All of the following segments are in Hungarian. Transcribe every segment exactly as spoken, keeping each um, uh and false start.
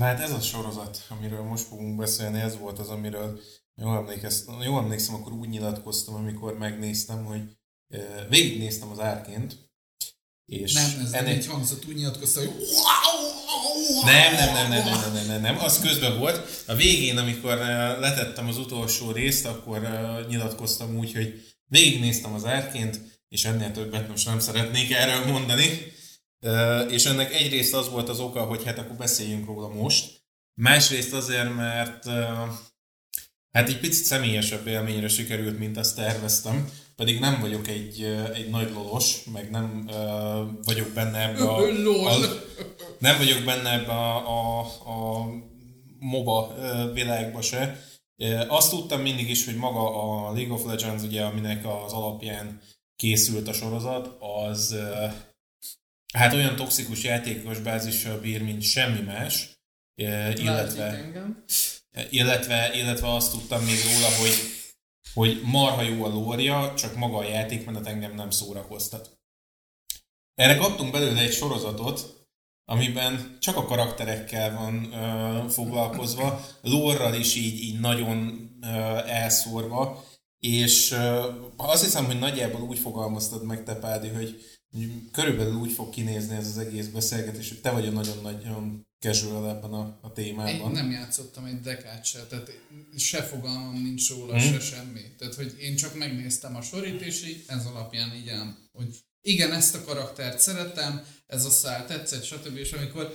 hát ez a sorozat, amiről most fogunk beszélni, ez volt az, amiről jól, emlékez, jól emlékszem, akkor úgy nyilatkoztam, amikor megnéztem, hogy végignéztem az Arcane-t, és nem, ez ennek... nem így hangzott, úgy nyilatkoztam, hogy nem, nem, nem, nem, nem, nem, nem, nem, az közben volt. A végén, amikor letettem az utolsó részt, akkor nyilatkoztam úgy, hogy végignéztem az Arcane-t, és ennél többet most nem szeretnék erről mondani. És ennek egyrészt az volt az oka, hogy hát akkor beszéljünk róla most. Másrészt azért, mert hát egy picit személyesebb élményre sikerült, mint azt terveztem. Pedig nem vagyok egy, egy nagy lolos, meg nem uh, vagyok benne ebbe a, a, nem vagyok benne ebbe a, a, a MOBA világba se. Azt tudtam mindig is, hogy maga a League of Legends, ugye, aminek az alapján készült a sorozat, az uh, hát olyan toxikus játékos bázissal bír, mint semmi más. Uh, illetve, illetve, illetve azt tudtam még róla, hogy hogy marha jó a lórja, csak maga a játékmenet engem nem szórakoztat. Erre kaptunk belőle egy sorozatot, amiben csak a karakterekkel van uh, foglalkozva, lórral is így, így nagyon uh, elszórva, és uh, azt hiszem, hogy nagyjából úgy fogalmaztad meg, te Pádi, hogy körülbelül úgy fog kinézni ez az egész beszélgetés, hogy te vagy a nagyon-nagyon casual ebben a, a témában. Én nem játszottam egy dekát se, tehát se fogalmam nincs róla, hmm. se semmi. Tehát, hogy én csak megnéztem a sorit, és így ez alapján így ám, hogy igen, ezt a karaktert szeretem, ez a szál tetszett, stb. És amikor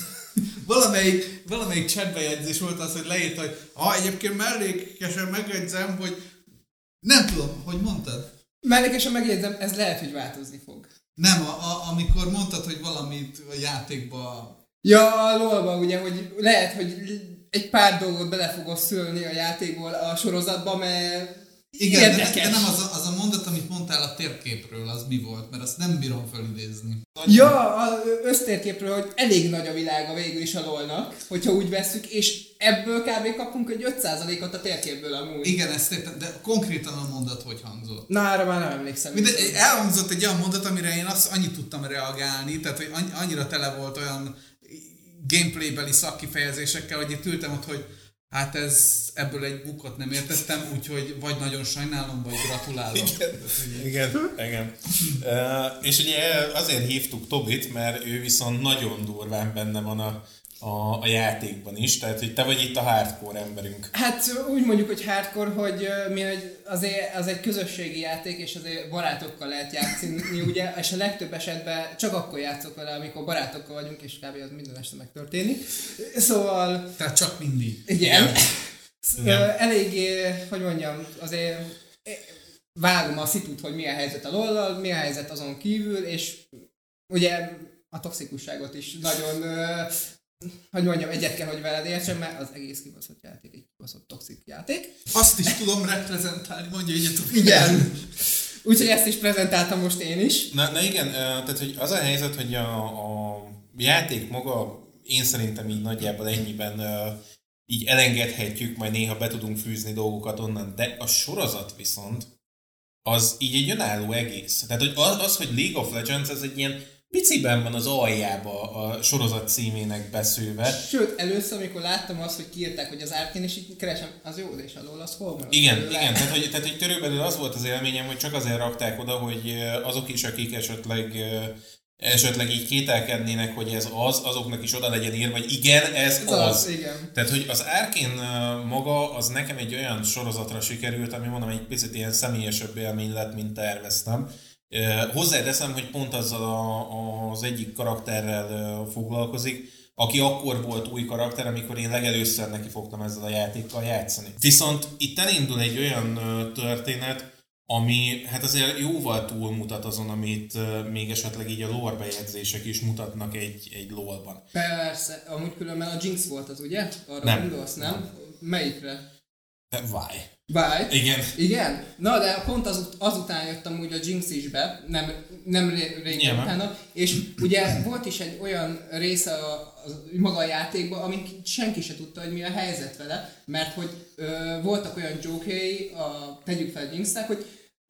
valamelyik, valamelyik chatbejegyzés volt az, hogy leírta, hogy ha egyébként mellékesen megjegyzem, hogy nem tudom, hogy mondtad? Mellékesen megjegyzem, ez lehet, hogy változni fog. Nem, a, a, amikor mondtad, hogy valamit a játékba... Ja, a lolba ugye, hogy lehet, hogy egy pár dolgot bele fogok szülni a játékból a sorozatba, mert igen, érdekes. De, de nem az a, az a mondat, amit mondtál a térképről, az mi volt, mert azt nem bírom felidézni. Ja, az össztérképről, hogy elég nagy a világa végül is a lolnak, hogyha úgy vesszük, és ebből kb. Kapunk egy öt százalékot a térképből amúgy. Igen, ezt értem, de konkrétan a mondat hogy hangzott? Na, arra már nem emlékszem. Mind, elhangzott egy olyan mondat, amire én azt annyit tudtam reagálni, tehát hogy annyira tele volt olyan gameplaybeli szakkifejezésekkel, hogy itt ültem ott, hogy hát ez, ebből egy bukot nem értettem, úgyhogy vagy nagyon sajnálom, vagy gratulálok. Igen, igen, igen. Uh, és ugye azért hívtuk Tobit, mert ő viszont nagyon durván benne van a, a, a játékban is, tehát hogy te vagy itt a hardcore emberünk. Hát úgy mondjuk, hogy hardcore, hogy mi azért az egy közösségi játék, és azért barátokkal lehet játszani, ugye, és a legtöbb esetben csak akkor játszok vele, amikor barátokkal vagyunk, és kb. Az minden este megtörténik. Szóval... Tehát csak mindig. Igen. igen. Eléggé, hogy mondjam, azért vágom a szitut, hogy mi a helyzet a lollal, mi a helyzet azon kívül, és ugye a toxikusságot is nagyon... hogy mondjam, egyet kell, hogy veled értsem, mert az egész kibaszott játék, egy kibaszott toxik játék. Azt is tudom reprezentálni, mondja így a igen. Úgyhogy ezt is prezentáltam most én is. Na, na igen, tehát hogy az a helyzet, hogy a, a játék maga, én szerintem így nagyjából ennyiben így elengedhetjük, majd néha be tudunk fűzni dolgokat onnan, de a sorozat viszont az így egy önálló egész. Tehát hogy az, az, hogy League of Legends, ez egy ilyen piciben van az aljába a sorozat címének beszélve. Sőt, először, amikor láttam azt, hogy kiírták, hogy az Arcane, és így keresem, az jó, és alól az hol van? Igen, igen, tehát hogy, tehát hogy körülbelül az volt az élményem, hogy csak azért rakták oda, hogy azok is, akik esetleg, esetleg így kételkednének, hogy ez az, azoknak is oda legyen írva, hogy igen, ez, ez az. az. Igen. Tehát, hogy az Arcane maga, az nekem egy olyan sorozatra sikerült, ami mondom, egy picit ilyen személyesebb élmény lett, mint terveztem. Hozzáteszem, hogy pont azzal a, az egyik karakterrel foglalkozik, aki akkor volt új karakter, amikor én legelőször neki fogtam ezzel a játékkal játszani. Viszont itt elindul egy olyan történet, ami hát azért jóval túlmutat azon, amit még esetleg így a lore bejegyzések is mutatnak egy, egy lore-ban. Persze, amúgy különben a Jinx volt az, ugye? Arra nem. gondolsz, nem? nem? Melyikre? Why? Why? Igen. Igen? Na, de pont az, azután jöttem úgy a Jinx is be, nem, nem régen utána, és ugye volt is egy olyan része a, a, maga a játékban, amit senki se tudta, hogy mi a helyzet vele, mert hogy ö, voltak olyan joke-jai, a, tegyük fel Jinxnek, hogy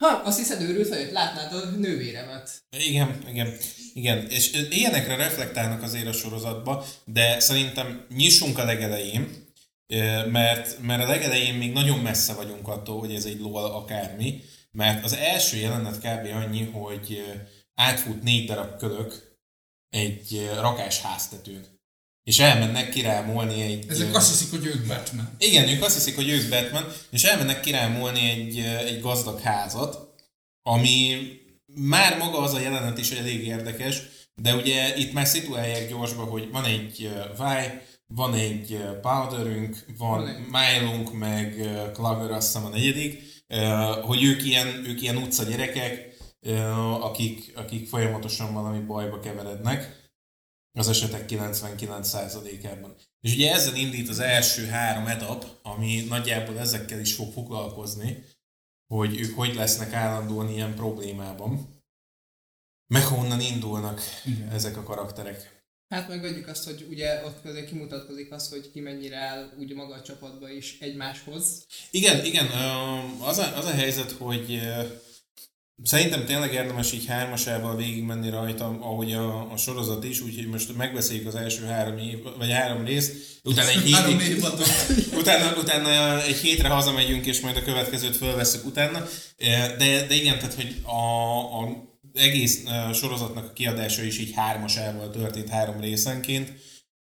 Ha, azt hiszed őrült vagyok, látnád a nővéremet. Igen, igen, igen. És ilyenekre reflektálnak azért a sorozatba, de szerintem nyissunk a legelején, mert, mert a legelején még nagyon messze vagyunk attól, hogy ez egy LOL akármi, mert az első jelenet kb. Annyi, hogy átfut négy darab kölök egy rakás háztetőn. És elmennek kirámolni egy... Ezek azt hiszik, hogy ők Batman. Igen, ők azt hiszik, hogy ők Batman, és elmennek kirámolni egy, egy gazdag házat, ami már maga az a jelenet is elég érdekes, de ugye itt már szituálják gyorsba, hogy van egy Vi, van egy Powderünk, van Mylunk, meg Clover, azt hiszem a negyedik, hogy ők ilyen, ők ilyen utca gyerekek, akik, akik folyamatosan valami bajba keverednek. Az esetek kilencvenkilenc százalékában. És ugye ezzel indít az első három etap, ami nagyjából ezekkel is fog foglalkozni, hogy ők hogy lesznek állandóan ilyen problémában, meg honnan indulnak igen. ezek a karakterek. Hát megadjuk azt, hogy ugye ott közé kimutatkozik az, hogy ki mennyire áll úgy maga a csapatba is egymáshoz. Igen, igen, az a, az a helyzet, hogy szerintem tényleg érdemes így hármasával végigmenni rajta, ahogy a, a sorozat is, úgyhogy most megbeszéljük az első három év, vagy három részt, utána egy hétig, utána, utána egy hétre hazamegyünk, és majd a következőt fölvesszük utána. De, de igen, tehát hogy a, a egész sorozatnak a kiadása is így hármasával történt három részenként,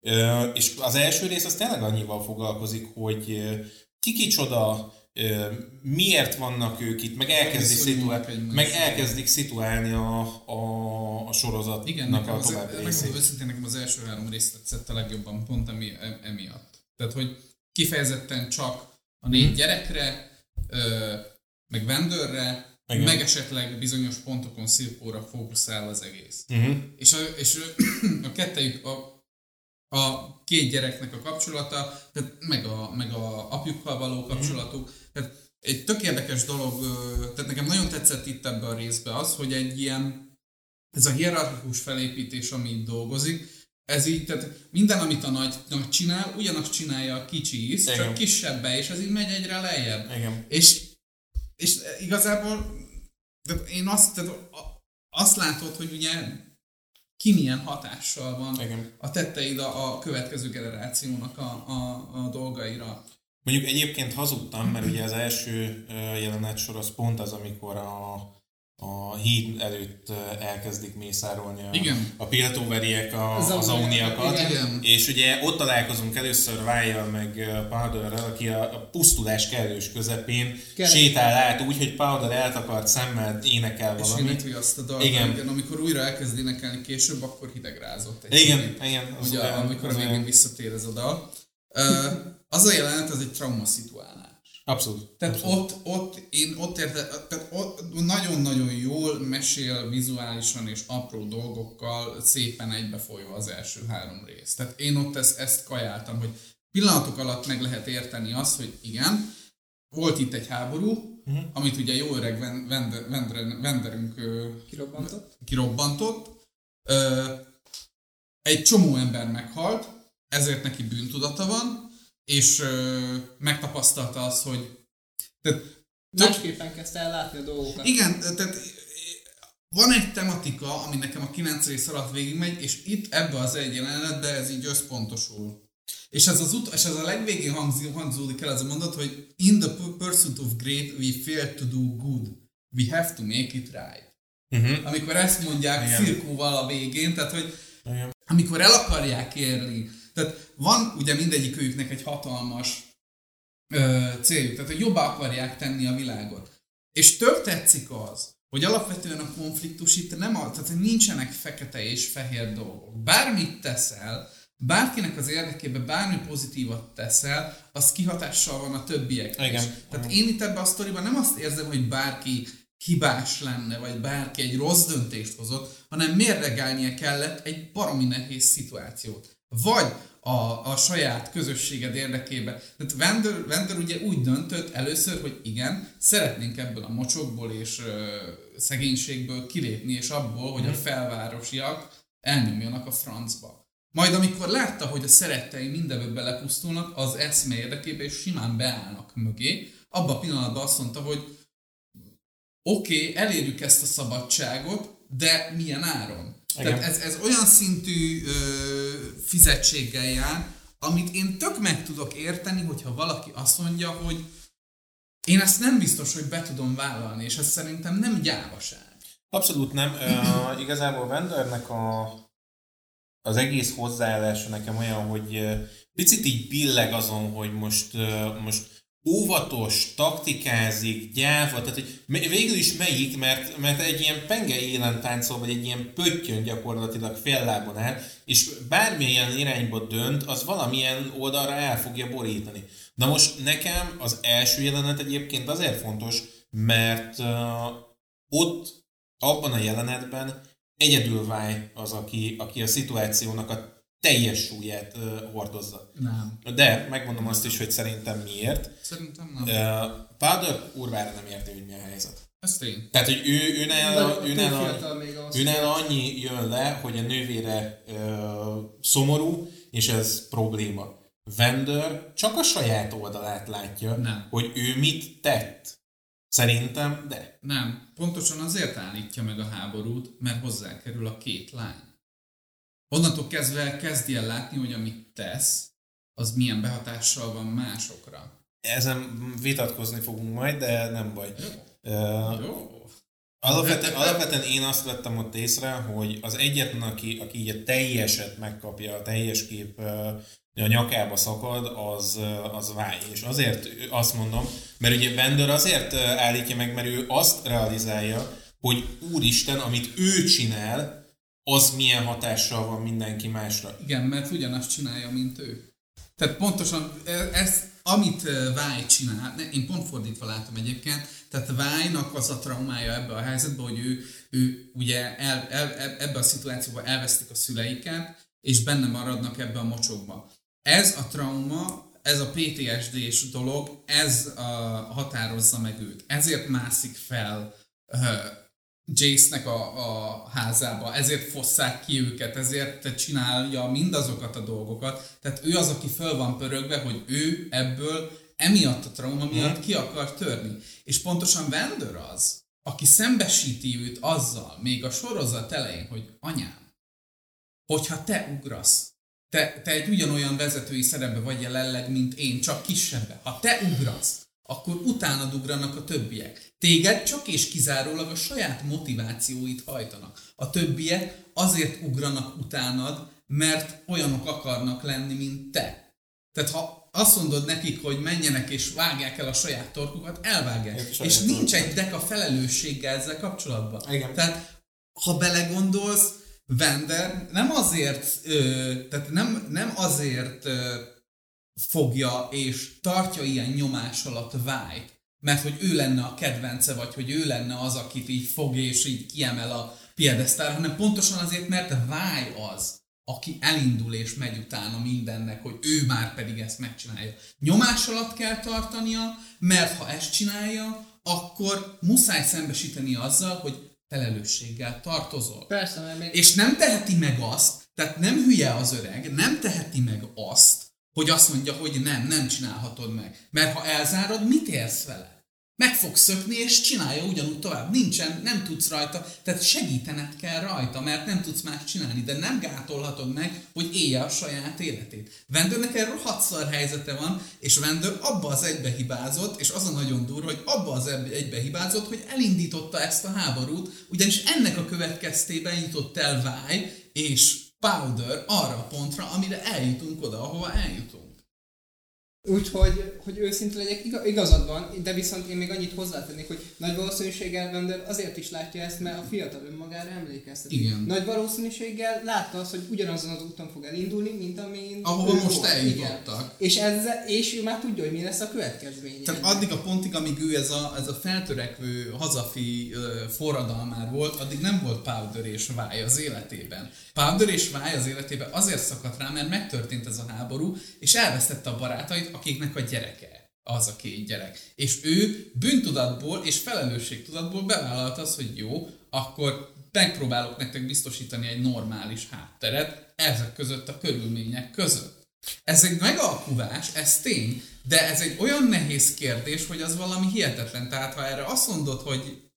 és az első rész az tényleg annyival foglalkozik, hogy ki kicsoda, miért vannak ők itt, meg, elkezdik, szituál, meg elkezdik szituálni a, a, a sorozatnak igen, a további részét. Megmondom őszintén, nekem az első három részt tetszett a legjobban, pont emi, emiatt. Tehát, hogy kifejezetten csak a négy hmm. gyerekre, meg Vendorre, igen. meg esetleg bizonyos pontokon Silkóra fókuszál az egész. Uh-huh. És, a, és a kettejük, a, a két gyereknek a kapcsolata, tehát meg, a, meg a apjukkal való kapcsolatuk. Uh-huh. Tehát egy tök érdekes dolog, tehát nekem nagyon tetszett itt ebben a részben az, hogy egy ilyen, ez a hierarchikus felépítés, ami itt dolgozik, ez így, tehát minden, amit a nagy, nagy csinál, ugyanazt csinálja a kicsi is, csak kisebbe, és ez így megy egyre lejjebb. Igen. És, és igazából tehát én azt, tehát azt látod, hogy ugye ki milyen hatással van igen. a tetteid a, a következő generációnak a, a, a dolgaira. Mondjuk egyébként hazudtam, mert ugye az első jelenet sor az pont az, amikor a, a híd előtt elkezdik mészárolni a, a piltóveriek, a, az auniakat, és ugye ott találkozunk először Vájjal meg Powderrel, aki a, a pusztulás kellős közepén Kellett. sétál át úgy, hogy Powder eltakart szemmel énekel valamit. És énekli azt a dalt, igen. igen, amikor újra elkezd énekelni később, akkor hidegrázott egy igen, színét, igen, ugye, az amikor az a végén visszatér ez a dal. Uh, az a jelenet, az egy trauma szituálás. Abszolút. Tehát abszolút. Ott, ott, én ott érte, tehát ott nagyon-nagyon jól mesél vizuálisan és apró dolgokkal szépen egybefolyva az első három rész. Tehát én ott ezt, ezt kajáltam, hogy pillanatok alatt meg lehet érteni azt, hogy igen, volt itt egy háború, uh-huh. amit ugye jó öreg vender, vender, venderünk kirobbantott. kirobbantott. Egy csomó ember meghalt, ezért neki bűntudata van, és ö, megtapasztalta azt, hogy... Tehát, másképpen kezdte el látni a dolgokat. Igen, tehát van egy tematika, ami nekem a kilenc rész alatt végigmegy, és itt ebbe az egy jelenetben ez így összpontosul. És ez, az ut- és ez a legvégén hangzódik el az a mondat, hogy in the pursuit of great we fail to do good. We have to make it right. Uh-huh. Amikor ezt mondják Silkóval a végén, tehát hogy igen. amikor el akarják érni. Tehát van ugye mindegyik őjüknek egy hatalmas ö, céljuk, tehát hogy jobbá akarják tenni a világot. És tök tetszik az, hogy alapvetően a konfliktus itt nem, a, tehát nincsenek fekete és fehér dolgok. Bármit teszel, bárkinek az érdekében bármi pozitívat teszel, az kihatással van a többiekre. Igen. Tehát én itt ebben a sztoriban nem azt érzem, hogy bárki hibás lenne, vagy bárki egy rossz döntést hozott, hanem mérlegelnie kellett egy baromi nehéz szituációt. Vagy a, a saját közösséged érdekében. Tehát Vander, Vander ugye úgy döntött először, hogy igen, szeretnénk ebből a mocsokból és ö, szegénységből kilépni, és abból, hogy a felvárosiak elnyomjanak a francba. Majd amikor látta, hogy a szerettei mindenből belepusztulnak, az eszme érdekében és simán beállnak mögé, abban a pillanatban azt mondta, hogy oké, okay, elérjük ezt a szabadságot, de milyen áron? Igen. Tehát ez, ez olyan szintű ö, fizetséggel jár, amit én tök meg tudok érteni, hogyha valaki azt mondja, hogy én ezt nem biztos, hogy be tudom vállalni, és ez szerintem nem gyávaság. Abszolút nem. Uh, igazából Vendornek a, az egész hozzáállása nekem olyan, hogy uh, picit így billeg azon, hogy most, uh, most óvatos, taktikázik, gyáva, tehát hogy végül is melyik, mert, mert egy ilyen penge élen táncol, vagy egy ilyen pöttyön gyakorlatilag fél lábon áll, és bármilyen irányba dönt, az valamilyen oldalra el fogja borítani. Na most nekem az első jelenet egyébként azért fontos, mert uh, ott, abban a jelenetben egyedül váj az, aki, aki a szituációnak a teljes súlyát uh, hordozza. Nem. De megmondom azt is, hogy szerintem miért. Szerintem nem. Uh, Powder kurvára nem érti, hogy mi a helyzet. Ez tény. Tehát, hogy ő, ő nála, ő nála, ő nála annyi jön le, hogy a nővére uh, szomorú, és ez probléma. Vendor csak a saját oldalát látja, nem. hogy ő mit tett. Szerintem, de. Nem. Pontosan azért állítja meg a háborút, mert hozzákerül a két lány. Onnantól kezdve kezdj el látni, hogy amit tesz, az milyen behatással van másokra. Ezen vitatkozni fogunk majd, de nem baj. Jó. Uh, Jó. Alapvetően, alapvetően én azt vettem ott észre, hogy az egyetlen, aki, aki így a teljeset megkapja, a teljes kép a nyakába szakad, az, az váj. És azért azt mondom, mert ugye Vendor azért állítja meg, mert ő azt realizálja, hogy úristen, amit ő csinál, az milyen hatással van mindenki másra. Igen, mert ugyanazt csinálja, mint ő. Tehát pontosan ez, amit Váj csinál, én pont fordítva látom egyébként, tehát Vájnak az a traumája ebbe a helyzetbe, hogy ő, ő ugye el, el, ebbe a szituációban elvesztik a szüleiket, és benne maradnak ebbe a mocsokba. Ez a trauma, ez a pé té es dés dolog, ez a, határozza meg őt. Ezért mászik fel uh, Jace-nek a, a házába, ezért fosszák ki őket, ezért csinálja mindazokat a dolgokat. Tehát ő az, aki föl van pörögve, hogy ő ebből emiatt a trauma miatt ki akar törni. És pontosan Vendor az, aki szembesíti őt azzal, még a sorozat elején, hogy anyám, hogyha te ugrasz, te, te egy ugyanolyan vezetői szerepbe vagy jelenleg, mint én, csak kisebbe. Ha te ugrasz, akkor utánad ugranak a többiek. Téged csak és kizárólag a saját motivációit hajtanak. A többiek azért ugranak utánad, mert olyanok akarnak lenni, mint te. Tehát ha azt mondod nekik, hogy menjenek és vágják el a saját torkukat, elvágják. És, és nincs egy deka felelősséggel ezzel kapcsolatban. Igen. Tehát ha belegondolsz, Vendor nem azért, ö, tehát nem, nem azért ö, fogja és tartja ilyen nyomás alatt Vájt, mert hogy ő lenne a kedvence, vagy hogy ő lenne az, akit így fog és így kiemel a piedesztára, hanem pontosan azért, mert Váj az, aki elindul és megy utána mindennek, hogy ő már pedig ezt megcsinálja. Nyomás alatt kell tartania, mert ha ezt csinálja, akkor muszáj szembesíteni azzal, hogy felelősséggel tartozol. Persze, mert még... És nem teheti meg azt, tehát nem hülye az öreg, nem teheti meg azt, hogy azt mondja, hogy nem, nem csinálhatod meg. Mert ha elzárod, mit érsz vele? Meg fog szökni, és csinálja ugyanúgy tovább. Nincsen, nem tudsz rajta, tehát segítened kell rajta, mert nem tudsz más csinálni, de nem gátolhatod meg, hogy élje a saját életét. Vendornek egy rohadt szar helyzete van, és Vendor abba az egybe hibázott, és az a nagyon durva, hogy abba az egybe hibázott, hogy elindította ezt a háborút, ugyanis ennek a következtében jutott el Váj és Powder arra a pontra, amire eljutunk oda, ahova eljutunk. Úgyhogy, hogy őszinte legyek, igazad van, de viszont én még annyit hozzátennék, hogy nagy valószínűséggel Vendor azért is látja ezt, mert a fiatal önmagára emlékeztet. Igen. Nagy valószínűséggel látta azt, hogy ugyanazon az úton fog elindulni, mint amin ahova most eljutottak. És, ezzel, és ő már tudja, hogy mi lesz a következménye. Tehát addig a pontig, amíg ő ez a, ez a feltörekvő hazafi uh, forradalmár volt, addig nem volt Powder és Váj az életében. Powder és Váj az életében azért szakadt rá, mert megtörtént ez a háború, és elvesztette a barátait, akiknek a gyereke az a két gyerek. És ő bűntudatból és felelősségtudatból bevállalta az, hogy jó, akkor megpróbálok nektek biztosítani egy normális hátteret ezek között a körülmények között. Ez egy megalkuvás, ez tény, de ez egy olyan nehéz kérdés, hogy az valami hihetetlen. Tehát ha erre azt mondod, hogy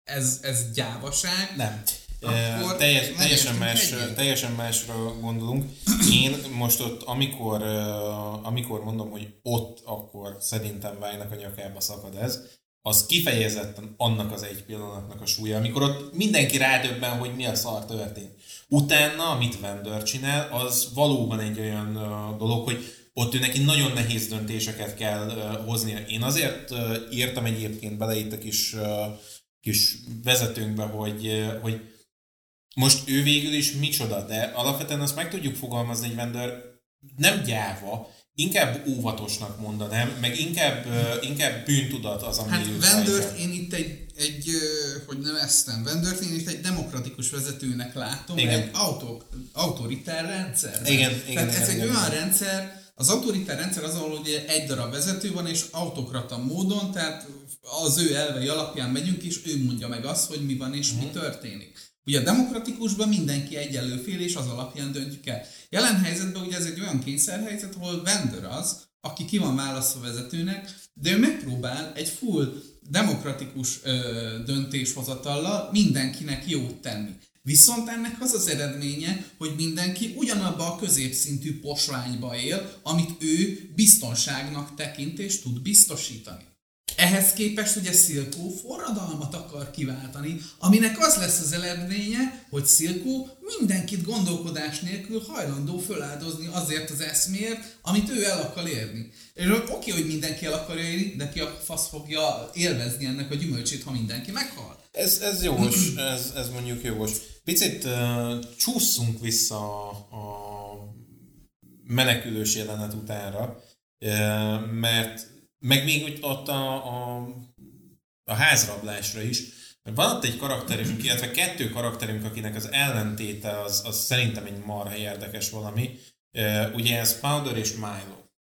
ez, ez gyávaság. Nem. E, teljes, teljesen, más, teljesen másra gondolunk. Én most ott, amikor, amikor mondom, hogy ott, akkor szerintem Vájnak a nyakába szakad ez, az kifejezetten annak az egy pillanatnak a súlya, amikor ott mindenki rádöbben, hogy mi a szar történt. Utána, amit Vander csinál, az valóban egy olyan dolog, hogy ott ő neki nagyon nehéz döntéseket kell hoznia. Én azért írtam egyébként bele itt a kis, kis vezetőnkbe, hogy, hogy most ő végül is micsoda, de alapvetően azt meg tudjuk fogalmazni, hogy Vander nem gyáva, inkább óvatosnak mondanám, meg inkább, inkább bűntudat az, ami hát Vandert én itt egy, egy, hogy neveztem, Vandert én itt egy demokratikus vezetőnek látom, igen. Egy autó, autoritár rendszer. Igen, Tehát igen, ez igen, egy igen, olyan igen. rendszer, az autoritár rendszer az, ahol ugye egy darab vezető van, és autokrata módon, tehát az ő elvei alapján megyünk, és ő mondja meg azt, hogy mi van és mm. mi történik. Ugye a demokratikusban mindenki egyenlő fél, és az alapján döntjük el. Jelen helyzetben ugye ez egy olyan kényszerhelyzet, ahol Vander az, aki ki van választva vezetőnek, de ő megpróbál egy full demokratikus ö, döntéshozatallal mindenkinek jót tenni. Viszont ennek az az eredménye, hogy mindenki ugyanabba a középszintű posványba él, amit ő biztonságnak tekint és tud biztosítani. Ehhez képest ugye Silco forradalmat akar kiváltani, aminek az lesz az eredménye, hogy Silco mindenkit gondolkodás nélkül hajlandó föláldozni azért az eszméért, amit ő el akar érni. És oké, hogy mindenki el akar érni, de ki a fasz fogja élvezni ennek a gyümölcsét, ha mindenki meghal. Ez, ez jogos, ez, ez mondjuk jogos. Picit uh, csúszunk vissza a menekülős jelenet utánra, uh, mert meg még ott a, a, a házrablásra is. Van ott egy karakterünk, illetve kettő karakterünk, akinek az ellentéte az, az szerintem egy marha érdekes valami. Ugye ez Powder és Milo.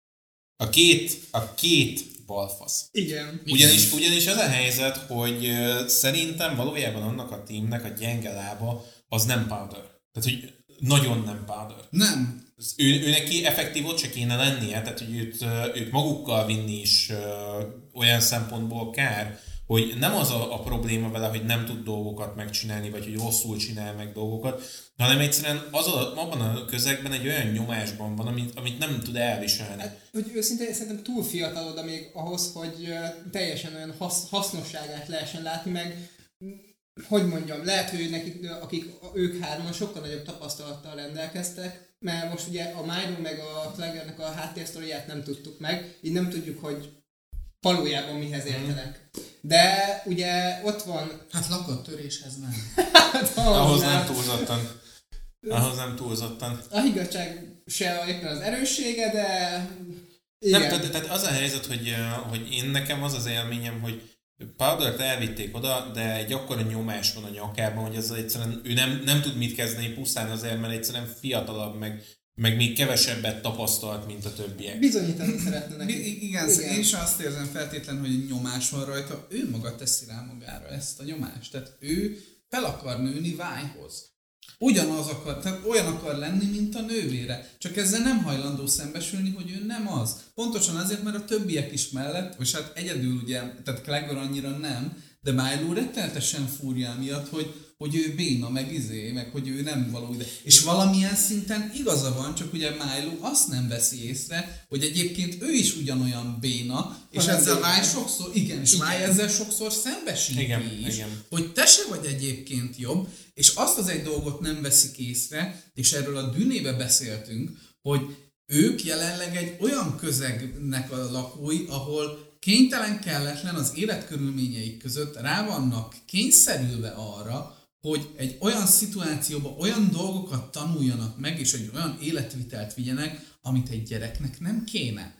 A két, a két balfasz. Igen. Ugyanis, ugyanis az a helyzet, hogy szerintem valójában annak a teamnek a gyenge lába az nem Powder. Tehát, hogy nagyon nem Powder. Nem. Ő, ő neki effektív ott se kéne lennie, tehát hogy őt, őt magukkal vinni is ö, olyan szempontból kár, hogy nem az a, a probléma vele, hogy nem tud dolgokat megcsinálni, vagy hogy rosszul csinál meg dolgokat, hanem egyszerűen az a, abban a közegben egy olyan nyomásban van, amit, amit nem tud elviselni. Hát, hogy őszintén szerintem túl fiatal oda még ahhoz, hogy teljesen olyan hasz, hasznosságát lehessen látni, meg hogy mondjam, lehet, hogy nekik, akik ők hárman sokkal nagyobb tapasztalattal rendelkeztek, mert most ugye a Milo meg a Claggernek a háttérsztoriát nem tudtuk meg, így nem tudjuk, hogy valójában mihez értenek. De ugye ott van... Hát lakattöréshez nem. hát, ahhoz, ahhoz nem, nem túlzottan. Ahhoz nem túlzottan. A higgadság se éppen az erőssége, de... Igen. Nem, tehát, tehát az a helyzet, hogy, hogy én nekem az az élményem, hogy Powdert elvitték oda, de egy akkora nyomás van a nyakában, hogy ez egyszerűen ő nem, nem tud mit kezdeni pusztán azért, mert egyszerűen fiatalabb, meg, meg még kevesebbet tapasztalt, mint a többiek. Bizonyítani szeretne neki. Igen, igen, én is azt érzem feltétlenül, hogy nyomás van rajta. Ő maga teszi rá magára ezt a nyomást. Tehát ő fel akar nőni Vájhoz. Ugyanaz akar, tehát olyan akar lenni, mint a nővére. Csak ezzel nem hajlandó szembesülni, hogy ő nem az. Pontosan azért, mert a többiek is mellett, és hát egyedül ugye, tehát Clagger annyira nem, de Milo rettenetesen fúrja miatt, hogy, hogy ő béna, meg izé, meg hogy ő nem való ide. És valamilyen szinten igaza van, csak ugye Milo azt nem veszi észre, hogy egyébként ő is ugyanolyan béna, és van ezzel Váj sokszor, igen, és Váj ezzel sokszor szembesíti igen, is, igen. hogy te se vagy egyébként jobb, és azt az egy dolgot nem veszik észre, és erről a Dűnébe beszéltünk, hogy ők jelenleg egy olyan közegnek a lakói, ahol kénytelen, kelletlen az életkörülményeik között rá vannak kényszerülve arra, hogy egy olyan szituációban olyan dolgokat tanuljanak meg, és egy olyan életvitelt vigyenek, amit egy gyereknek nem kéne.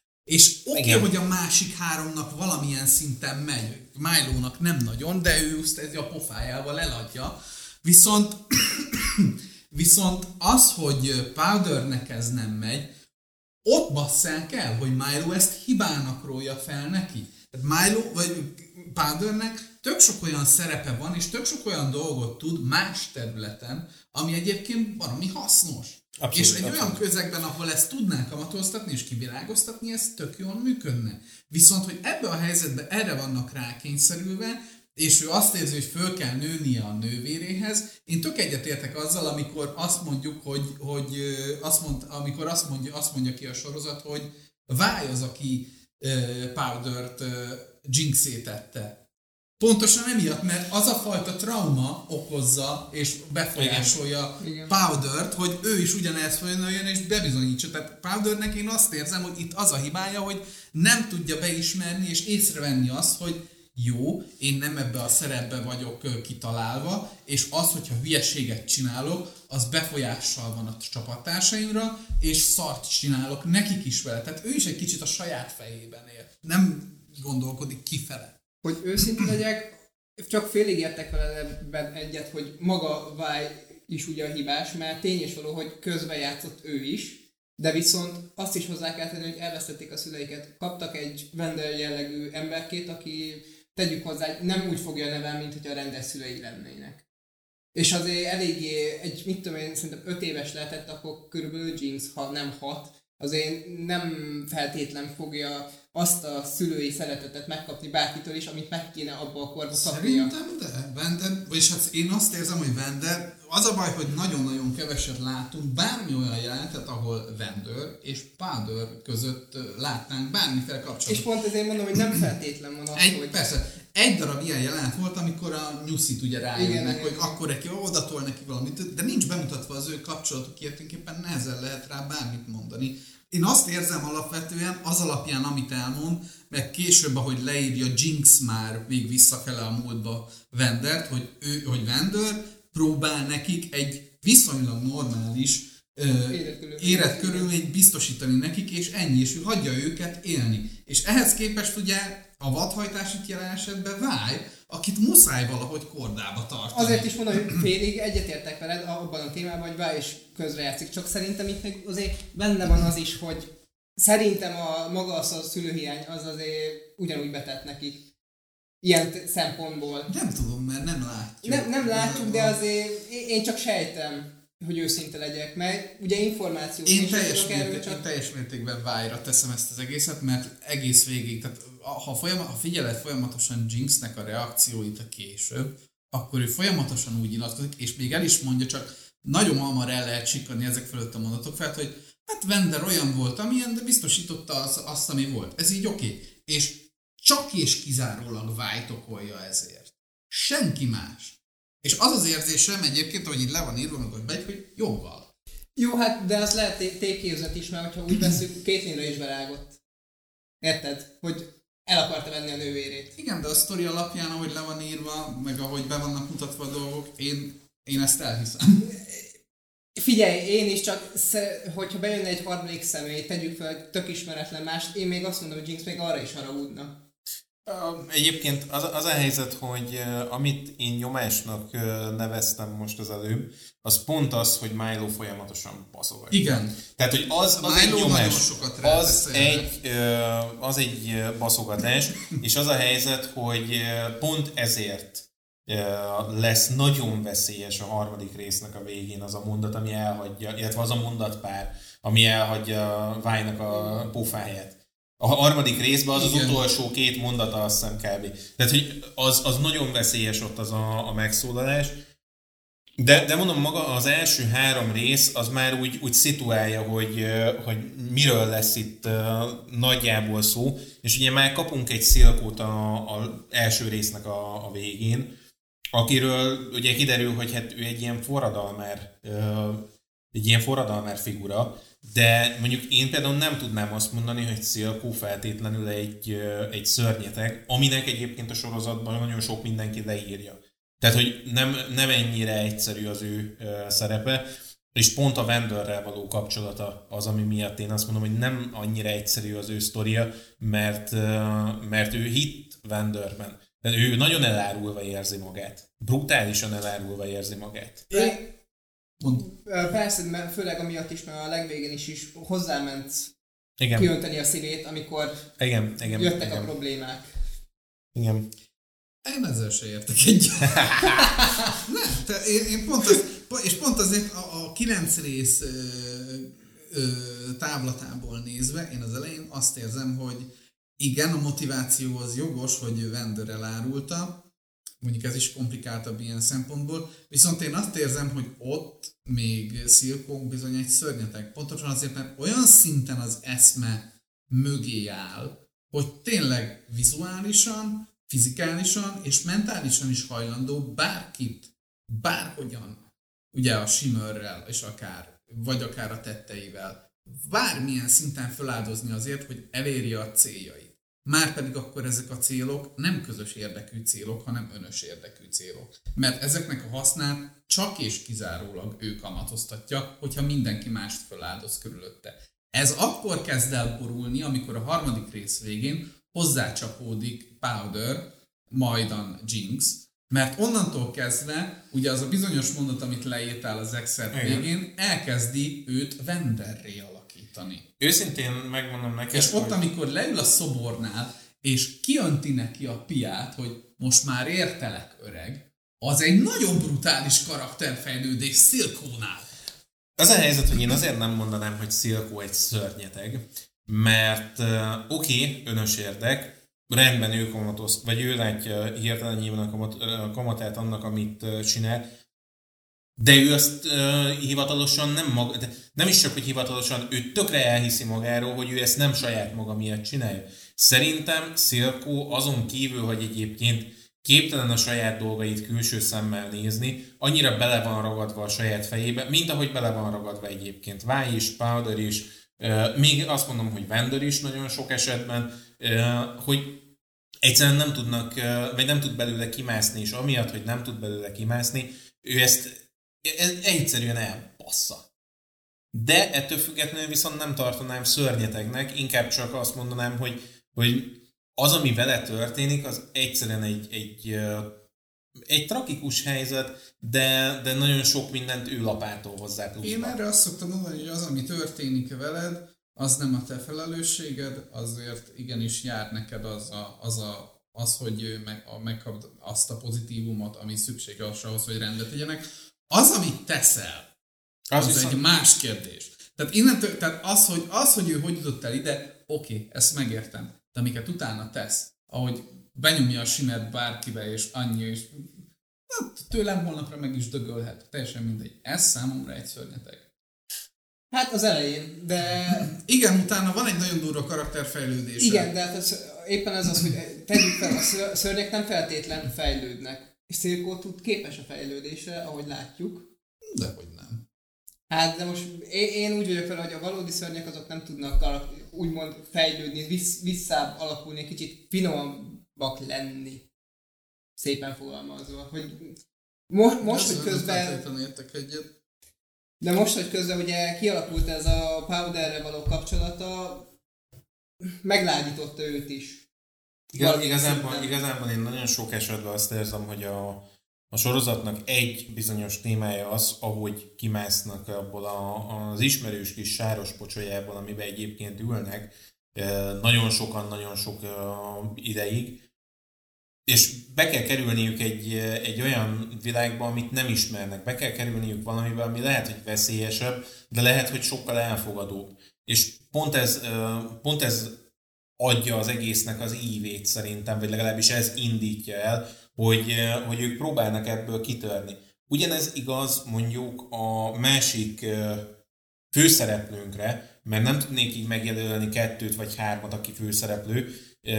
És oké, okay, hogy a másik háromnak valamilyen szinten megy, Milo-nak nem nagyon, de ő azt egy a pofájával eladja. Viszont, viszont az, hogy Powdernek ez nem megy, ott basszák el, hogy Milo ezt hibának rólja fel neki. Tehát Milo, vagy Powdernek tök sok olyan szerepe van, és tök sok olyan dolgot tud más területen, ami egyébként valami hasznos. Abszolút, és egy abszolút. Olyan közegben, ahol ezt tudnánk kamatoztatni és kivilágoztatni, ez tök jól működne. Viszont, hogy ebbe a helyzetben erre vannak rákényszerülve, és ő azt érzi, hogy föl kell nőnie a nővéréhez. Én tök egyetértek azzal, amikor azt mondjuk, hogy, hogy azt mond, amikor azt mondja, azt mondja ki a sorozat, hogy válj az, aki uh, Powdert uh, Jinxé tette. Pontosan emiatt, mert az a fajta trauma okozza és befolyásolja Igen. Powdert, hogy ő is ugyanezt folyamoljon és bebizonyítsa. Tehát Powdernek én azt érzem, hogy itt az a hibája, hogy nem tudja beismerni és észrevenni azt, hogy jó, én nem ebbe a szerepbe vagyok kitalálva, és az, hogyha hülyeséget csinálok, az befolyással van a csapattársaimra, és szart csinálok nekik is vele. Tehát ő is egy kicsit a saját fejében él. Nem gondolkodik kifele. Hogy őszintén legyek, csak félig értek vele ebben egyet, hogy maga Váj is ugye a hibás, mert tény és való, hogy közben játszott ő is, de viszont azt is hozzá kell tenni, hogy elvesztették a szüleiket. Kaptak egy Wendell jellegű emberkét, aki tegyük hozzá, nem úgy fogja nevelni, mint hogyha rendes szülei lennének. És azért eléggé, egy, mit tudom én, szerintem öt éves lehetett, akkor körülbelül Jinx, ha nem hat, azért nem feltétlen fogja azt a szülői szeretetet megkapni bárkitől is, amit meg kéne abba a korba kapnia. Szerintem de, Vander, vagyis hát én azt érzem, hogy Vander, az a baj, hogy nagyon-nagyon keveset látunk bármi olyan jelenetet, ahol Vander és Powder között látnánk bármiféle kapcsolatot. És pont ezért mondom, hogy nem feltétlen van az, egy, hogy... Persze, egy darab ilyen jelenet volt, amikor a nyuszit ugye rájönnek, igen, hogy igen. akkor neki odatol neki valamit, de nincs bemutatva az ő kapcsolatuk, ilyeténképpen nehezen lehet rá bármit mondani. Én azt érzem alapvetően, az alapján, amit elmond, meg később, ahogy leírja Jinx már még visszafele a múltba Vandert, hogy, ő, hogy Vander próbál nekik egy viszonylag normális életkörülményt biztosítani nekik, és ennyi, és ő hagyja őket élni. És ehhez képest ugye a vadhajtás itt jelen esetben Váj, akit muszáj valahogy kordába tartani. Azért is mondom, hogy félig egyetértek veled abban a témában, hogy Váj is közrejátszik. Csak szerintem itt meg azért benne van az is, hogy szerintem a maga az a szülőhiány az azért ugyanúgy betett nekik. Ilyen szempontból. Nem tudom, mert nem látjuk. Nem, nem látjuk, de azért én csak sejtem, hogy őszinte legyek, mert ugye információt én is teljes, tudok mérték, erről, csak... én teljes mértékben Vájra teszem ezt az egészet, mert egész végig, tehát ha, folyamat, ha figyeled folyamatosan Jinxnek a reakcióit a később, akkor ő folyamatosan úgy nyilatkozik, és még el is mondja, csak nagyon hamar el lehet sikadni ezek fölött a mondatok felett, hogy hát Vander olyan volt, amilyen, de biztosította az, azt, ami volt. Ez így oké. Okay. És csak és kizárólag Vájt okolja ezért. Senki más. És az az érzésem egyébként, hogy így le van írva, amikor begy, hogy joggal. Jó, hát de az lehet tévképzet is, mert ha úgy veszük, Caitlynre is berágott. Érted? Hogy el akarta venni a nővérét. Igen, de a sztori alapján, ahogy le van írva, meg ahogy be vannak mutatva a dolgok, én, én ezt elhiszem. Figyelj, én is csak, hogyha bejönne egy harmadik személy, tegyük fel tök ismeretlen mást, én még azt mondom, hogy Jinx még arra is haragudna. Egyébként az, az a helyzet, hogy amit én nyomásnak neveztem most az előbb, az pont az, hogy Milo folyamatosan baszogatja. Igen. Tehát, hogy az, az egy nyomás, az egy, az egy baszogatás, és az a helyzet, hogy pont ezért lesz nagyon veszélyes a harmadik résznek a végén az a mondat, ami elhagyja, illetve az a mondatpár, ami elhagyja Vájnak a pofáját. A harmadik részben az Igen. az utolsó két mondata, azt hiszem kb. Tehát, hogy az, az nagyon veszélyes ott az a, a megszólalás. De, de mondom, maga az első három rész az már úgy, úgy szituálja, hogy, hogy miről lesz itt nagyjából szó. És ugye már kapunk egy Silkót az első résznek a, a végén, akiről ugye kiderül, hogy hát ő egy ilyen forradalmár, egy ilyen forradalmár figura, de mondjuk én például nem tudnám azt mondani, hogy Silco feltétlenül egy, egy szörnyeteg, aminek egyébként a sorozatban nagyon sok mindenki leírja. Tehát, hogy nem, nem ennyire egyszerű az ő szerepe, és pont a Vanderrel való kapcsolata az, ami miatt én azt mondom, hogy nem annyira egyszerű az ő sztoria, mert, mert ő hitt Vanderben. Tehát ő nagyon elárulva érzi magát. Brutálisan elárulva érzi magát. É, persze, mert főleg amiatt is, mert a legvégén is, is hozzáment igen. kiönteni a szívét, amikor igen, igen, jöttek igen. a problémák. Igen. Én ezzel se értek egyet. Nem, te, én, én pont az, és pont azért a, a kilenc rész ö, ö, távlatából nézve, én az elején azt érzem, hogy igen, a motiváció az jogos, hogy Vander elárulta, mondjuk ez is komplikáltabb ilyen szempontból, viszont én azt érzem, hogy ott még Silco bizony egy szörnyeteg. Pontosan azért, mert olyan szinten az eszme mögé áll, hogy tényleg vizuálisan, fizikálisan és mentálisan is hajlandó bárkit, bárhogyan, ugye a Shimmerrel és akár, vagy akár a tetteivel, bármilyen szinten feláldozni azért, hogy elérje a céljait. Márpedig akkor ezek a célok nem közös érdekű célok, hanem önös érdekű célok. Mert ezeknek a hasznát csak és kizárólag ő kamatoztatja, hogyha mindenki mást feláldoz körülötte. Ez akkor kezd el borulni, amikor a harmadik rész végén hozzácsapódik Powder, majdan Jinx, mert onnantól kezdve, ugye az a bizonyos mondat, amit leírtál az excerpt végén, elkezdi őt Venderré alakítani. Őszintén megmondom neked, és ott, hogy... amikor leül a szobornál, és kiönti neki a piát, hogy most már értelek, öreg, az egy nagyon brutális karakterfejlődés Silcónál. Az a helyzet, hogy én azért nem mondanám, hogy Silco egy szörnyeteg, mert uh, oké, okay, önös érdek, rendben ő kamatoz, vagy ő látja hirtelenjében a, kamat, a kamatát annak, amit uh, csinál, de ő azt uh, hivatalosan nem maga, de nem is csak, hogy hivatalosan, ő tökre elhiszi magáról, hogy ő ezt nem saját maga miatt csinálja. Szerintem Silco azon kívül, hogy egyébként képtelen a saját dolgait külső szemmel nézni, annyira bele van ragadva a saját fejébe, mint ahogy bele van ragadva egyébként Vi is, Powder is, uh, még azt mondom, hogy Vander is nagyon sok esetben, uh, hogy egyszerűen nem tudnak, uh, vagy nem tud belőle kimászni, és amiatt, hogy nem tud belőle kimászni, ő ezt ez egyszerűen elbassza. De ettől függetlenül viszont nem tartanám szörnyetegnek, inkább csak azt mondanám, hogy, hogy az, ami vele történik, az egyszerűen egy, egy, egy tragikus helyzet, de, de nagyon sok mindent ő lapától hozzá pluszban. Én erre azt szoktam mondani, hogy az, ami történik veled, az nem a te felelősséged, azért igenis jár neked az, a, az, a, az hogy meg, a, megkapd azt a pozitívumot, ami szükséges ahhoz, hogy rendet tegyenek. Az, amit teszel, az, az viszont... egy más kérdés. Tehát, innentől, tehát az, hogy, az, hogy ő hogy jutott el ide, oké, okay, ezt megértem. De amiket utána tesz, ahogy benyomja a Shimmert bárkibe, és annyi, és hát, tőlem holnapra meg is dögölhet. Teljesen mindegy. Ez számomra egy szörnyeteg. Hát az elején, de... Igen, utána van egy nagyon durva karakterfejlődés. Igen, de hát az, éppen ez az, hogy tegyük fel, a szörnyek nem feltétlen fejlődnek. És Silco tud képes a fejlődésre, ahogy látjuk. Dehogy nem. Hát, de most én, én úgy vagyok fel, hogy a valódi szörnyek azok nem tudnak úgymond fejlődni, vissz, visszább alakulni, kicsit finomabbak lenni. Szépen fogalmazva. Hogy mo- most, hogy közben... értek egyet. De most, hogy közben ugye kialakult ez a Powderre való kapcsolata, meglágyította őt is. Igaz, igazából, igazából én nagyon sok esetben azt érzem, hogy a, a sorozatnak egy bizonyos témája az, ahogy kimásznak abból a, az ismerős kis sáros pocsolyából, amiben egyébként ülnek, nagyon sokan, nagyon sok ideig, és be kell kerülniük egy, egy olyan világba, amit nem ismernek. Be kell kerülniük valamibe, ami lehet, hogy veszélyesebb, de lehet, hogy sokkal elfogadóbb. És pont ez, pont ez adja az egésznek az ívét szerintem, vagy legalábbis ez indítja el, hogy, hogy ők próbálnak ebből kitörni. Ugyanez igaz mondjuk a másik főszereplőnkre, mert nem tudnék így megjelölni kettőt vagy hármat, aki főszereplő,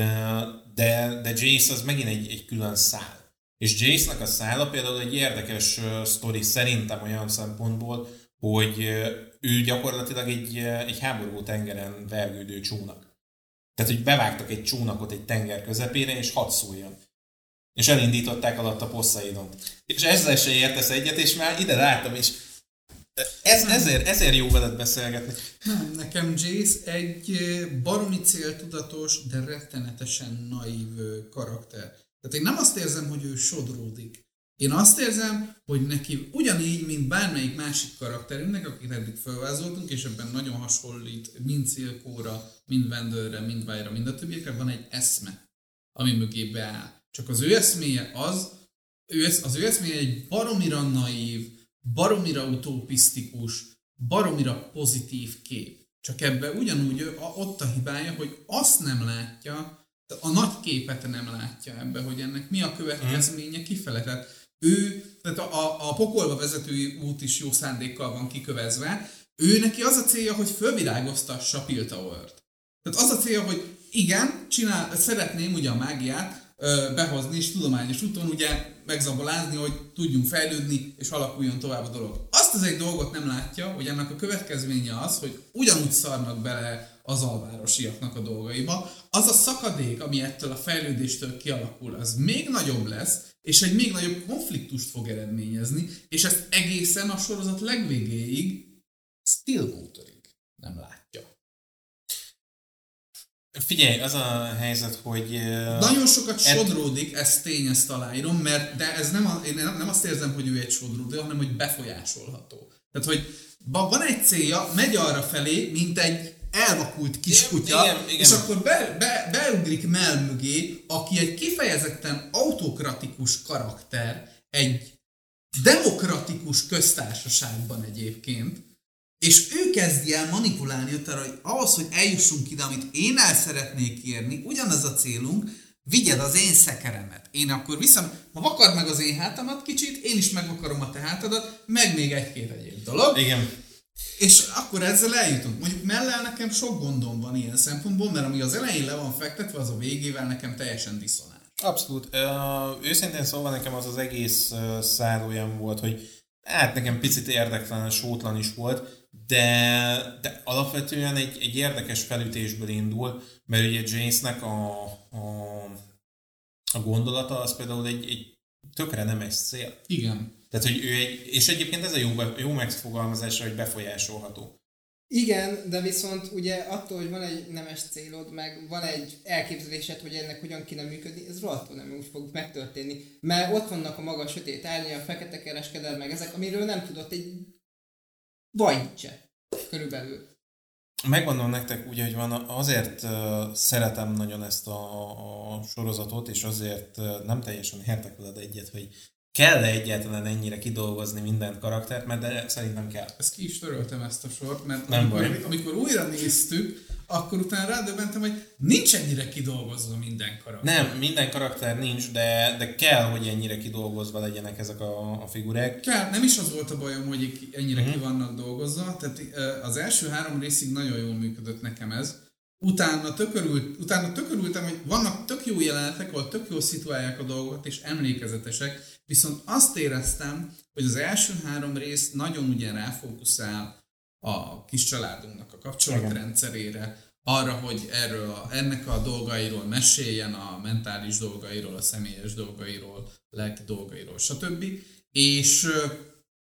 de, de Jace az megint egy, egy külön szál. És Jace-nak a szála például egy érdekes sztori szerintem olyan szempontból, hogy ő gyakorlatilag egy, egy háború tengeren vergődő csónak. Tehát, hogy bevágtak egy csónakot egy tenger közepére, és hadd szóljon. És elindították alatt a Poseidont. És ezzel se értesz egyet, és már ide láttam, és ez, ezért, ezért jó veled beszélgetni. Nem, nekem Jace egy baromi céltudatos, de rettenetesen naív karakter. Tehát én nem azt érzem, hogy ő sodródik. Én azt érzem, hogy neki ugyanígy, mint bármelyik másik karakterünknek, akit eddig felvázoltunk, és ebben nagyon hasonlít mind Silcóra, mind Vanderre, mind Vi-ra, mind a többiekre, van egy eszme, ami mögé beáll. Csak az ő eszméje az, az ő eszméje egy baromira naív, baromira utopisztikus, baromira pozitív kép. Csak ebben ugyanúgy ott a hibája, hogy azt nem látja, a nagy képet nem látja ebbe, hogy ennek mi a következménye kifele. Tehát ő, tehát a, a, a pokolba vezető út is jó szándékkal van kikövezve, ő neki az a célja, hogy fölvirágoztassa Piltover-t. Tehát az a célja, hogy igen, csinál, szeretném ugye a mágiát ö, behozni, és tudományos úton ugye megzabolázni, hogy tudjunk fejlődni, és alakuljon tovább a dolog. Azt az egy dolgot nem látja, hogy ennek a következménye az, hogy ugyanúgy szarnak bele az alvárosiaknak a dolgaiba. Az a szakadék, ami ettől a fejlődéstől kialakul, az még nagyobb lesz, és egy még nagyobb konfliktust fog eredményezni, és ezt egészen a sorozat legvégéig Stillwaterig nem látja. Figyelj, az a helyzet, hogy... Uh, Nagyon sokat et... sodródik, ez tény, ezt aláírom, mert de ez nem, a, én nem azt érzem, hogy ő egy sodródó, hanem hogy befolyásolható. Tehát, hogy van egy célja, megy arra felé, mint egy elvakult kiskutya, igen, igen, és akkor be, be, beugrik Mel mögé, aki egy kifejezetten autokratikus karakter, egy demokratikus köztársaságban egyébként, és ő kezdi el manipulálni utána, hogy ahhoz, hogy eljussunk ide, amit én el szeretnék érni, ugyanaz a célunk, vigyed az én szekeremet. Én akkor viszem, ha vakard meg az én hátamat kicsit, én is megvakarom a te hátadat, meg még egy-két egyéb dolog. Igen. És akkor ezzel eljutunk. Mondjuk mellel nekem sok gondom van ilyen szempontból, mert ami az elején le van fektetve, az a végével nekem teljesen diszonál. Abszolút. Uh, őszintén szóval nekem az az egész uh, szár olyan volt, hogy hát nekem picit érdektelen, sótlan is volt, de, de alapvetően egy, egy érdekes felütésből indul, mert ugye Jace-nek a, a, a gondolata az például egy, egy tökre nemes cél. Igen. Tehát, hogy ő egy, és egyébként ez a jó, jó megfogalmazása, hogy befolyásolható. Igen, de viszont ugye attól, hogy van egy nemes célod, meg van egy elképzelésed, hogy ennek hogyan kéne működni, ez rohadtul nem úgy fog megtörténni. Mert ott vannak a magas sötét árnyi, a fekete kereskedelm, meg ezek, amiről nem tudott egy vajt se, körülbelül. Megmondom nektek úgy, hogy van, azért uh, szeretem nagyon ezt a, a sorozatot, és azért uh, nem teljesen értek veled egyet, hogy kell-e egyáltalán ennyire kidolgozni minden karaktert, mert de szerintem kell. Ezt ki is töröltem ezt a sort, mert nem amikor, amikor újra néztük, akkor utána rádöbbentem, hogy nincs ennyire kidolgozva minden karakter. Nem, minden karakter nincs, de, de kell, hogy ennyire kidolgozva legyenek ezek a, a figurák. Kell, nem is az volt a bajom, hogy ennyire uh-huh. ki vannak dolgozva, tehát az első három részig nagyon jól működött nekem ez. Utána, tökörült, utána tökörültem, hogy vannak tök jó jelenetek, ahol tök jól szituálják a dolgot, és emlékezetesek, viszont azt éreztem, hogy az első három rész nagyon ugye ráfókuszál a kis családunknak a kapcsolatrendszerére, arra, hogy erről a, ennek a dolgairól meséljen, a mentális dolgairól, a személyes dolgairól, lelki dolgairól, stb. És eh,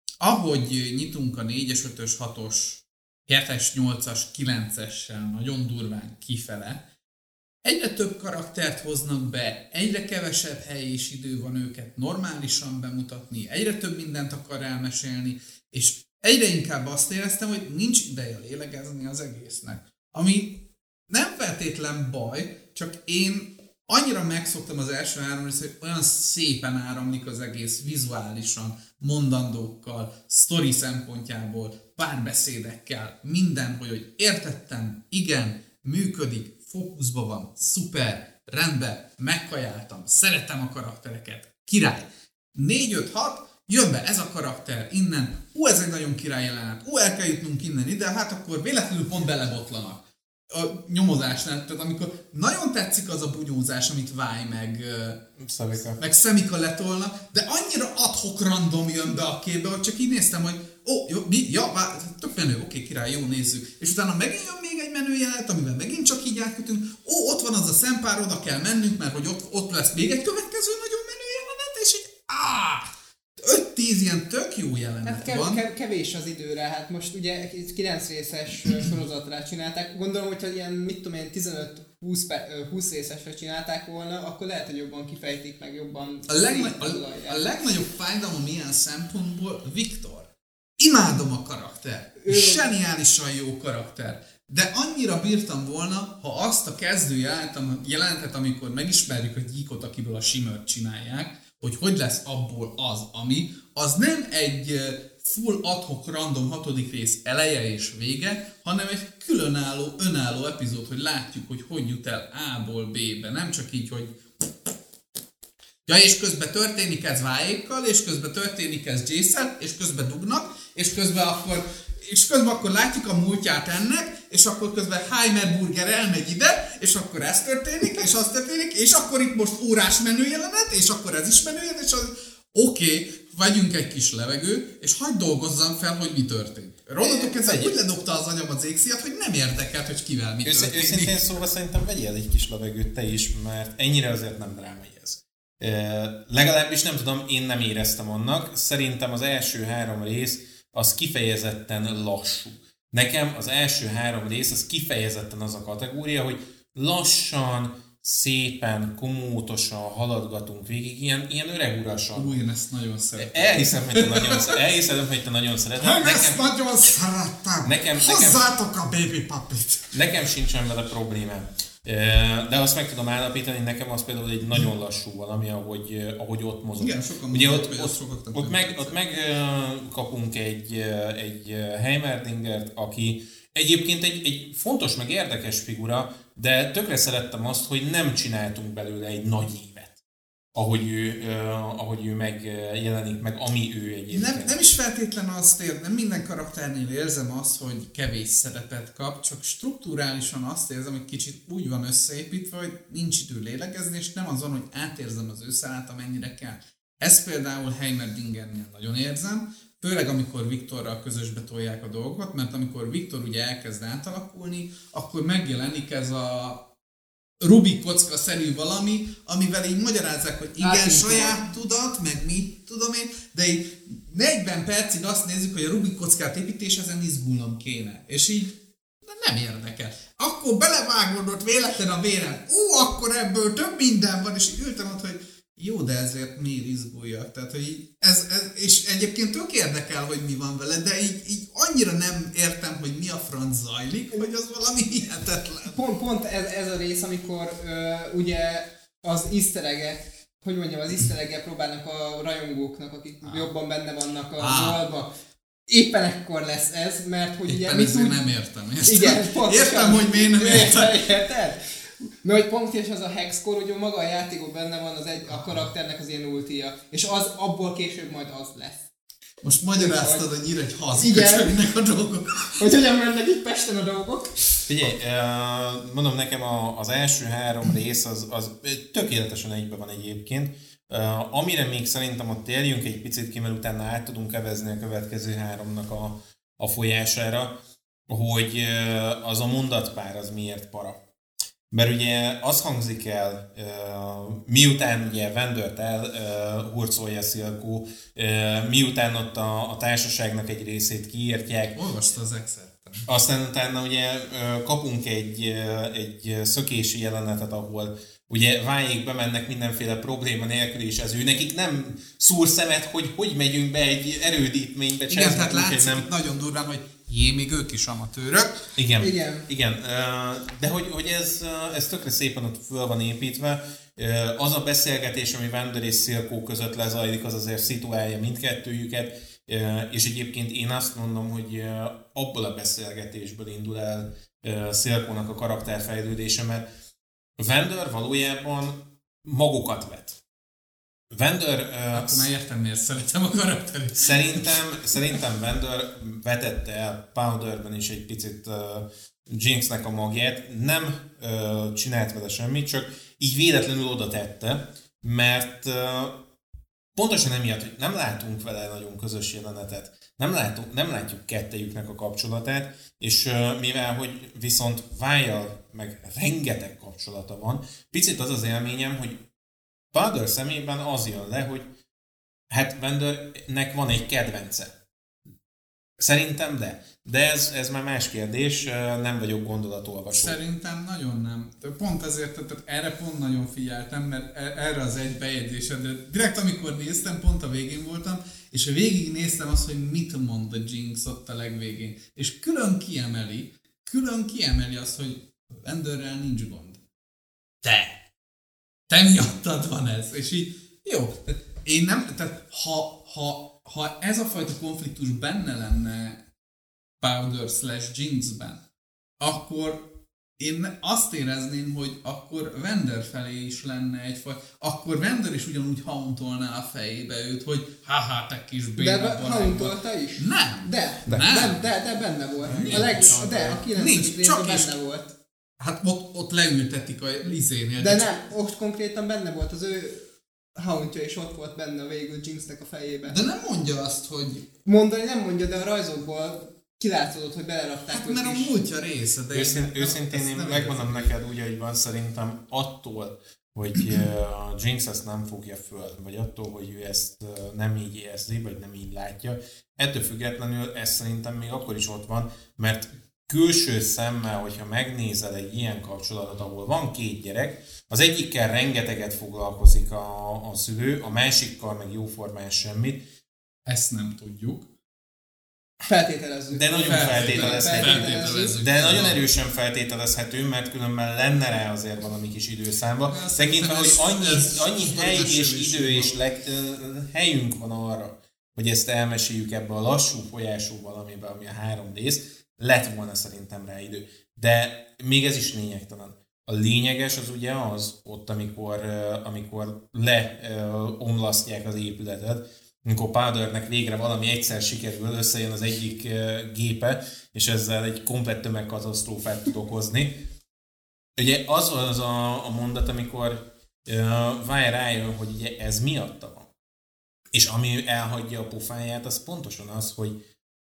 ahogy nyitunk a négyes, ötös, hatos, hetes, nyolcas, kilencessel nagyon durván kifele, egyre több karaktert hoznak be, egyre kevesebb hely és idő van őket normálisan bemutatni, egyre több mindent akar elmesélni, és egyre inkább azt éreztem, hogy nincs ideje lélegezni az egésznek. Ami nem feltétlen baj, csak én annyira megszoktam az első három részt, hogy olyan szépen áramlik az egész vizuálisan, mondandókkal, sztori szempontjából, párbeszédekkel, minden, hogy, hogy értettem, igen, működik, fókuszban van, szuper, rendben, megkajáltam, szeretem a karaktereket, király. négy öt hat, jön be ez a karakter innen, ú, ez egy nagyon király jelenet, ú, el kell jutnunk innen ide, hát akkor véletlenül pont belebotlanak a nyomozásnál, tehát amikor nagyon tetszik az a bunyózás, amit Váj meg Szemika. meg Szemika letolna, de annyira ad-hoc random jön be a képbe, hogy csak így néztem, hogy ó, jó, mi? Ja, vár, tök menő, oké, király, jó, nézzük. És utána megint jön még egy menő jelenet, amivel megint csak így átkötünk, ó, ott van az a szempár, oda kell mennünk, mert hogy ott, ott lesz még egy következő nagyon menő jelenet, és így áh! öt-tíz ilyen tök jó jelenet hát kev- van. kev- kevés az időre, hát most ugye kilenc részes sorozatra csinálták. Gondolom, hogyha ilyen, mit tudom én, tizenöt-húsz, húsz részesre csinálták volna, akkor lehet, hogy jobban kifejtik, meg jobban... A, legna- a, a legnagyobb fájdalom ilyen szempontból Viktor. Imádom a karakter. Ő... Zseniálisan jó karakter. De annyira bírtam volna, ha azt a kezdő jelentet, amikor megismerjük a gyíkot, akiből a Shimmert csinálják, hogy hogy lesz abból az, ami, az nem egy full adhoc random hatodik rész eleje és vége, hanem egy különálló, önálló epizód, hogy látjuk, hogy hogy jut el A-ból B-be. Nem csak így, hogy ja, és közben történik ez Y-ékkal, és közben történik ez J-szel, és közben dugnak, és közben akkor, és közben akkor látjuk a múltját ennek, és akkor közben Heimerburger elmegy ide, és akkor ez történik, és az történik, és akkor itt most órás menüjelenet, és akkor ez is menüjelenet, és az oké, okay, vegyünk egy kis levegő, és hagyd dolgozzam fel, hogy mi történt. Ronnatok ezzel úgy ledobta az anyam az égszíjat, hogy nem érdekelt, hogy kivel mi Ősz, történik. Őszintén szóval szerintem vegyél egy kis levegőt te is, mert ennyire azért nem drámai ez. E, legalábbis nem tudom, én nem éreztem annak. Szerintem az első három rész az kifejezetten lassú. Nekem az első három rész az kifejezetten az a kategória, hogy lassan, szépen, komótosan haladgatunk végig, ilyen, ilyen öregurasan. Új, én ezt nagyon szeretem. Elhiszem, hogy te nagyon, elhiszem, hogy te nagyon szereted. Nekem, ezt nagyon szerettem. Nekem, Hozzátok a baby papit. Nekem sincsen vele problémám. De azt meg tudom állapítani, nekem az például egy nagyon lassú valami, ahogy, ahogy ott mozog. Igen, sokan ugye mondják, ott, hogy ott, ott, ott, meg, ott megkapunk egy, egy Heimerdingert, aki egyébként egy, egy fontos meg érdekes figura, de tökre szerettem azt, hogy nem csináltunk belőle egy nagy évet, ahogy ő, uh, ahogy ő megjelenik, meg ami ő egyébként. Nem, nem is feltétlen azt ér, nem minden karakternél érzem azt, hogy kevés szerepet kap, csak strukturálisan azt érzem, hogy kicsit úgy van összeépítve, hogy nincs idő lélegezni, és nem azon, hogy átérzem az ő szálát, amennyire kell. Ezt például Heimerdingernél nagyon érzem, főleg amikor Viktorral közösbe tolják a dolgokat, mert amikor Viktor ugye elkezd átalakulni, akkor megjelenik ez a Rubik kocka-szerű valami, amivel így magyarázzák, hogy igen, hát, saját tudat, meg mit tudom én, de így negyven percig azt nézzük, hogy a Rubik kockát építés, ezen izgulnom kéne. És így nem érdekel. Akkor belevágod ott véletlen a vérem, ó, akkor ebből több minden van, és így ültem ott, hogy jó, de ezért miért izguljak? Tehát, hogy így ez, ez, és egyébként tök érdekel, hogy mi van vele, de így, így annyira nem értem, hogy mi a franc zajlik, hogy az valami hihetetlen. Pont, pont ez, ez a rész, amikor ö, ugye az easter egg-ek, hogy mondjam, az easter egg-el próbálnak a rajongóknak, akik ah. jobban benne vannak a dolgba. Ah. Éppen ekkor lesz ez, mert hogy éppen ugye... Éppen nem értem. Értem, igen, pontosan, értem hogy miért nem értem. Érted? Mert hogy pont és az a hexcore, hogy maga a játékban benne van az egy, a karakternek az ilyen ultia, és az abból később majd az lesz. Most magyaráztad, hogy ír egy hazköcsögnek a dolgok. Hogy hogyan mennek itt Pesten a dolgok? Figyelj, mondom nekem az első három rész az, az tökéletesen egybe van egyébként. Amire még szerintem ott térjünk egy picit ki, mert utána át tudunk kevezni a következő háromnak a, a folyására, hogy az a mondatpár az miért para. Mert ugye az hangzik el, uh, miután ugye Vendört elhurcolja uh, Silco, uh, miután ott a, a társaságnak egy részét kiírtják. Olvasta az Excel-t. Aztán utána ugye uh, kapunk egy, uh, egy szökési jelenetet, ahol ugye vájék bemennek mindenféle probléma nélkül, és ez ő nekik nem szúr szemet, hogy hogy megyünk be egy erődítménybe. Igen, tehát látszik nem... nagyon durván, hogy jé, még ők is amatőrök. Igen, igen. igen. De hogy, hogy ez, ez tökre szépen ott föl van építve. Az a beszélgetés, ami Vander és Silco között lezajlik, az azért szituálja mindkettőjüket. És egyébként én azt mondom, hogy abból a beszélgetésből indul el Silcónak a karakterfejlődése, mert Vander valójában magukat vet. Vander... Akkor már értem, miért szeretem a karakterét. Szerintem, szerintem Vander vetette el Powderben is egy picit uh, Jinxnek a magját. Nem uh, csinált vele semmit, csak így véletlenül oda tette, mert uh, pontosan emiatt, hogy nem látunk vele nagyon közös jelenetet. Nem, látunk, nem látjuk kettejüknek a kapcsolatát, és uh, mivel, hogy viszont Vájjal meg rengeteg kapcsolata van, picit az az élményem, hogy Powder szemében az jön le, hogy hát Vandernek van egy kedvence. Szerintem de. De ez, ez már más kérdés, nem vagyok gondolatolvasó. Szerintem nagyon nem. Pont ezért, tehát erre pont nagyon figyeltem, mert erre az egy bejegyzésed, de direkt amikor néztem, pont a végén voltam, és a végig néztem azt, hogy mit mond a Jinx ott a legvégén. És külön kiemeli, külön kiemeli azt, hogy Vanderrel nincs gond. Te! Te miattad van ez. És így, jó, tehát én nem, tehát ha, ha ha ez a fajta konfliktus benne lenne Powder slash Jinxben, akkor én azt érezném, hogy akkor Vander felé is lenne egyfajta, akkor Vander is ugyanúgy hauntolná a fejébe őt, hogy haha, te kis béna De hauntolta is? Nem. De, de, de, de, de benne volt. Nincs. A leg, de a kilencedik részben benne is, volt. Hát ott, ott leültetik a lizénél. De nem, ott konkrétan benne volt az ő hauntja, és ott volt benne végül Jinxnek a fejében. De nem mondja azt, hogy... Mondani nem mondja, de a rajzokból kilátszódott, hogy belerakták Hát őt mert is. a múltja része, de... Őszint, én, őszintén én megmondom neked úgy, hogy van, szerintem attól, hogy a Jinx ezt nem fogja föl, vagy attól, hogy ő ezt nem így érzi, vagy nem így látja, ettől függetlenül ez szerintem még akkor is ott van, mert külső szemmel, hogyha megnézel egy ilyen kapcsolatot, ahol van két gyerek, az egyikkel rengeteget foglalkozik a, a szülő, a másikkal meg jóformán semmit. Ezt nem tudjuk. Feltételezzük. De nagyon feltételezhető. Feltételezzük. De nagyon erősen feltételezhető, mert különben lenne rá azért valami kis időszámba. Tekintve, hogy annyi, annyi hely és idő és leg, helyünk van arra, hogy ezt elmeséljük ebbe a lassú folyású valamibe, ami a három rész, lett volna szerintem rá idő. De még ez is lényegtelen. A lényeges az ugye az, ott amikor, amikor leomlasztják az épületet, amikor Powdernek végre valami egyszer sikerül, összejön az egyik gépe, és ezzel egy komplett tömegkatasztrófát tud okozni. Ugye az az a, a mondat, amikor uh, Vai rájön, hogy ugye ez miatta van. És ami elhagyja a pofáját, az pontosan az, hogy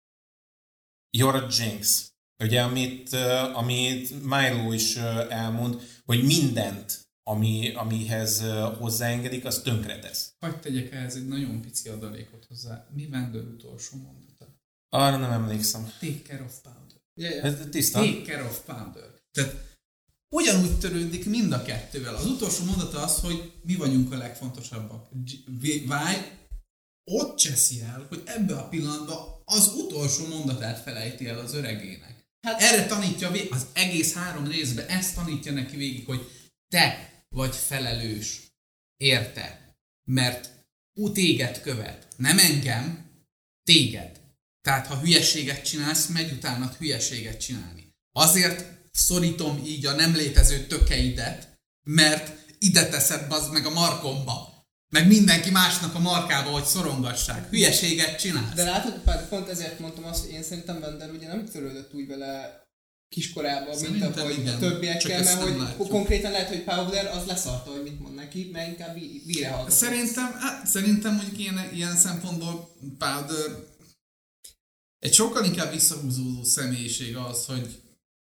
you're a Jinx. Ugye, amit, uh, amit Milo is uh, elmond, hogy mindent, ami, amihez uh, hozzáengedik, az tönkretesz. Hadd tegyek ehhez egy nagyon pici adalékot hozzá. Mi Vander utolsó mondata? Arra nem emlékszem. Take care of Powder. Yeah, yeah. Ez tiszta. Take care of Powder. Tehát ugyanúgy törődik mind a kettővel. Az utolsó mondata az, hogy mi vagyunk a legfontosabbak. Vai ott cseszi el, hogy ebbe a pillanatban az utolsó mondatát felejti el az öregének. Hát erre tanítja az egész három részben, ezt tanítja neki végig, hogy te vagy felelős, érte, mert ú, téged követ, nem engem, téged. Tehát ha hülyeséget csinálsz, megy utánad hülyeséget csinálni. Azért szorítom így a nem létező tökeidet, mert ide teszed bazd meg a markomba. Meg mindenki másnak a markába, hogy szorongassák. Hülyeséget csinálsz. De látod, pont ezért mondtam azt, hogy én szerintem Vander ugye nem törődött úgy vele kiskorában, Szerintem mint ahogy igen. a többiekkel, mert hogy látjuk. Konkrétan lehet, hogy Powder az leszarta, hogy mit mond neki, mert inkább víre hallgatott. Szerintem, hát, szerintem mondjuk ilyen, ilyen szempontból Powder egy sokkal inkább visszahúzódó személyiség az, hogy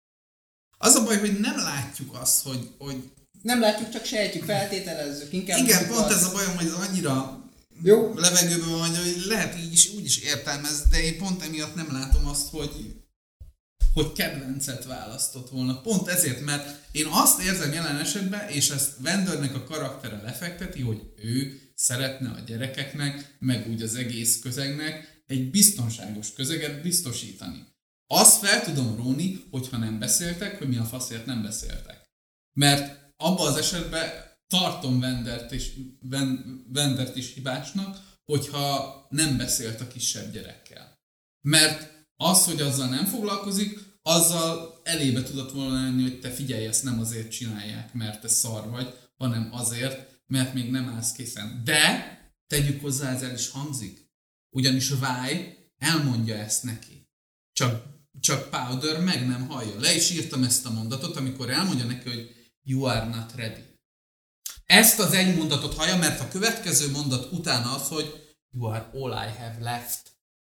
az a baj, hogy nem látjuk azt, hogy, hogy nem látjuk, csak sejtjük, feltételezzük. Inkább igen, pont az... ez a bajom, hogy annyira jó levegőben van, hogy lehet így is, úgy is értelmez, de én pont emiatt nem látom azt, hogy hogy kedvencet választott volna. Pont ezért, mert én azt érzem jelen esetben, és ezt Vandernek a karaktere lefekteti, hogy ő szeretne a gyerekeknek, meg úgy az egész közegnek egy biztonságos közeget biztosítani. Azt fel tudom róni, hogyha nem beszéltek, hogy mi a faszért nem beszéltek. Mert abban az esetben tartom Vandert is, Vandert is hibásnak, hogyha nem beszélt a kisebb gyerekkel. Mert az, hogy azzal nem foglalkozik, azzal elébe tudott volna lenni, hogy te figyelj, ezt nem azért csinálják, mert te szar vagy, hanem azért, mert még nem állsz készen. De tegyük hozzá, ez el is hangzik. Ugyanis Vai elmondja ezt neki. Csak, csak Powder meg nem hallja. Le is írtam ezt a mondatot, amikor elmondja neki, hogy you are not ready. Ezt az egy mondatot hallja, mert a következő mondat utána az, hogy you are all I have left.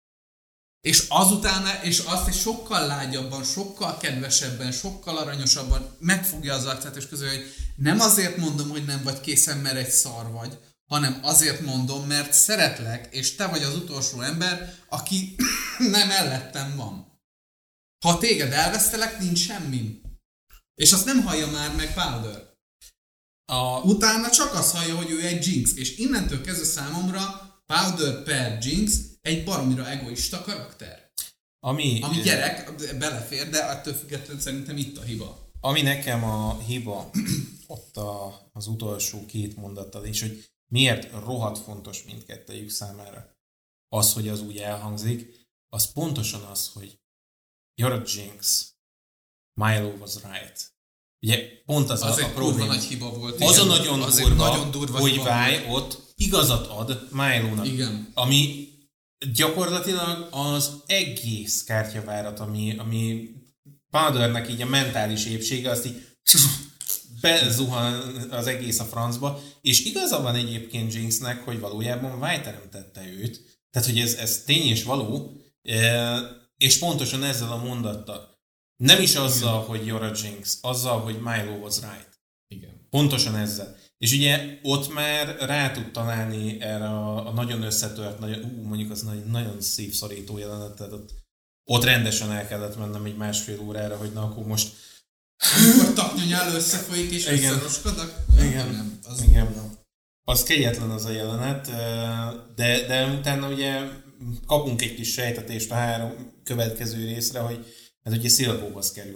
És azután, és azt is sokkal lágyabban, sokkal kedvesebben, sokkal aranyosabban megfogja az arcát, és közül, hogy nem azért mondom, hogy nem vagy készen, mert egy szar vagy, hanem azért mondom, mert szeretlek, és te vagy az utolsó ember, aki nem mellettem van. Ha téged elvesztelek, nincs semmi. És azt nem hallja már meg Powder. A... Utána csak azt hallja, hogy ő egy Jinx, és innentől kezdve számomra Powder per Jinx egy baromira egoista karakter. Ami, Ami gyerek, belefér, de attól függetlenül szerintem itt a hiba. Ami nekem a hiba ott a, az utolsó két mondattal is, hogy miért rohadt fontos mindkettejük számára. az, hogy az úgy elhangzik, az pontosan az, hogy you're a jinx, Milo was right. Ugye pont az, az a, a egy probléma. nagy hiba volt. Az igen. a nagyon az durva, nagyon durva hogy hiba Vi ott igazat ad Milo-nak. Igen. Ami gyakorlatilag az egész kártyavárat, ami, ami Powdernek így a mentális épsége, azt így bezuhan az egész a francba, és igaza van egyébként Jinxnek, hogy valójában Vi teremtette őt, tehát hogy ez, ez tény és való, és pontosan ezzel a mondattal. Nem is azzal, igen, hogy you're a Jinx, azzal, hogy Milo was right. Igen. Pontosan ezzel. És ugye ott már rá tud találni erre a, a nagyon összetört, nagyon, ú, mondjuk az nagyon, nagyon szívszorító jelenet, tehát ott, ott rendesen el kellett mennem egy másfél órára, hogy na akkor most... Amikor taknyonyál összefolyik és összeroskadak? Igen. Nem, az... Igen. Az kegyetlen az a jelenet, de, de utána ugye kapunk egy kis sejtetést a három következő részre, hogy hát ugye Silvóhoz kerül.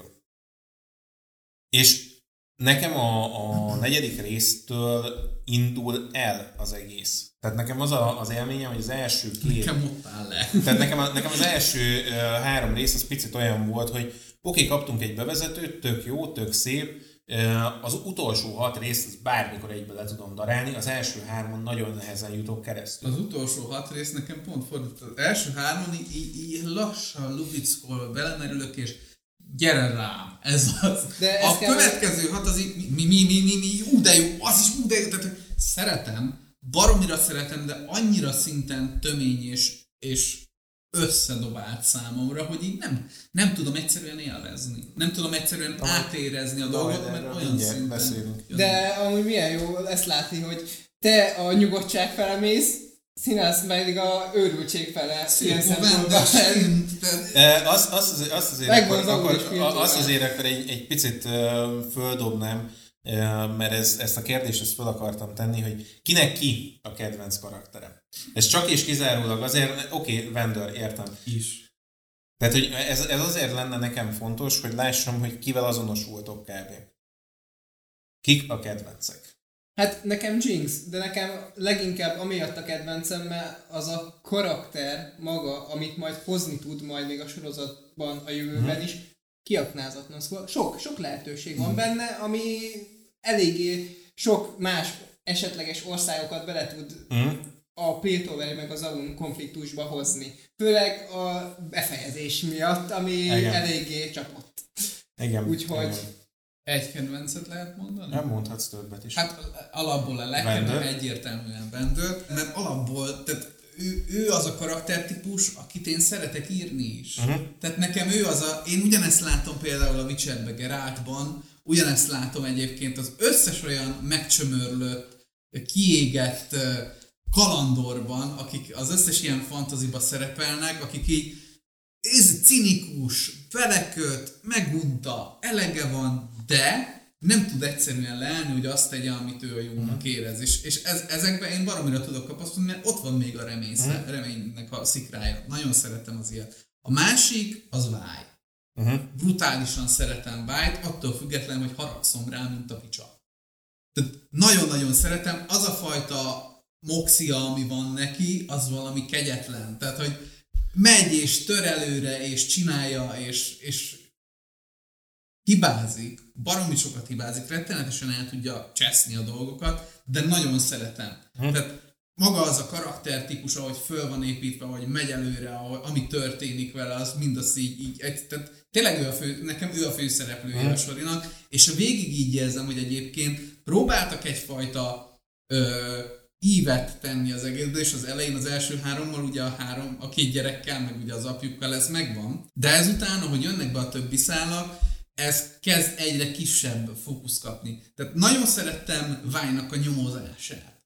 És nekem a, a negyedik résztől indul el az egész. Tehát nekem az a, az élményem, hogy az első két... Nekem ott áll le. Tehát nekem, a, nekem az első uh, három rész az picit olyan volt, hogy oké, okay, kaptunk egy bevezetőt, tök jó, tök szép. Uh, az utolsó hat részt az bármikor egybe le tudom darálni, az első hármon nagyon nehezen jutok keresztül. Az utolsó hat rész nekem pont fordít. Az első hármon így, így, így lassan lubickol, belemerülök, és gyere rám, ez az. De a következő hat az így, mi, mi, mi, mi, mi, ú, de jó, az is ú, de jó. Tehát, szeretem, baromira szeretem, de annyira szinten tömény és, és összedobált számomra, hogy így nem, nem tudom egyszerűen élvezni. Nem tudom egyszerűen ah, átérezni a dolgot, mert olyan szinten... Beszélünk. De amúgy milyen jó ezt látni, hogy te a nyugodtság fele mész, Színász pedig a őrültség fele ilyen szempontból. Azt, azt, azért, azt azért akkor, akkor, azt azért akkor egy, egy picit földobnám, mert ez, ezt a kérdést ezt fel akartam tenni, hogy kinek ki a kedvenc karaktere. Ez csak és kizárólag azért, oké, okay, Vendor, értem. Is. Tehát, hogy ez, ez azért lenne nekem fontos, hogy lássam, hogy kivel azonosultok kb. Kik a kedvencek? Hát nekem Jinx, de nekem leginkább amiatt a kedvencem, mert az a karakter maga, amit majd hozni tud majd még a sorozatban a jövőben is, kiaknázatlan. Szóval sok, sok lehetőség van benne, ami eléggé sok más esetleges országokat bele tud a Piltover meg az Zaun konfliktusba hozni. Főleg a befejezés miatt, ami igen, eléggé csapott. Igen. Úgyhogy... Igen. Egy kedvencet lehet mondani? Nem mondhatsz többet is. Hát alapból a legtöbb egyértelműen Vendor, mert alapból, tehát ő, ő az a karaktertípus, akit én szeretek írni is. Uh-huh. Tehát nekem ő az a, én ugyanezt látom például a Witcherbe Geraltban, ugyanezt látom egyébként az összes olyan megcsömörlött, kiégett kalandorban, akik az összes ilyen fantaziba szerepelnek, akik így ez cinikus, beleköt, megunta, elege van, de nem tud egyszerűen leállni, hogy azt tegye, amit ő a jónak érez. És, és ez, ezekben én baromira tudok kapaszkodni, mert ott van még a reményszer, uh-huh. reménynek a szikrája. Nagyon szeretem az ilyet. A másik az Vi. Uh-huh. Brutálisan szeretem Vi-t, attól függetlenül, hogy haragszom rá, mint a picsa. Tehát nagyon-nagyon szeretem. Az a fajta moxia, ami van neki, az valami kegyetlen. Tehát, hogy megy és tör előre, és csinálja, és, és hibázik, baromi sokat hibázik, rettenetesen el tudja cseszni a dolgokat, de nagyon szeretem. Hm. Tehát maga az a karaktertípus, ahogy föl van építve, ahogy megy előre, ahogy, ami történik vele, az mindaz így, így egy, tehát tényleg ő a fő, nekem ő a főszereplője hm. a sorinak, és a végig így érzem, hogy egyébként próbáltak egyfajta ö, ívet tenni az egészbe, és az elején az első hárommal, ugye a három, a két gyerekkel, meg ugye az apjukkal ez megvan, de ezután, ahogy jönnek be a többi szálak, ez kezd egyre kisebb fókusz kapni. Tehát nagyon szerettem Vi-nak a nyomozását.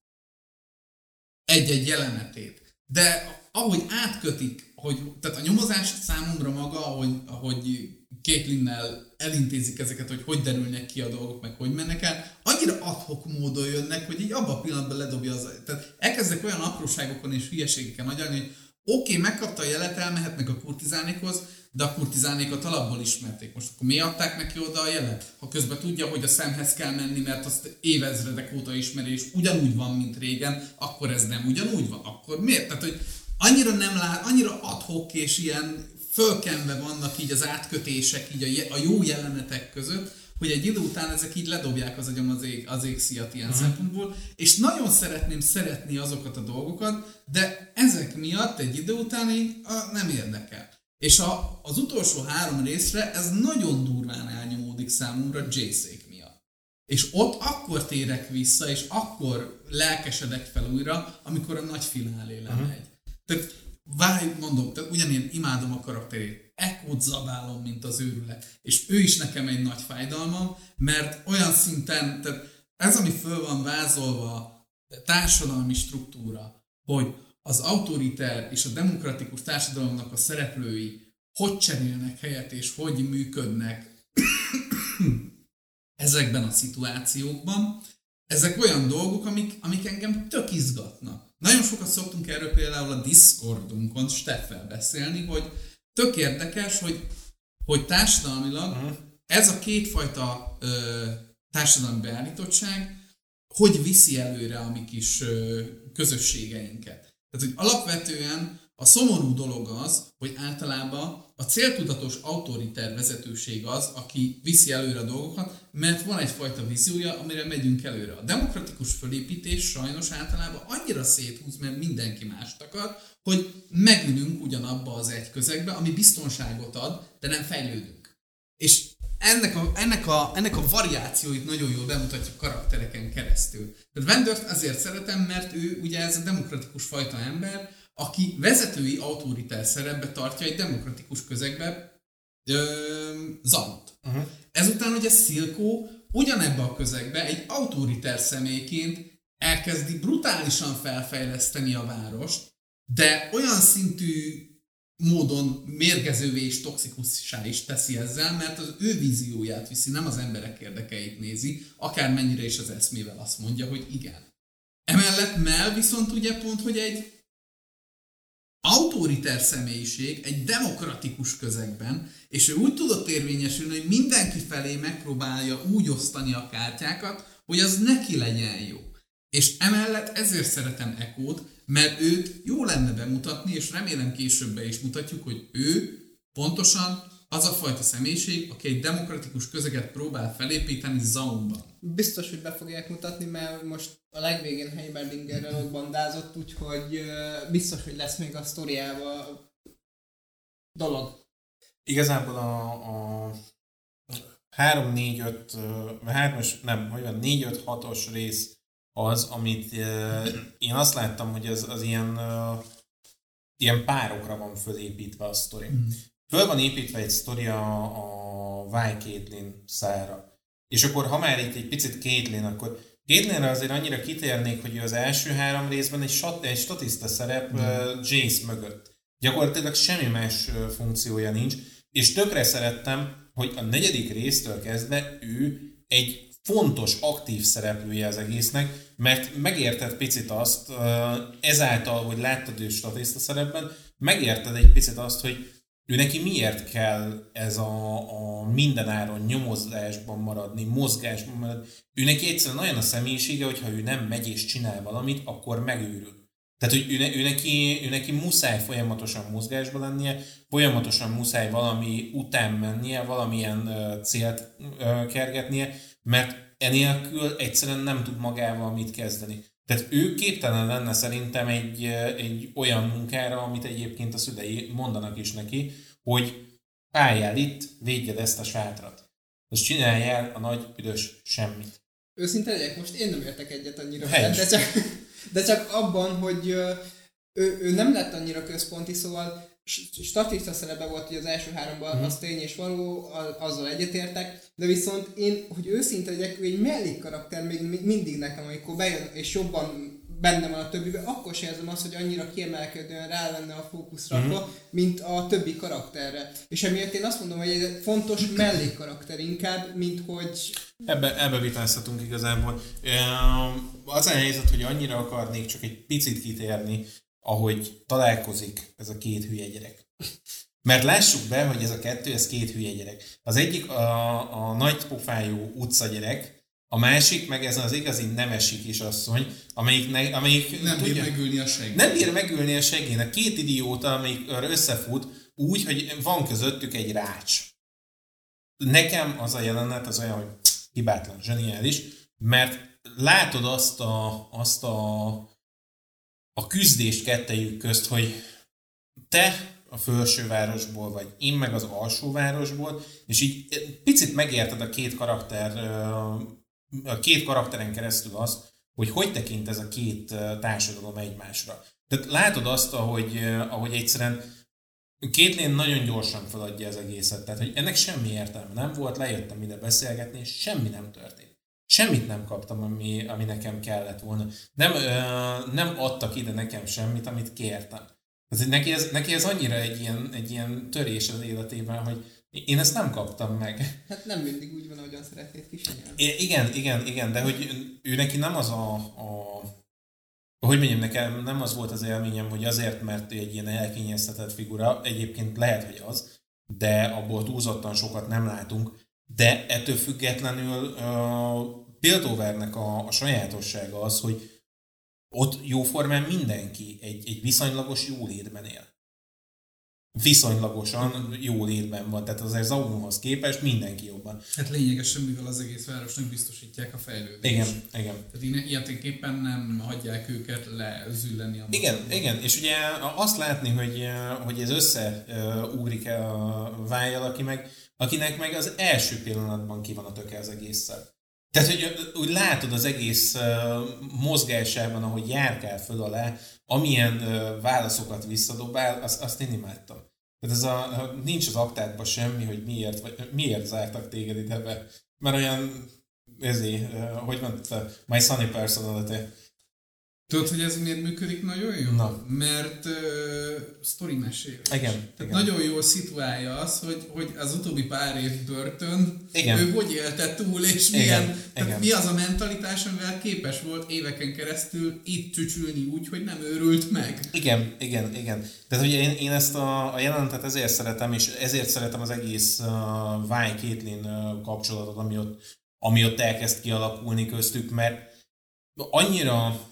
Egy-egy jelenetét. De ahogy átkötik, hogy, tehát a nyomozás számomra maga, ahogy, ahogy Caitlyn-nel elintézik ezeket, hogy hogy derülnek ki a dolgok, meg hogy mennek el, annyira ad-hoc módon jönnek, hogy így abban a pillanatban ledobja az... Tehát elkezdek olyan apróságokon és hülyeségeken agyalni, hogy oké, okay, megkapta a jelet, elmehetnek a kurtizánékhoz, de a kurtizánékat alapból ismerték. Most akkor mi adták neki oda a jelet? Ha közben tudja, hogy a szemhez kell menni, mert azt évezredek óta ismeri, és ugyanúgy van, mint régen, akkor ez nem ugyanúgy van. Akkor miért? Tehát, hogy annyira nem lát, annyira adhok és ilyen fölkenve vannak így az átkötések így a, je, a jó jelenetek között, hogy egy idő után ezek így ledobják az agyam az, ég, az égszíjat ilyen uh-huh. szempontból, és nagyon szeretném szeretni azokat a dolgokat, de ezek miatt egy idő után így a, nem érdekel. És a, az utolsó három részre ez nagyon durván elnyomódik számomra Jace-ék miatt. És ott akkor térek vissza, és akkor lelkesedek fel újra, amikor a nagy finálé lemegy. Tehát várj, mondom, tehát ugyanilyen imádom a karakterét. Echo't zabálom, mint az őrület. És ő is nekem egy nagy fájdalmam, mert olyan szinten, tehát ez, ami föl van vázolva, társadalmi struktúra, hogy az autoriter és a demokratikus társadalomnak a szereplői hogy cserélnek helyet és hogy működnek ezekben a szituációkban, ezek olyan dolgok, amik, amik engem tök izgatnak. Nagyon sokat szoktunk erről például a Discordunkon Steffel beszélni, hogy tök érdekes, hogy, hogy társadalmilag uh-huh. ez a kétfajta ö, társadalmi beállítottság hogy viszi előre a mi kis ö, közösségeinket. Tehát, hogy alapvetően a szomorú dolog az, hogy általában a céltudatos autoriter vezetőség az, aki viszi előre a dolgokat, mert van egyfajta víziója, amire megyünk előre. A demokratikus fölépítés sajnos általában annyira széthúz, mert mindenki mást akar, hogy megülünk ugyanabba az egy közegbe, ami biztonságot ad, de nem fejlődünk. És ennek a, ennek a, ennek a variációit nagyon jól bemutatja karaktereken keresztül. Tehát Wendert azért szeretem, mert ő ugye ez a demokratikus fajta ember, aki vezetői autoriter szerepbe tartja egy demokratikus közegbe Zaut. Uh-huh. Ezután ugye Silco ugyanebbe a közegbe egy autoriter személyként elkezdi brutálisan felfejleszteni a várost, de olyan szintű módon mérgezővé és toxikussá is teszi ezzel, mert az ő vízióját viszi, nem az emberek érdekeit nézi, akármennyire is az eszmével azt mondja, hogy igen. Emellett Mel viszont ugye pont, hogy egy autoriter személyiség egy demokratikus közegben, és ő úgy tudott érvényesülni, hogy mindenki felé megpróbálja úgy osztani a kártyákat, hogy az neki legyen jó. És emellett ezért szeretem Echo't, mert őt jó lenne bemutatni, és remélem később be is mutatjuk, hogy ő pontosan az a fajta személyiség, aki egy demokratikus közeget próbál felépíteni Zaunban. Biztos, hogy be fogják mutatni, mert most a legvégén Heimerdingerrel ott bandázott, úgyhogy biztos, hogy lesz még a sztoriában dolog. Igazából a, a három négy öt, hármas, nem, hogy van, négy öt hatos rész az, amit én azt láttam, hogy az, az ilyen, ilyen párokra van fölépítve a sztori. Mm. Föl van építve egy sztori a, a Vi Caitlyn szára. És akkor, ha már itt egy picit Caitlyn, akkor Caitlynre azért annyira kitérnék, hogy az első három részben egy, stat, egy statiszta szerep mm. Jace mögött. Gyakorlatilag semmi más funkciója nincs, és tökre szerettem, hogy a negyedik résztől kezdve ő egy fontos, aktív szereplője az egésznek, mert megérted picit azt, ezáltal, hogy láttad ő statiszta szerepben, megérted egy picit azt, hogy ő neki miért kell ez a, a mindenáron nyomozásban maradni, mozgásban maradni. Ő neki egyszerűen olyan a személyisége, hogyha ő nem megy és csinál valamit, akkor megőrül. Tehát, hogy ő, ne, ő, neki, ő neki muszáj folyamatosan mozgásban lennie, folyamatosan muszáj valami után mennie, valamilyen uh, célt uh, kergetnie, mert enélkül egyszerűen nem tud magával mit kezdeni. Tehát ő képtelen lenne szerintem egy, egy olyan munkára, amit egyébként a szülei mondanak is neki, hogy álljál itt, védjed ezt a sátrat. Most csináljál a nagy üdös semmit. Őszinte legyek, most én nem értek egyet annyira, de csak, de csak abban, hogy ő, ő nem lett annyira központi, szóval statiszta szerepe volt, hogy az első háromban mm. az tény és való, azzal egyetértek, de viszont én, hogy őszinte legyek, ő egy mellékkarakter még mindig nekem, amikor bejön és jobban benne van a többiben, akkor sem érzem azt, hogy annyira kiemelkedően rá lenne a fókusz rakva, mm. mint a többi karakterre. És emiatt én azt mondom, hogy egy fontos mellékkarakter inkább, mint hogy... Ebbe, ebbe vitázhatunk igazából. Az a helyzet, hogy annyira akarnék csak egy picit kitérni, ahogy találkozik ez a két hülye gyerek. Mert lássuk be, hogy ez a kettő, ez két hülye gyerek. Az egyik a, a nagy pofájú utcagyerek, A másik, meg ez az igazi nemesi kisasszony, amelyik, ne, amelyik nem tudja, bír megülni a segély. Nem bír megülni a segélynek. Két idióta, amelyik összefut úgy, hogy van közöttük egy rács. Nekem az a jelenet az olyan, hogy hibátlan, zseniális, mert látod azt a, azt a, a küzdést kettejük közt, hogy te a felsővárosból vagy, én meg az alsóvárosból, és így picit megérted a két karakter, a két karakteren keresztül azt, hogy hogy tekint ez a két társadalom egymásra. Tehát látod azt, ahogy, ahogy egyszerűen Caitlin nagyon gyorsan feladja az egészet, tehát hogy ennek semmi értelme nem volt, lejöttem ide beszélgetni, és semmi nem történt. Semmit nem kaptam, ami, ami nekem kellett volna. Nem, ö, nem adtak ide nekem semmit, amit kértem. Tehát neki ez, neki ez annyira egy ilyen, egy ilyen törés az életében, hogy én ezt nem kaptam meg. Hát nem mindig úgy van, ahogyan szeretnéd kisinyelni. Igen, igen, igen, de hogy ő neki nem az a, a hogy mondjam, nekem nem az volt az élményem, hogy azért, mert ő egy ilyen elkényeztetett figura, egyébként lehet, hogy az, de abból túlzottan sokat nem látunk, de ettől függetlenül uh, Piltovernek a, a sajátossága az, hogy ott jóformán mindenki egy, egy viszonylagos jólétben él. Viszonylagosan jólétben van, tehát azért Zaunhoz képest mindenki jobban. Hát lényegesen, mivel az egész városnak biztosítják a fejlődést. Igen, igen. Tehát ilyeténképpen nem hagyják őket lezülleni a Igen, magadban. igen, és ugye azt látni, hogy, hogy ez összeugrik a vájjal, aki meg, akinek meg az első pillanatban ki van a töke az egésszel. Tehát, hogy úgy látod az egész mozgásában, ahogy járkál föl alá, amilyen válaszokat visszadobál, azt, azt én imádtam. Tehát ez a, nincs az aktádban semmi, hogy miért, vagy, miért zártak téged ide be. Mert olyan, ezért, hogy van, my sunny personality. Tudod, hogy ez miért működik nagyon jó? Na. Mert uh, sztori mesélés. Igen. Tehát igen. nagyon jól szituálja az, hogy, hogy az utóbbi pár év börtön, Igen. ő hogy élte túl, és Igen. milyen, tehát Igen. mi az a mentalitás, amivel képes volt éveken keresztül itt csücsülni úgy, hogy nem őrült meg. Igen, igen, igen. Tehát ugye én, én ezt a, a jelenetet ezért szeretem, és ezért szeretem az egész uh, Vi-Caitlin uh, kapcsolatot, ami ott, ami ott elkezd kialakulni köztük, mert annyira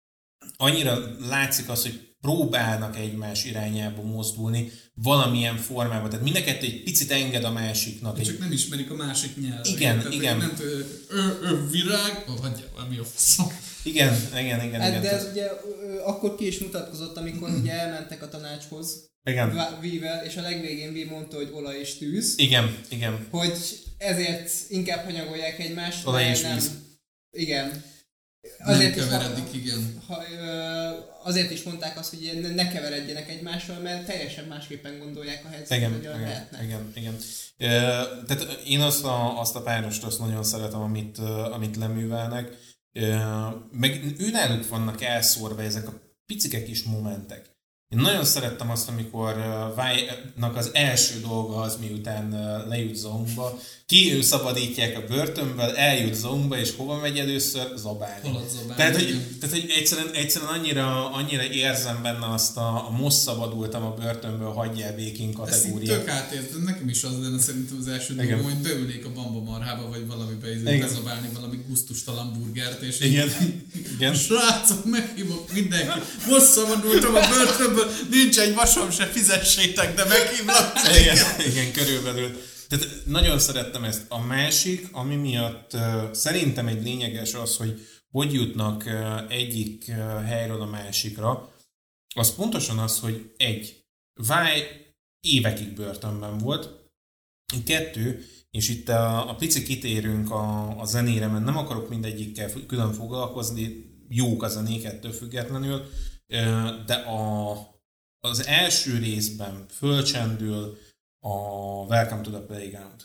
annyira látszik az, hogy próbálnak egymás irányába mozdulni valamilyen formában. Tehát mind a kettő egy picit enged a másiknak. Csak egy... nem ismerik a másik nyelvet. Igen, Tehát igen. Nem tudja, ő, ő virág, hagyjál, mi a faszom. Igen, igen, igen. Hát igen. de ez ugye ö, akkor ki is mutatkozott, amikor ugye elmentek a tanácshoz Igen. V-vel, és a legvégén V mondta, hogy olaj és tűz. Igen, igen. Hogy ezért inkább hanyagolják egymást. Olaj mert és nem, víz. Igen. Azért is, nem keveredik, ha, igen. Ha, ö, azért is mondták azt, hogy ne, ne keveredjenek egymással, mert teljesen másképpen gondolják a helyzetet, Igen, hogy a igen, lehetnek. igen, igen. E, tehát én azt a, azt a párost azt nagyon szeretem, amit, amit leművelnek. E, meg őnáluk vannak elszórva ezek a picike kis momentek. Én nagyon szerettem azt, amikor Vi-nak az első dolga az, miután lejut Zongba, ki szabadítják a börtönből, eljut Zongba, és hova megy először? Zabálni. Zabálni. Tehát, hogy, tehát, hogy egyszerűen, egyszerűen annyira, annyira érzem benne azt a, a most szabadultam a börtönből, hagyjál békén kategóriát. Ezt tök átérzem, nekem is az lenne szerintem az első Igen. dolgom, hogy beülnék a Bamba Marhába, vagy valamibe izé bezabálni valami gusztustalan burgert, és Igen. Igen. Srácok, meghívok mindenki. Most szabadultam a börtönből, nincs egy vasom se, fizessétek, de meghívlak. Igen, igen, körülbelül. Tehát nagyon szerettem ezt. A másik, ami miatt uh, szerintem egy lényeges az, hogy hogy jutnak uh, egyik uh, helyről a másikra, az pontosan az, hogy egy, Vi évekig börtönben volt, kettő, és itt a, a pici kitérünk a, a zenére, mert nem akarok mindegyikkel külön foglalkozni, jók a zenék ettől függetlenül, uh, de a, az első részben fölcsendül a Welcome to the Playground.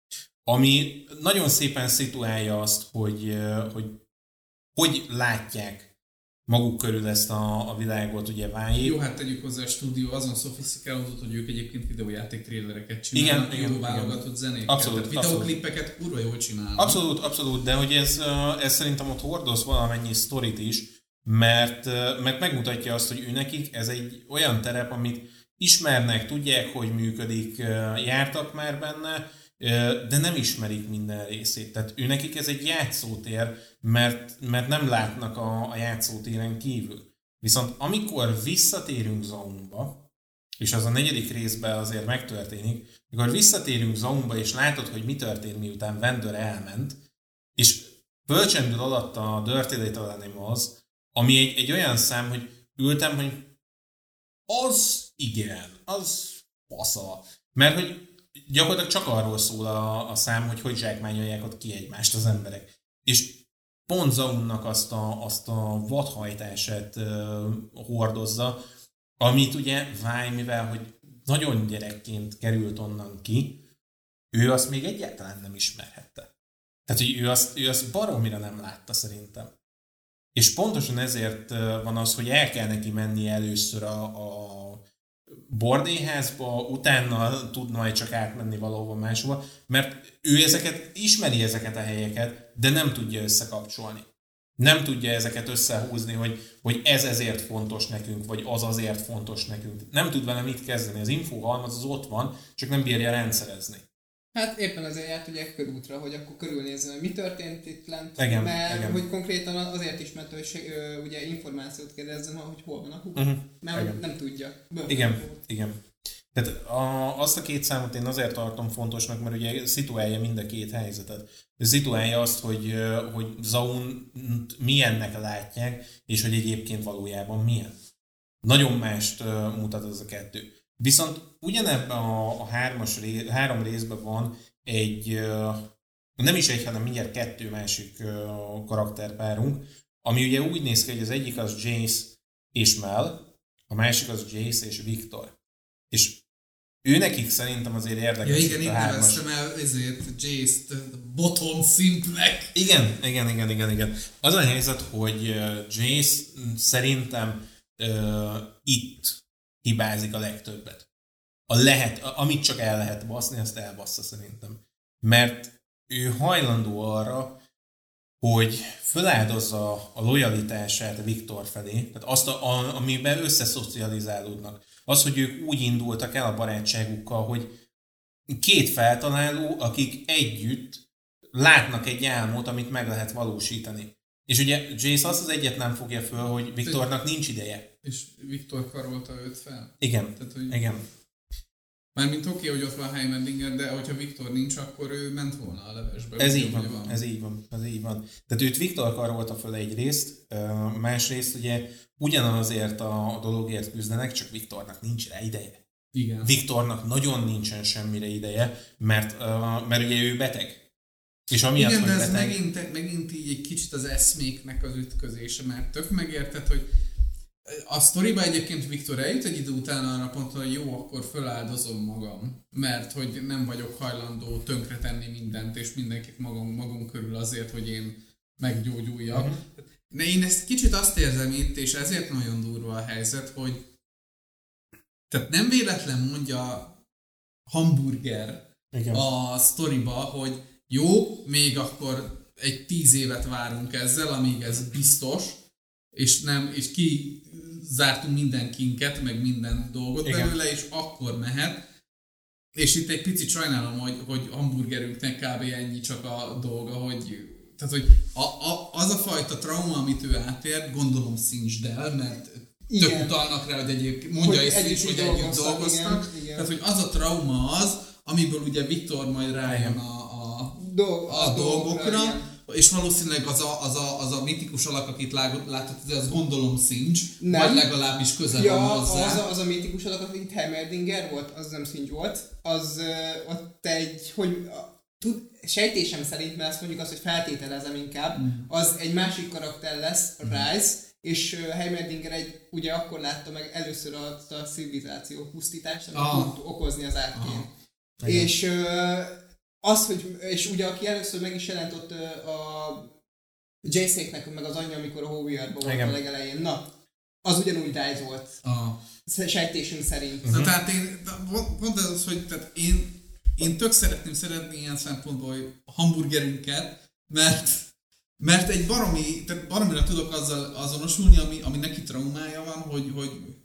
Ami nagyon szépen szituálja azt, hogy hogy, hogy látják maguk körül ezt a, a világot, ugye váljék. Jó, hát tegyük hozzá, a stúdió azon szofisztikálódott, hogy ők egyébként videójáték trélereket csinálnak, igen, jó igen, válogatott zenéket, abszolút, tehát videóklippeket kurva jól csinálnak. Abszolút, abszolút, de hogy ez, ez szerintem ott hordoz valamennyi sztorit is, mert, mert megmutatja azt, hogy ő nekik ez egy olyan terep, amit ismernek, tudják, hogy működik, jártak már benne, de nem ismerik minden részét. Tehát ő nekik ez egy játszótér, mert, mert nem látnak a, a játszótéren kívül. Viszont amikor visszatérünk Zaunba, és az a negyedik részben azért megtörténik, amikor visszatérünk Zaunba, és látod, hogy mi történt, miután Vendor elment, és fölcsendül alatt a Dirty Little Animals, ami egy, egy olyan szám, hogy ültem, hogy az igen, az fasza. Mert hogy gyakorlatilag csak arról szól a, a szám, hogy hogy zsákmányolják ott ki egymást az emberek. És pont Zaunnak azt a, azt a vadhajtását uh, hordozza, amit ugye Váj, mivel hogy nagyon gyerekként került onnan ki, ő azt még egyáltalán nem ismerhette. Tehát, hogy ő azt, ő azt baromira nem látta szerintem. És pontosan ezért van az, hogy el kell neki menni először a, a bordélyházba, utána tud majd csak átmenni valahova máshova, mert ő ezeket, ismeri ezeket a helyeket, de nem tudja összekapcsolni. Nem tudja ezeket összehúzni, hogy, hogy ez ezért fontos nekünk, vagy az azért fontos nekünk. Nem tud vele mit kezdeni. Az infóhalmaz az ott van, csak nem bírja rendszerezni. Hát éppen azért járt ugye körútra, hogy akkor körülnézni, hogy mi történt itt lent, igen, mert igen. hogy konkrétan azért is, mert hogy ö, ugye információt kérdezzem, hogy hol van a húg, uh-huh. mert igen. nem tudja. Böhm, igen, igen. Tehát a, azt a két számot én azért tartom fontosnak, mert ugye szituálja mind a két helyzetet. Szituálja azt, hogy, hogy Zaun milyennek látják, és hogy egyébként valójában milyen. Nagyon mást mutat ez a kettő. Viszont ugyanebben a, a hármas ré, három részben van egy, nem is egy, hanem mindjárt kettő másik karakterpárunk, ami ugye úgy néz ki, hogy az egyik az Jace és Mel, a másik az Jace és Viktor. És ő nekik szerintem azért érdekes. Ja igen, itt neveztem el ezért Jace-t bottom szintnek. Igen, igen, igen, igen, igen. Az a helyzet, hogy Jace szerintem uh, itt hibázik a legtöbbet. A lehet, amit csak el lehet baszni, azt elbassza szerintem. Mert ő hajlandó arra, hogy feláldozza a lojalitását Viktor felé, tehát azt, a, a, amiben összeszocializálódnak. Az, hogy ők úgy indultak el a barátságukkal, hogy két feltaláló, akik együtt látnak egy álmot, amit meg lehet valósítani. És ugye Jace azt az egyet nem fogja föl, hogy Viktornak nincs ideje. És Viktor karolta őt fel. Igen, Tehát, hogy igen. Mármint oké, okay, hogy ott van Heimerdinger, de hogyha Viktor nincs, akkor ő ment volna a levesbe. Ez így van, van, ez így van, ez így van. Tehát őt Viktor karolta föl egyrészt, másrészt ugye ugyanazért a dologért küzdenek, csak Viktornak nincs rá ideje. Igen. Viktornak nagyon nincsen semmire ideje, mert, mert ugye ő beteg. És amiatt, igen, de ez beteg... megint, megint így egy kicsit az eszméknek az ütközése, mert tök megérted, hogy a sztoriba egyébként Viktor eljut egy idő után arra ponton, hogy jó, akkor föláldozom magam, mert hogy nem vagyok hajlandó tönkretenni mindent, és mindenkit magam, magam körül azért, hogy én meggyógyuljak. Uh-huh. De én ezt kicsit azt érzem itt, és ezért nagyon durva a helyzet, hogy tehát nem véletlen mondja Hamburger igen. a sztoriba, hogy jó, még akkor egy tíz évet várunk ezzel, amíg ez biztos, és nem, és kizártunk minden kinket, meg minden dolgot igen. belőle, és akkor mehet. És itt egy picit sajnálom, hogy, hogy hamburgerünknek kb. Ennyi csak a dolga, hogy, tehát, hogy a, a, az a fajta trauma, amit ő átért, gondolom szintsd el, mert igen. tök utalnak rá, hogy egyébként mondja is, is hogy együtt dolgoztak. Igen, igen. Tehát, hogy az a trauma az, amiből ugye Viktor majd rájön a, a, Dol- a, a dolgokra, dolgokra és valószínűleg az a, az a, az a mitikus alak, akit látott, az gondolom Sinch, vagy legalábbis közel ja, van hozzá. Az a, az a mitikus alak, akit Heimerdinger volt, az nem Sinch volt, az uh, ott egy, hogy uh, tud, sejtésem szerint, mert azt mondjuk azt, hogy feltételezem inkább, mm. az egy másik karakter lesz, mm. Rise, és uh, Heimerdinger egy, ugye akkor látta meg először a, a civilizáció pusztítást, amit ah. tud okozni az árkén. Ah. És uh, az, hogy, és ugye aki először meg is jelent ott a Jace-éknek, meg az anyja, amikor a Hóviarban volt a legelején, na, az ugyanúgy Dice volt. Ah. Sejtésünk szerint. Uh-huh. Na, tehát én, pont ez az, hogy tehát én, én tök szeretném szeretni ilyen szempontból hogy a hamburgerünket, mert, mert egy baromi, tehát baromira tudok azzal azonosulni, ami, ami neki traumája van, hogy, hogy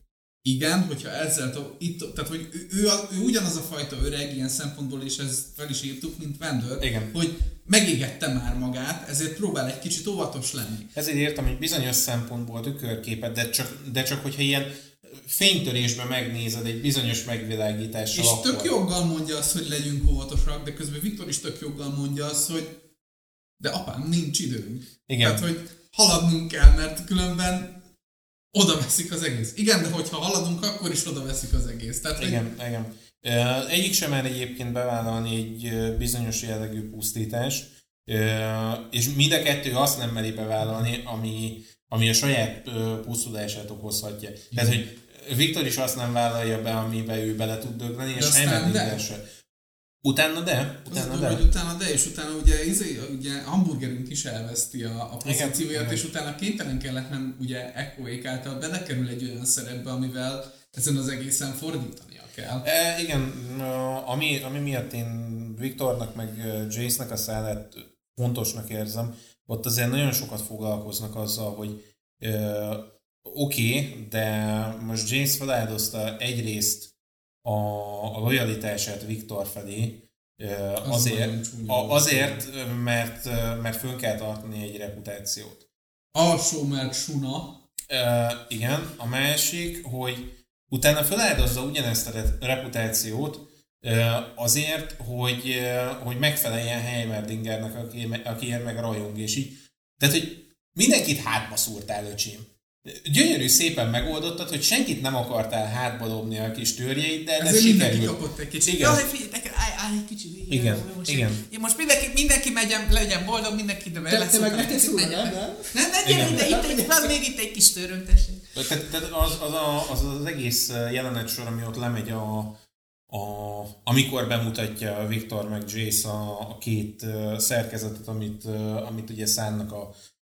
igen, hogyha ezzel, to- itt, tehát hogy ő, ő, a, ő ugyanaz a fajta öreg ilyen szempontból, és ezt fel is írtuk, mint Vendor, Igen. hogy megégette már magát, ezért próbál egy kicsit óvatos lenni. Ezért értem, hogy bizonyos szempontból tükörképet, de csak, de csak hogyha ilyen fénytörésben megnézed egy bizonyos megvilágítással, És akkor... tök joggal mondja azt, hogy legyünk óvatosak, de közben Viktor is tök joggal mondja azt, hogy de apám, nincs időnk. Igen. Tehát, hogy haladnunk kell, mert különben oda veszik az egész. Igen, de hogyha haladunk, akkor is oda veszik az egész. Tehát, Igen, hogy... igen. Egyik sem mer egyébként bevállalni egy bizonyos jellegű pusztítást, és mind a kettő azt nem meri bevállalni, ami, ami a saját pusztulását okozhatja. Igen. Tehát, hogy Viktor is azt nem vállalja be, amiben ő bele tud dögleni, és Heimerdinger se. Utána de, utána az de. Hogy utána de, és utána ugye, izé, ugye hamburgerünk is elveszti a, a pozícióját, igen, és utána kénytelen kellett nem ugye Echoék által belekerül egy olyan szerepbe, amivel ezen az egészen fordítania kell. E, igen, ami, ami miatt én Viktornak meg Jace-nek a szállát fontosnak érzem, ott azért nagyon sokat foglalkoznak azzal, hogy uh, oké, okay, de most Jace feláldozta egyrészt a, a lojalitását Viktor felé, uh, azért, a, azért mert, mert fönn kell tartani egy reputációt. Alsó, mert suna. Uh, igen, a másik, hogy utána feláldozza ugyanezt a reputációt azért, hogy, hogy megfeleljen Heimerdingernek, akiért meg rajong, és így. Tehát, hogy mindenkit hátba szúrtál, öcsém. Gyönyörű szépen megoldottad, hogy senkit nem akartál hátba dobni a kis törjeit, de ez sikerült. Mindenki kapott egy kicsit. Igen. Jaj, figyeljetek, állj, állj egy kicsit. Igen, igen. Most, igen. Én most mindenki, mindenki megyen, legyen boldog, mindenki de te, te meg neked szúrod, nem? Nem, nem, nem, gyere ide, itt egy, van még itt egy kis töröm, tessék. Tehát, tehát az, az, a, az az egész jelenet sor, ami ott lemegy a, a, amikor bemutatja Viktor meg Jace a, a két szerkezetet, amit, amit ugye szánnak a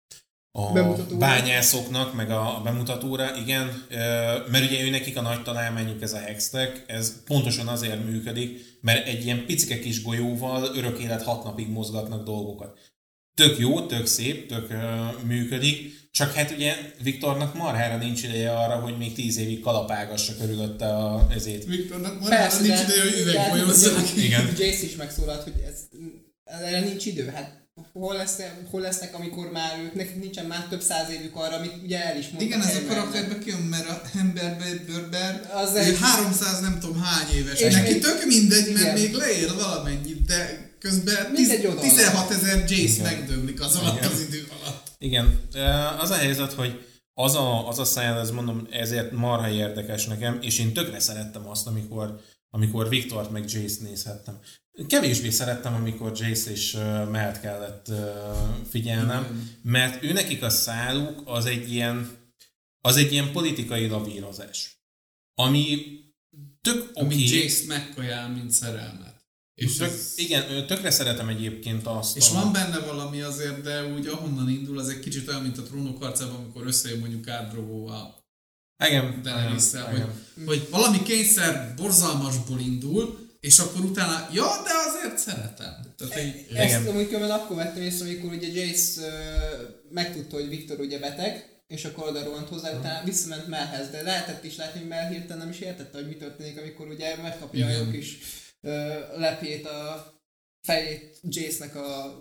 a bemutatóra. Bányászoknak, meg a, a bemutatóra, igen, mert ugye ő nekik a nagy találmányuk ez a Hextech, ez pontosan azért működik, mert egy ilyen picike kis golyóval örök élet hat napig mozgatnak dolgokat. Tök jó, tök szép, tök uh, működik, csak hát ugye Viktornak marhára nincs ideje arra, hogy még tíz évig kalapálgassa körülötte a, ezét. Viktornak marhára nincs ideje, hogy üveggolyózzanak. Igen. Jace is megszólalt, hogy ez, erre nincs idő, hát hol, lesz, hol lesznek, amikor már ők, nekik nincsen már több száz évük arra, amit ugye el is mondtak. Igen, ez a karakterbe kijön, mert a Hemberber Börber ő háromszáz nem tudom hány éves. És neki tök mindegy, mert igen, még leér valamennyit, de közben tizenhatezer Jace megdöglik az alatt az idő alatt. Igen, az a helyzet, hogy az a, az a szál, ez mondom, ezért marha érdekes nekem, és én tökre szerettem azt, amikor, amikor Viktort meg Jace-t nézhettem. Kevésbé szerettem, amikor Jace és uh, Melt kellett uh, figyelnem, igen, mert őnekik a száluk az egy ilyen, az egy ilyen politikai lavírozás, ami tök oké. Ami Jace-t megkajál, mint szerelmet. És tök, ez... Igen, tökre szeretem egyébként azt. És a... van benne valami azért, de úgy ahonnan indul, az egy kicsit olyan, mint a Trónok harcában, amikor összejön mondjuk Ádrovóval. Igen. Daenerys-szel, hogy, hogy valami kényszer borzalmasból indul, és akkor utána, ja, de azért szeretem. Tehát így, ezt amúgy különben akkor vettem észre, amikor ugye Jace uh, megtudta, hogy Viktor ugye beteg, és akkor oda rohant hozzá, uh-huh, utána visszament Melhez, de lehetett is látni, hogy Mel hirtelen nem is értette, hogy mi történik, amikor ugye megkapja a kis uh, lepét a fejét Jace-nek a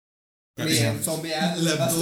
milyen combját.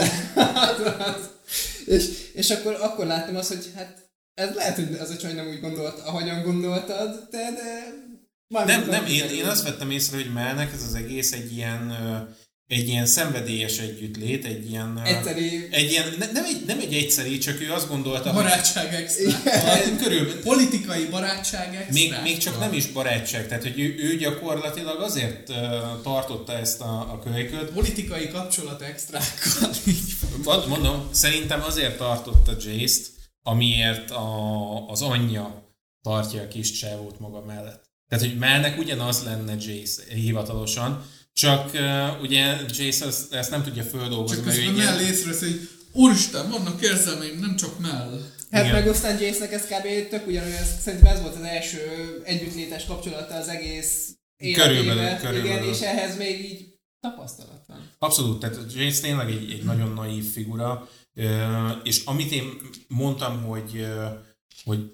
és, és akkor, akkor láttam azt, hogy hát ez lehet, hogy ez a csaj nem úgy gondolt, ahogyan gondoltad, de, de nem, nem, én, én azt vettem észre, hogy Melnek ez az egész egy ilyen, egy ilyen szenvedélyes együttlét, egy ilyen... Egyszerű. Egy ilyen, ne, nem, egy, nem egy egyszerű, csak ő azt gondolta, barátság hogy... extra. Körülbelül... Politikai barátság extra. Még, még csak nem is barátság, tehát hogy ő, ő gyakorlatilag azért uh, tartotta ezt a, a kölyköt. Politikai kapcsolat extrákkal. Mondom, szerintem azért tartotta Jace-t, amiért a, az anyja tartja a kis csávót maga mellett. Tehát, hogy Melnek ugyanaz lenne Jace hivatalosan, csak uh, ugye Jace ezt, ezt nem tudja földolgozni. Csak közben Mel észrevesz, hogy úristen, vannak érzelmeim, nem csak Mel. Hát igen, meg aztán Jace-nek ez kb. Tök ugyanolyan, szerintem ez volt az első együttlétes kapcsolata az egész életével. Igen, és ehhez még így tapasztalat van. Abszolút, tehát Jace tényleg egy, egy nagyon naív figura, és amit én mondtam, hogy, hogy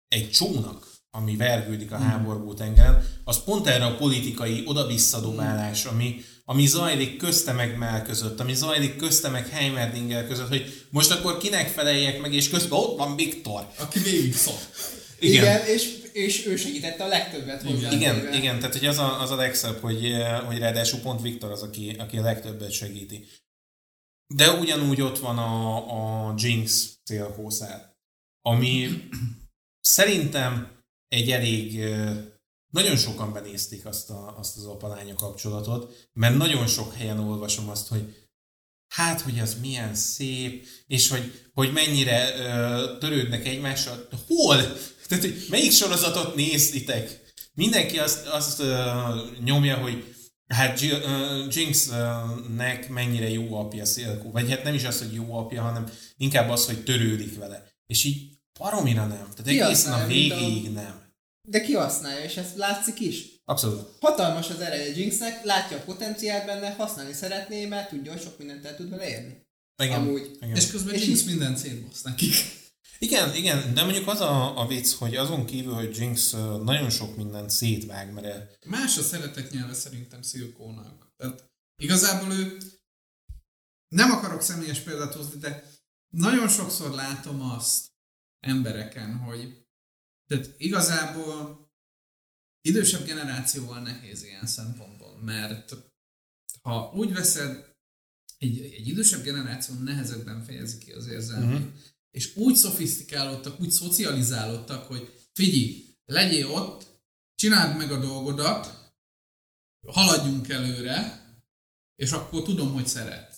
egy csónak, ami vergődik a háborgó tengeren, az pont erre a politikai oda-visszadobálás, ami, ami zajlik közte meg Mel között, ami zajlik közte meg Heimerdinger között, hogy most akkor kinek feleljek meg, és közben ott van Viktor. Aki végig szól. Igen, igen és, és ő segítette a legtöbbet hozzá. Igen, igen, tehát hogy az a, az a legszebb, hogy, hogy ráadásul pont Viktor az, aki, aki a legtöbbet segíti. De ugyanúgy ott van a, a Jinx célkószár, ami szerintem egy elég, nagyon sokan benézték azt, a, azt az apa-lánya kapcsolatot, mert nagyon sok helyen olvasom azt, hogy hát, hogy az milyen szép, és hogy, hogy mennyire uh, törődnek egymással. Hol? Tehát, hogy melyik sorozatot néztitek? Mindenki azt, azt uh, nyomja, hogy hát uh, Jinxnek mennyire jó apja Silco. Vagy hát nem is az, hogy jó apja, hanem inkább az, hogy törődik vele. És így baromira nem. Tehát egészen a végéig nem. De kihasználja, és ezt látszik is. Abszolút. Hatalmas az ereje Jinxnek, látja a potenciált benne, használni szeretné, mert tudja, hogy sok mindent el tud vele érni. Igen. Amúgy. Igen. És közben és Jinx minden szétbasz nekik. Igen, igen, de mondjuk az a, a vicc, hogy azon kívül, hogy Jinx nagyon sok mindent szétvág, mert... Más a szeretet nyelve szerintem Silcónak. Tehát igazából ő... Nem akarok személyes példát hozni, de nagyon sokszor látom azt embereken, hogy tehát igazából idősebb generációval nehéz ilyen szempontból, mert ha úgy veszed, egy, egy idősebb generáció nehezebben fejezi ki az érzelmét, uh-huh. és úgy szofisztikálódtak, úgy szocializálódtak, hogy figyelj, legyél ott, csináld meg a dolgodat, haladjunk előre, és akkor tudom, hogy szeret.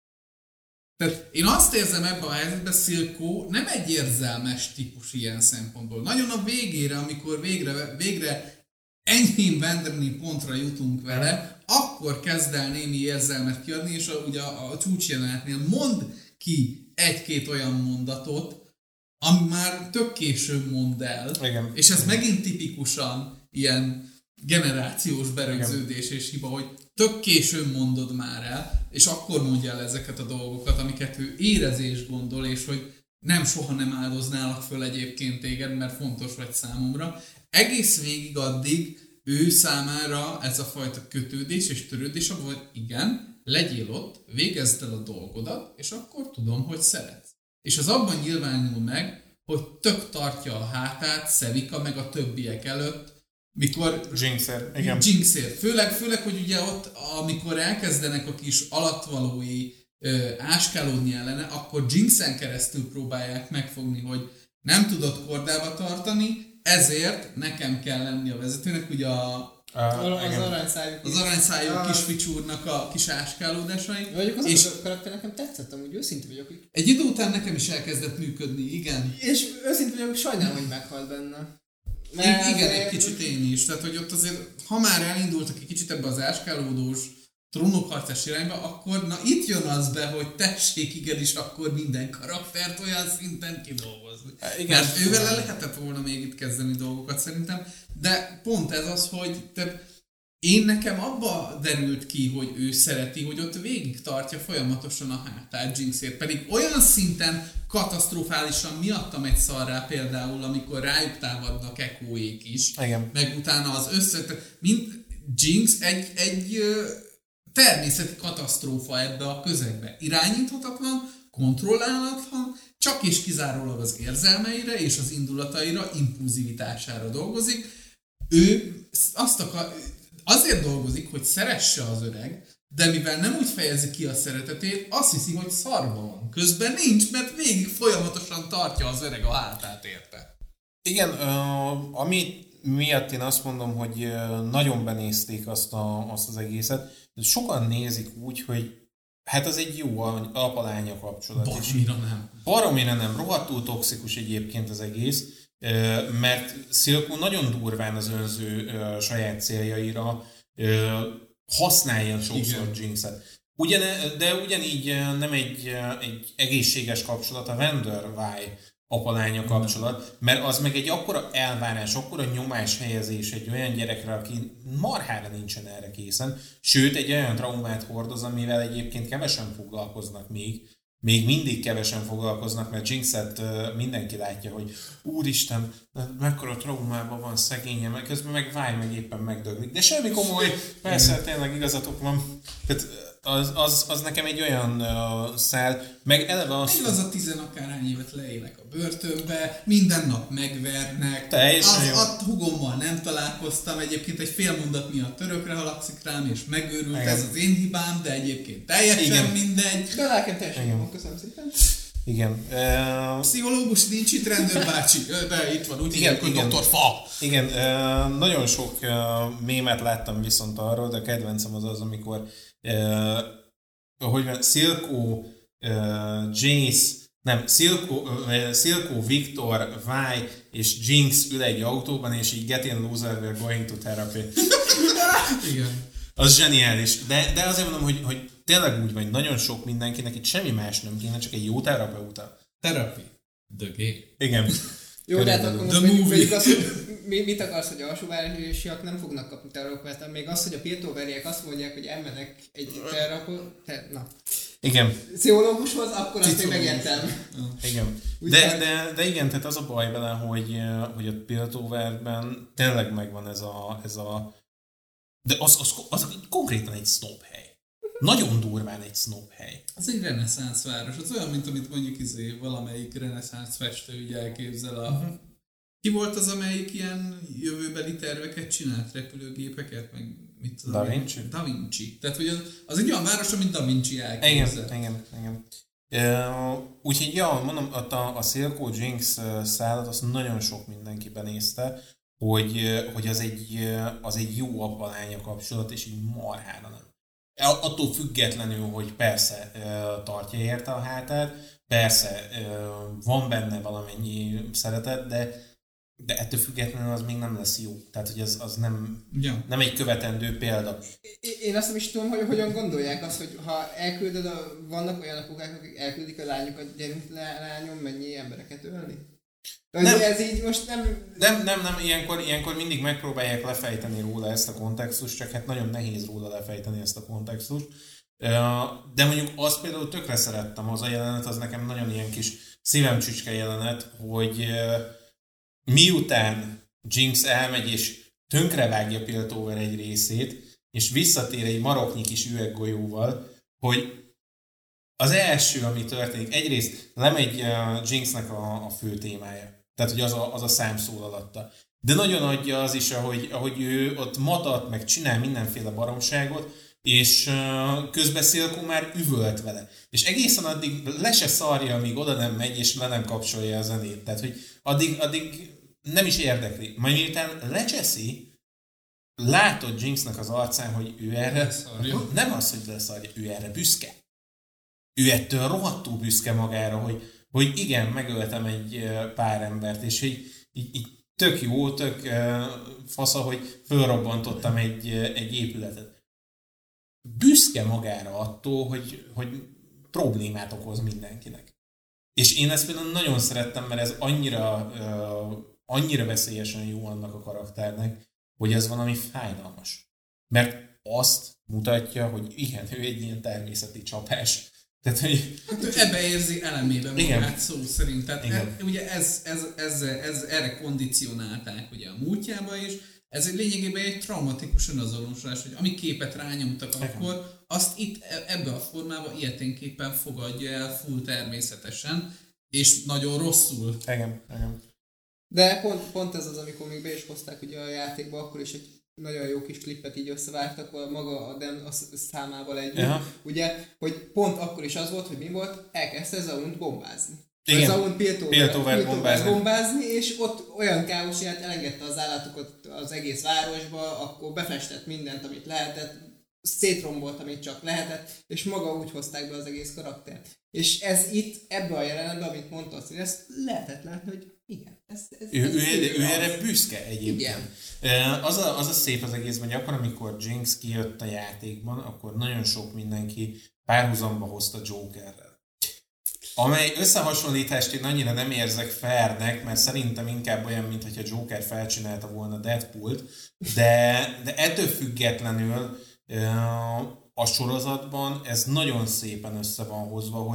Tehát én azt érzem ebben a helyzetben, Silco nem egy érzelmes típus ilyen szempontból. Nagyon a végére, amikor végre, végre enyhén vendreni pontra jutunk vele, akkor kezd el némi érzelmet kiadni, és a, ugye a, a csúcsjelenetnél mond ki egy-két olyan mondatot, ami már tök későn mond el. Igen. És ez megint tipikusan ilyen generációs berögződés és hiba, hogy tök későn mondod már el, és akkor mondja el ezeket a dolgokat, amiket ő érezés gondol, és hogy nem soha nem áldoználak föl egyébként téged, mert fontos vagy számomra. Egész végig addig ő számára ez a fajta kötődés és törődés, abban, hogy igen, legyél ott, végezd el a dolgodat, és akkor tudom, hogy szeretsz. És az abban nyilvánul meg, hogy tök tartja a hátát Sevika meg a többiek előtt, mikor... Jinxer, igen. Jinxer. Főleg, főleg, hogy ugye ott, amikor elkezdenek a kis alattvalói ö, áskálódni ellene, akkor Jinxen keresztül próbálják megfogni, hogy nem tudod kordába tartani, ezért nekem kell lenni a vezetőnek, ugye a... Uh, az aranyszájú az aranyszájú uh, kis ficsúrnak a kis áskálódásai. Vagyok az és a karakter nekem tetszett, amúgy őszinte vagyok. Hogy... Egy idő után nekem is elkezdett működni, igen. És őszinte vagyok, sajnálom, hogy meghalt benne. Mert igen, azért... egy kicsit én is. Tehát, hogy ott azért, ha már elindultak egy kicsit ebbe az áskálódós trónokharcás irányba, akkor na itt jön az be, hogy tessék igenis akkor minden karaktert olyan szinten kidolgozni. Igen, mert ővel le lehetett volna még itt kezdeni dolgokat szerintem, de pont ez az, hogy te, én nekem abba derült ki, hogy ő szereti, hogy ott végig tartja folyamatosan a hátát Jinxért, pedig olyan szinten katasztrofálisan miattam egy szarrá például, amikor rájuk támadnak Echoék is, igen. meg utána az össze... Mint Jinx egy, egy természeti katasztrófa ebbe a közegbe. Irányíthatatlan, kontrollálatlan, csak és kizárólag az érzelmeire és az indulataira, impulzivitására dolgozik. Ő azt akar, azért dolgozik, hogy szeresse az öreg, de mivel nem úgy fejezi ki a szeretetét, azt hiszi, hogy szarban van. Közben nincs, mert végig folyamatosan tartja az öreg a hátát érte. Igen, uh, ami miatt én azt mondom, hogy nagyon benézték azt, a, azt az egészet. Sokan nézik úgy, hogy hát az egy jó apa-lánya kapcsolat. Baromira nem. Baromira nem. Rohadtul toxikus egyébként az egész, mert Silco nagyon durván az önző saját céljaira használja sokszor Jinxet. Ugyan, de ugyanígy nem egy, egy egészséges kapcsolat a Vander-Vi apa-lánya kapcsolat, mert az meg egy akkora elvárás, akkora nyomás helyezés egy olyan gyerekre, aki marhára nincsen erre készen, sőt egy olyan traumát hordoz, amivel egyébként kevesen foglalkoznak még, még mindig kevesen foglalkoznak, mert Jinxet mindenki látja, hogy úristen, mekkora traumában van szegénye, meg közben meg váj, meg éppen megdöglik. De semmi komoly, persze, tényleg igazatok van. Tehát az, az, az nekem egy olyan uh, szál, meg eleve azt... Meg az a tizenakárhány évet leélek a börtönbe, minden nap megvernek. Teljesen az, jó. A hugommal nem találkoztam, egyébként egy fél mondat miatt törökre halakszik rám, és megőrült, Igen. ez az én hibám, de egyébként teljesen Igen. mindegy. De lelkem teljesen Igen. jó, köszönöm szépen. Igen. Uh, Pszichológus nincs itt, rendőr bácsi. Ö, De itt van, úgy Igen, hívják, hogy igen. doktor Fa. Igen, uh, nagyon sok uh, mémet láttam viszont arról, de a kedvencem az az, amikor uh, hogy van, Silco, uh, Jace, nem, Silco, uh, Silco, Viktor, Vi és Jinx ül egy autóban, és így get in loser, we're going to therapy. Igen. Az zseniális. De, de azért mondom, hogy, hogy tényleg úgy van, nagyon sok mindenkinek itt semmi más nem kéne, csak egy jó terapeuta. Therapy. The game. Igen. Jó, de hát akkor most The mondjuk, movie. mondjuk azt, hogy mi, mit akarsz, hogy alsóvárosiak nem fognak kapni terapeutat, még az, hogy a piltóveriek azt mondják, hogy elmennek egy terapeuta, te, na, Igen. pszichológushoz, akkor azt még Pszichológus. megértem. Igen. Úgy De, van. de, de igen, tehát az a baj vele, hogy, hogy a Piltoverben tényleg megvan ez a, ez a de az, az, az konkrétan egy snob hely. Nagyon durván egy snob hely. Az egy reneszánsz város. Az olyan, mint amit mondjuk izé, valamelyik reneszánsz festő így elképzel a... Uh-huh. Ki volt az, amelyik ilyen jövőbeli terveket csinált, repülőgépeket, meg mit tudom. Da Vinci? Da Vinci. Tehát, hogy az, az egy olyan város, amit Da Vinci elképzel. Igen, igen, igen. Uh, úgyhogy, ja, mondom, a, a Silco Jinx szállat azt nagyon sok mindenki benézte, hogy, hogy az, egy, az egy jó apa-lánya kapcsolat, és így marhára nem. Attól függetlenül, hogy persze tartja érte a hátát, persze van benne valamennyi szeretet, de, de ettől függetlenül az még nem lesz jó. Tehát, hogy az, az nem, Ja. nem egy követendő példa. Én azt nem is tudom, hogy hogyan gondolják azt, hogy ha elküldöd, a, vannak olyan apukák, akik elküldik a lányokat, gyerünk le, lányom, mennyi embereket ölni? De Nem. ez így most nem... Nem, nem, nem, ilyenkor, ilyenkor mindig megpróbálják lefejteni róla ezt a kontextust, csak hát nagyon nehéz róla lefejteni ezt a kontextust. De mondjuk azt például tökre szerettem, az a jelenet, az nekem nagyon ilyen kis szívemcsücske jelenet, hogy miután Jinx elmegy és tönkrevágja Piltover egy részét, és visszatér egy maroknyi kis üveggolyóval, hogy az első, ami történik, egyrészt lemegy Jinxnek a, a fő témája. Tehát, hogy az a, az a számszól alatta. De nagyon adja az is, ahogy, ahogy ő ott matat, meg csinál mindenféle baromságot, és uh, közben Silco már üvölt vele. És egészen addig le se szarja, amíg oda nem megy, és le nem kapcsolja a zenét. Tehát, hogy addig, addig nem is érdekli. Majd miután lecseszi, látod Jinxnek az arcán, hogy ő erre... Leszarja. Nem az, hogy leszarja, ő erre büszke. Ő ettől rohadtul büszke magára, hogy, hogy igen, megöltem egy pár embert, és így, így, így tök jó, tök uh, fasza, hogy fölrobbantottam egy, egy épületet. Büszke magára attól, hogy, hogy problémát okoz mindenkinek. És én ezt például nagyon szerettem, mert ez annyira, uh, annyira veszélyesen jó annak a karakternek, hogy ez valami fájdalmas. Mert azt mutatja, hogy igen, ő egy ilyen természeti csapás. Tehát, hogy... Hát ő ebbe érzi elemében Igen. magát szó szerint. Tehát Igen. e, ugye ez, ez, ez, ez, erre kondicionálták ugye a múltjába is. Ez egy lényegében egy traumatikus önazonosulás, hogy ami képet rányomtak Igen. akkor, azt itt e- ebbe a formában ilyeténképpen fogadja el full természetesen, és nagyon rosszul. Igen, igen. De pont, pont ez az, amikor még be is hozták ugye a játékba, akkor is egy nagyon jó kis klippet így összevágtak a maga a Dan a számával együtt. Ja. Ugye, hogy pont akkor is az volt, hogy mi volt, elkezdte Zaunt bombázni. Igen. Zaunt Piltover, Piltover bombázni. bombázni, és ott olyan káosz ilyet elengedte az állatokat az egész városba, akkor befestett mindent, amit lehetett, szétrombolt, amit csak lehetett, és maga úgy hozták be az egész karaktert. És ez itt, ebben a jelenetben, amit mondta, hogy ezt lehetett látni, hogy igen, ez, ez, Ő, ez ő, ő ő az. erre büszke egyébként. Igen. Az a, az a szép az egészben, hogy akkor, amikor Jinx kijött a játékban, akkor nagyon sok mindenki párhuzamba hozta Jokerrel. Amely összehasonlítást én annyira nem érzek fairnek, mert szerintem inkább olyan, mint hogyha Joker felcsinálta volna Deadpoolt, de, de ettől függetlenül a sorozatban ez nagyon szépen össze van hozva, hogy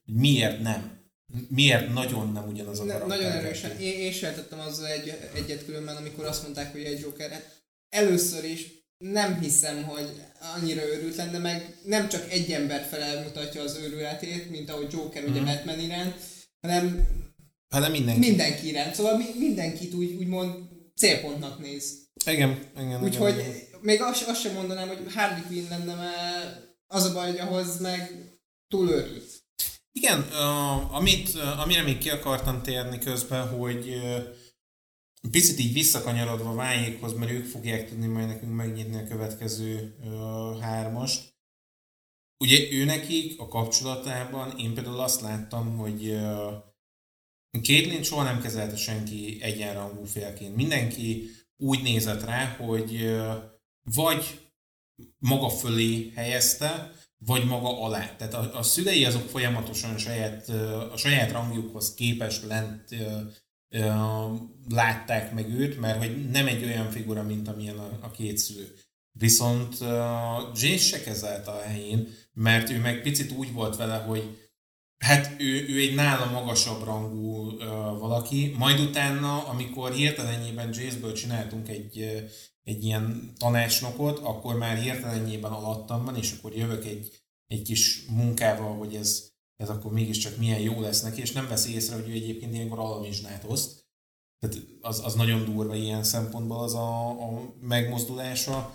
hogy miért nem. Miért nagyon nem ugyanaz a Ne, karakter. nagyon erősen. Én, én sem tettem azzal egy, egyet különben, amikor azt mondták, hogy egy Joker. Hát először is nem hiszem, hogy annyira őrült lenne, meg nem csak egy ember felel mutatja az őrületét, mint ahogy Joker mm. ugye Batman iránt, hanem hanem mindenki. mindenki iránt. Szóval mi, mindenkit úgy, úgymond célpontnak néz. Igen, igen. Úgyhogy igen, igen. még azt, azt sem mondanám, hogy Harley Quinn lenne, mert az a baj, hogy ahhoz meg túl őrült. Igen, uh, amit, uh, amire még ki akartam térni közben, hogy uh, picit így visszakanyarodva Vájékhoz, mert ők fogják tudni majd nekünk megnyitni a következő uh, hármast. Ugye ő nekik a kapcsolatában én például azt láttam, hogy uh, Caitlyn soha nem kezelte senki egyenrangú félként. Mindenki úgy nézett rá, hogy uh, vagy maga fölé helyezte, vagy maga alá. Tehát a, a szülei azok folyamatosan saját, a saját rangjukhoz képest lent ö, ö, látták meg őt, mert hogy nem egy olyan figura, mint amilyen a, a két szülő. Viszont uh, Jace se kezelte a helyén, mert ő meg picit úgy volt vele, hogy hát ő, ő egy nála magasabb rangú uh, valaki, majd utána, amikor hirtelenjében Jace-ből csináltunk egy egy ilyen tanácsnokot, akkor már hirtelenjében alattam van, és akkor jövök egy, egy kis munkával, hogy ez, ez akkor mégiscsak milyen jó lesz neki, és nem veszi észre, hogy ő egyébként ilyenkor alamizsnát oszt. Tehát az, az nagyon durva ilyen szempontból az a, a megmozdulása.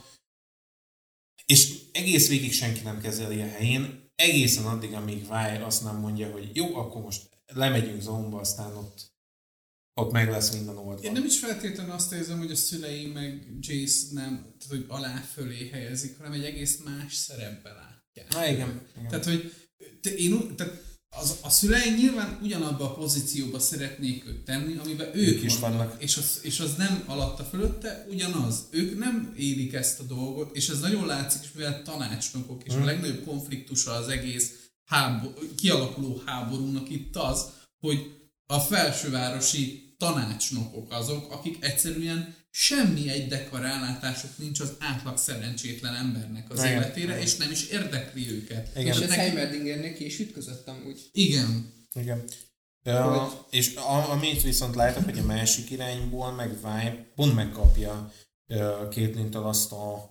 És egész végig senki nem kezeli a helyén, egészen addig, amíg Vi azt nem mondja, hogy jó, akkor most lemegyünk Zone-ba, aztán ott ott meg lesz minden oldva. Én nem is feltétlenül azt érzem, hogy a szülei meg Jace nem, tehát hogy alá fölé helyezik, hanem egy egész más szerepbe látják. Na igen. igen. Tehát, hogy te, én, tehát az, a szülei nyilván ugyanabba a pozícióba szeretnék őt tenni, amiben ők, ők is vannak. vannak. És az, és az nem alatta fölötte, ugyanaz. Ők nem élik ezt a dolgot, és ez nagyon látszik, és mivel tanácsnokok, és hmm. a legnagyobb konfliktusa az egész háború, kialakuló háborúnak itt az, hogy a felsővárosi tanácsnokok azok, akik egyszerűen semmi egydekkal rálátásuk nincs az átlag szerencsétlen embernek az igen, életére, igen. És nem is érdekli őket. Igen. És ez Heimerdingernek is ütközött amúgy. Igen. Igen. Ja, és a, amit viszont látok, hogy a másik irányból meg Vi pont megkapja uh, Caitlyn-től azt a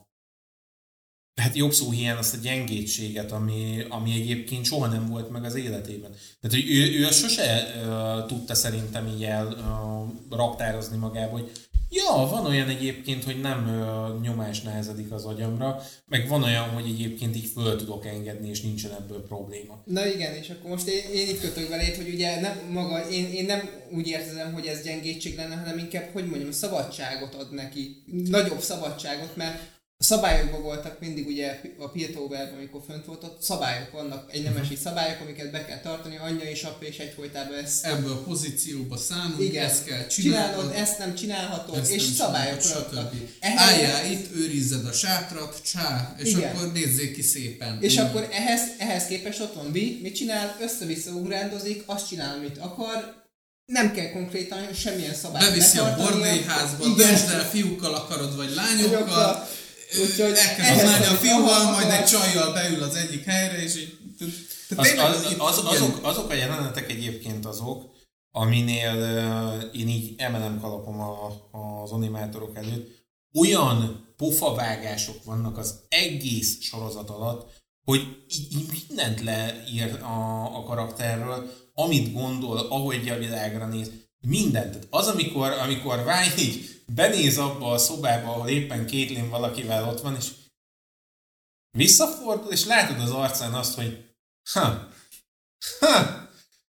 hát jobb szó hiány azt a gyengétséget, ami, ami egyébként soha nem volt meg az életében. Tehát, hogy ő, ő sose uh, tudta szerintem így el uh, raktározni magába, hogy ja, van olyan egyébként, hogy nem uh, nyomás nehezedik az agyamra, meg van olyan, hogy egyébként így föl tudok engedni, és nincsen ebből probléma. Na igen, és akkor most én, én itt kötök belét, hogy ugye nem, maga, én, én nem úgy érzem, hogy ez gyengétség lenne, hanem inkább, hogy mondjam, szabadságot ad neki. Nagyobb szabadságot, mert a szabályokban voltak mindig ugye a Piltoverben, amikor fönt volt, ott szabályok vannak, egy nemesi szabályok, amiket be kell tartani, anyja és apja és egyfolytában ezt... Ebből a pozícióba számunk, igen, ezt kell csinálnod, csinálod, ezt nem csinálhatod, ezt és nem szabályok raktak. Álljál itt, őrizzed a sátrat, csá, és igen. Akkor nézzék ki szépen. És igen. Akkor ehhez, ehhez képest ott van Vi, mit csinál, össze-vissza ugrándozik, azt csinál, amit akar, nem kell konkrétan semmilyen szabályt beviszi betartani. Beviszi a bordélyházba, döntsd el, fiúkkal akarod, vagy lányokkal. Úgyhogy elkezd menni a fiúval, majd egy csajjal beül az egyik helyre, és így... Az, az, az, azok, azok a jelenetek egyébként azok, aminél uh, én így emelem kalapom a, az animátorok előtt, olyan pofavágások vannak az egész sorozat alatt, hogy így mindent leír a, a karakterről, amit gondol, ahogy a világra néz, mindent. Tehát az, amikor, amikor Ryan így benéz abba a szobába, ahol éppen Caitlyn valakivel ott van, és visszafordul, és látod az arcán azt, hogy ha, ha,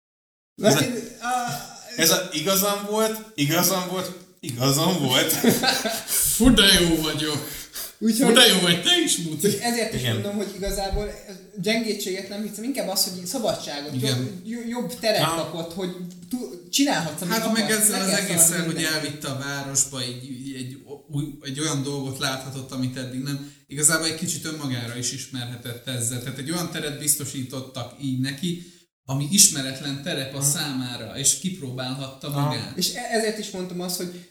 ez a, ez a igazam volt, igazam volt, igazam volt. Fú, de jó vagyok. Úgyhogy, Fú, de jó vagy, te is muti. Ezért is igen. Mondom, hogy igazából gyengétséget nem hiszem, inkább az, hogy szabadságot, jobb, jobb teret ha. kapott, hogy csinálhatsz, amit hát akarsz. Hát meg ezzel az egészen, hogy elvitte a városba, egy, egy, egy, egy olyan dolgot láthatott, amit eddig nem. Igazából egy kicsit önmagára is ismerhetett ezzel. Tehát egy olyan teret biztosítottak így neki, ami ismeretlen terep a ha. számára, és kipróbálhatta ha. magát. És ezért is mondtam azt, hogy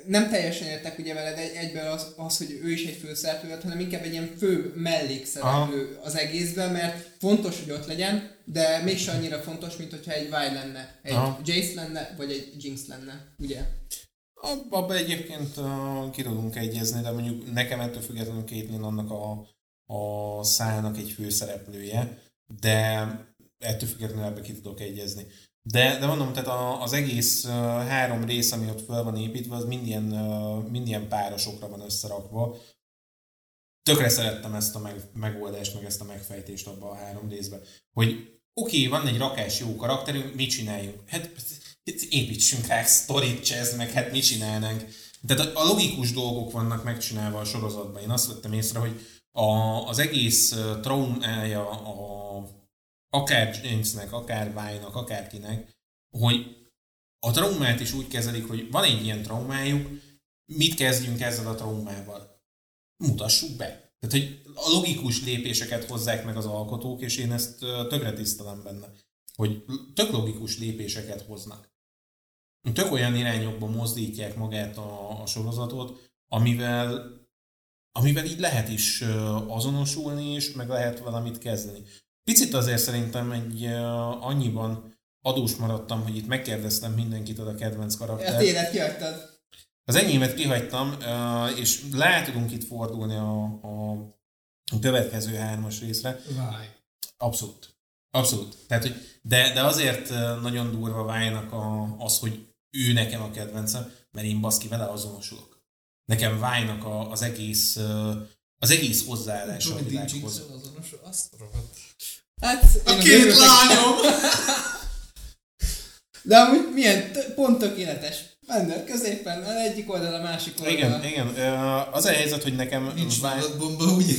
nem teljesen értek ugye veled egy, egyből az, az, hogy ő is egy főszereplő lett, hanem inkább egy ilyen fő mellékszereplő az egészben, mert fontos, hogy ott legyen, de mégsem annyira fontos, mint hogyha egy Vi lenne, egy Aha. Jace lenne, vagy egy Jinx lenne, ugye? Abba egyébként uh, ki tudunk egyezni, de mondjuk nekem ettől függetlenül Caitlyn annak a, a szálnak egy főszereplője, de ettől függetlenül ebbe ki tudok egyezni. De, de mondom, tehát a, az egész uh, három rész, ami ott fel van építve, az mind ilyen, uh, mind ilyen párosokra van összerakva. Tökre szerettem ezt a meg, megoldást, meg ezt a megfejtést abban a három részben. Hogy oké, okay, van egy rakás jó karakterünk, mit csináljunk? Hát építsünk rá sztorit, csesz, meg hát mit csinálnánk. Tehát a logikus dolgok vannak megcsinálva a sorozatban. Én azt vettem észre, hogy a, az egész traumája a akár Jinxnek, akár Vi-nak, akárkinek, hogy a traumát is úgy kezelik, hogy van egy ilyen traumájuk, mit kezdjünk ezzel a traumával? Mutassuk be. Tehát, hogy a logikus lépéseket hozzák meg az alkotók, és én ezt tökre tisztelem benne, hogy tök logikus lépéseket hoznak. Tök olyan irányokba mozdítják magát a, a sorozatot, amivel, amivel így lehet is azonosulni, és meg lehet valamit kezdeni. Picit azért szerintem egy uh, annyiban adós maradtam, hogy itt megkérdeztem mindenkit a kedvenc karaktert. A élet kihagytad. Az enyémet kihagytam, uh, és le tudunk itt fordulni a, a, a következő hármas részre. Váj. Abszolút. Abszolút. Tehát, hogy de, de azért nagyon durva Vi-nak a, az, hogy ő nekem a kedvencem, mert én baszki vele azonosulok. Nekem Vi-nak a, az egész az egész hozzáállása a világhoz. Azonosul, azt rohadt. Hát, a két lányom! De amúgy milyen, t- pont tökéletes. Bender középen, egyik oldal, a másik oldal. Igen, igen. Az a helyzet, hogy nekem... Nincs bomba, ugye?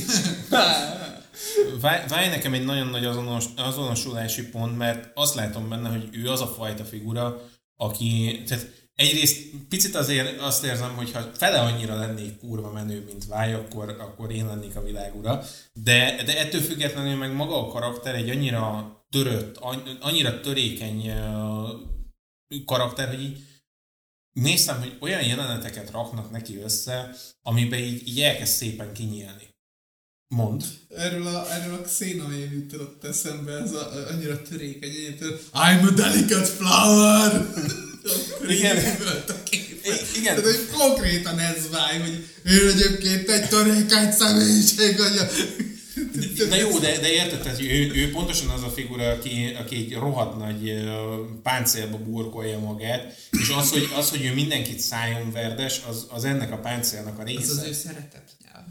Vi nekem egy nagyon nagy azonos, azonosulási pont, mert azt látom benne, hogy ő az a fajta figura, aki... Tehát egyrészt picit azért azt érzem, hogy ha fele annyira lennék kurva menő, mint Vi, akkor, akkor én lennék a világ ura. De, de ettől függetlenül meg maga a karakter egy annyira törött, annyira törékeny karakter, hogy így néztem, hogy olyan jeleneteket raknak neki össze, amiben így, így elkezd szépen kinyílni. Mondd. Erről a, erről a Xena-én jutott eszembe, ez a, annyira törékeny, annyira I'm a delicate flower! Igen. Igen. Tehát, hogy konkrétan ez vágy, hogy én egyébként egy törékeny személyiség vagyok. Na jó, de, de érted, hogy ő, ő pontosan az a figura, aki, aki egy rohadt nagy páncélba burkolja magát, és az, hogy, az, hogy ő mindenkit szájon verdes, az, az ennek a páncélnak a része. Ez az ő szeretett nyelv.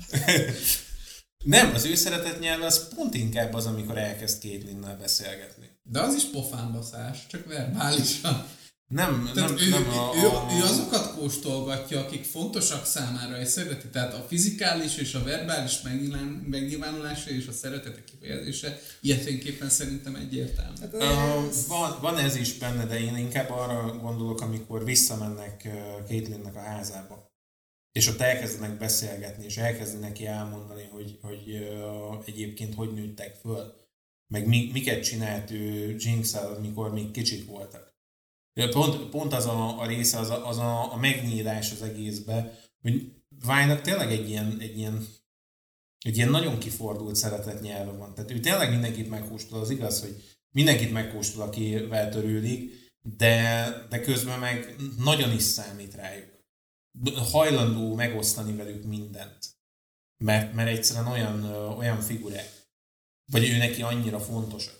Nem, az ő szeretett nyelv az pont inkább az, amikor elkezd Caitlynnel beszélgetni. De az is pofánbaszás, csak verbálisan. Nem, tehát nem, ő, nem a, ő, a... ő azokat kóstolgatja, akik fontosak számára és szereti. Tehát a fizikális és a verbális megnyilvánulása és a szeretete kifejezése ilyeténképpen szerintem egyértelmű. Hát, uh, van, van ez is benne, de én inkább arra gondolok, amikor visszamennek Caitlynnek a házába. És ott elkezdenek beszélgetni, és elkezdenek neki elmondani, hogy, hogy uh, egyébként hogy nőttek föl. Meg mi, miket csinált ő Jinx-el, amikor még kicsik voltak. Pont, pont az a, a része, az, a, az a, a megnyílás az egészbe, hogy Vi-nak tényleg egy ilyen, egy, ilyen, egy ilyen nagyon kifordult szeretett nyelve van. Tehát ő tényleg mindenkit megkóstol, az igaz, hogy mindenkit megkóstol, akivel törődik, de, de közben meg nagyon is számít rájuk. Hajlandó megosztani velük mindent. Mert, mert egyszerűen olyan, olyan figurák. Vagy ő neki annyira fontosak.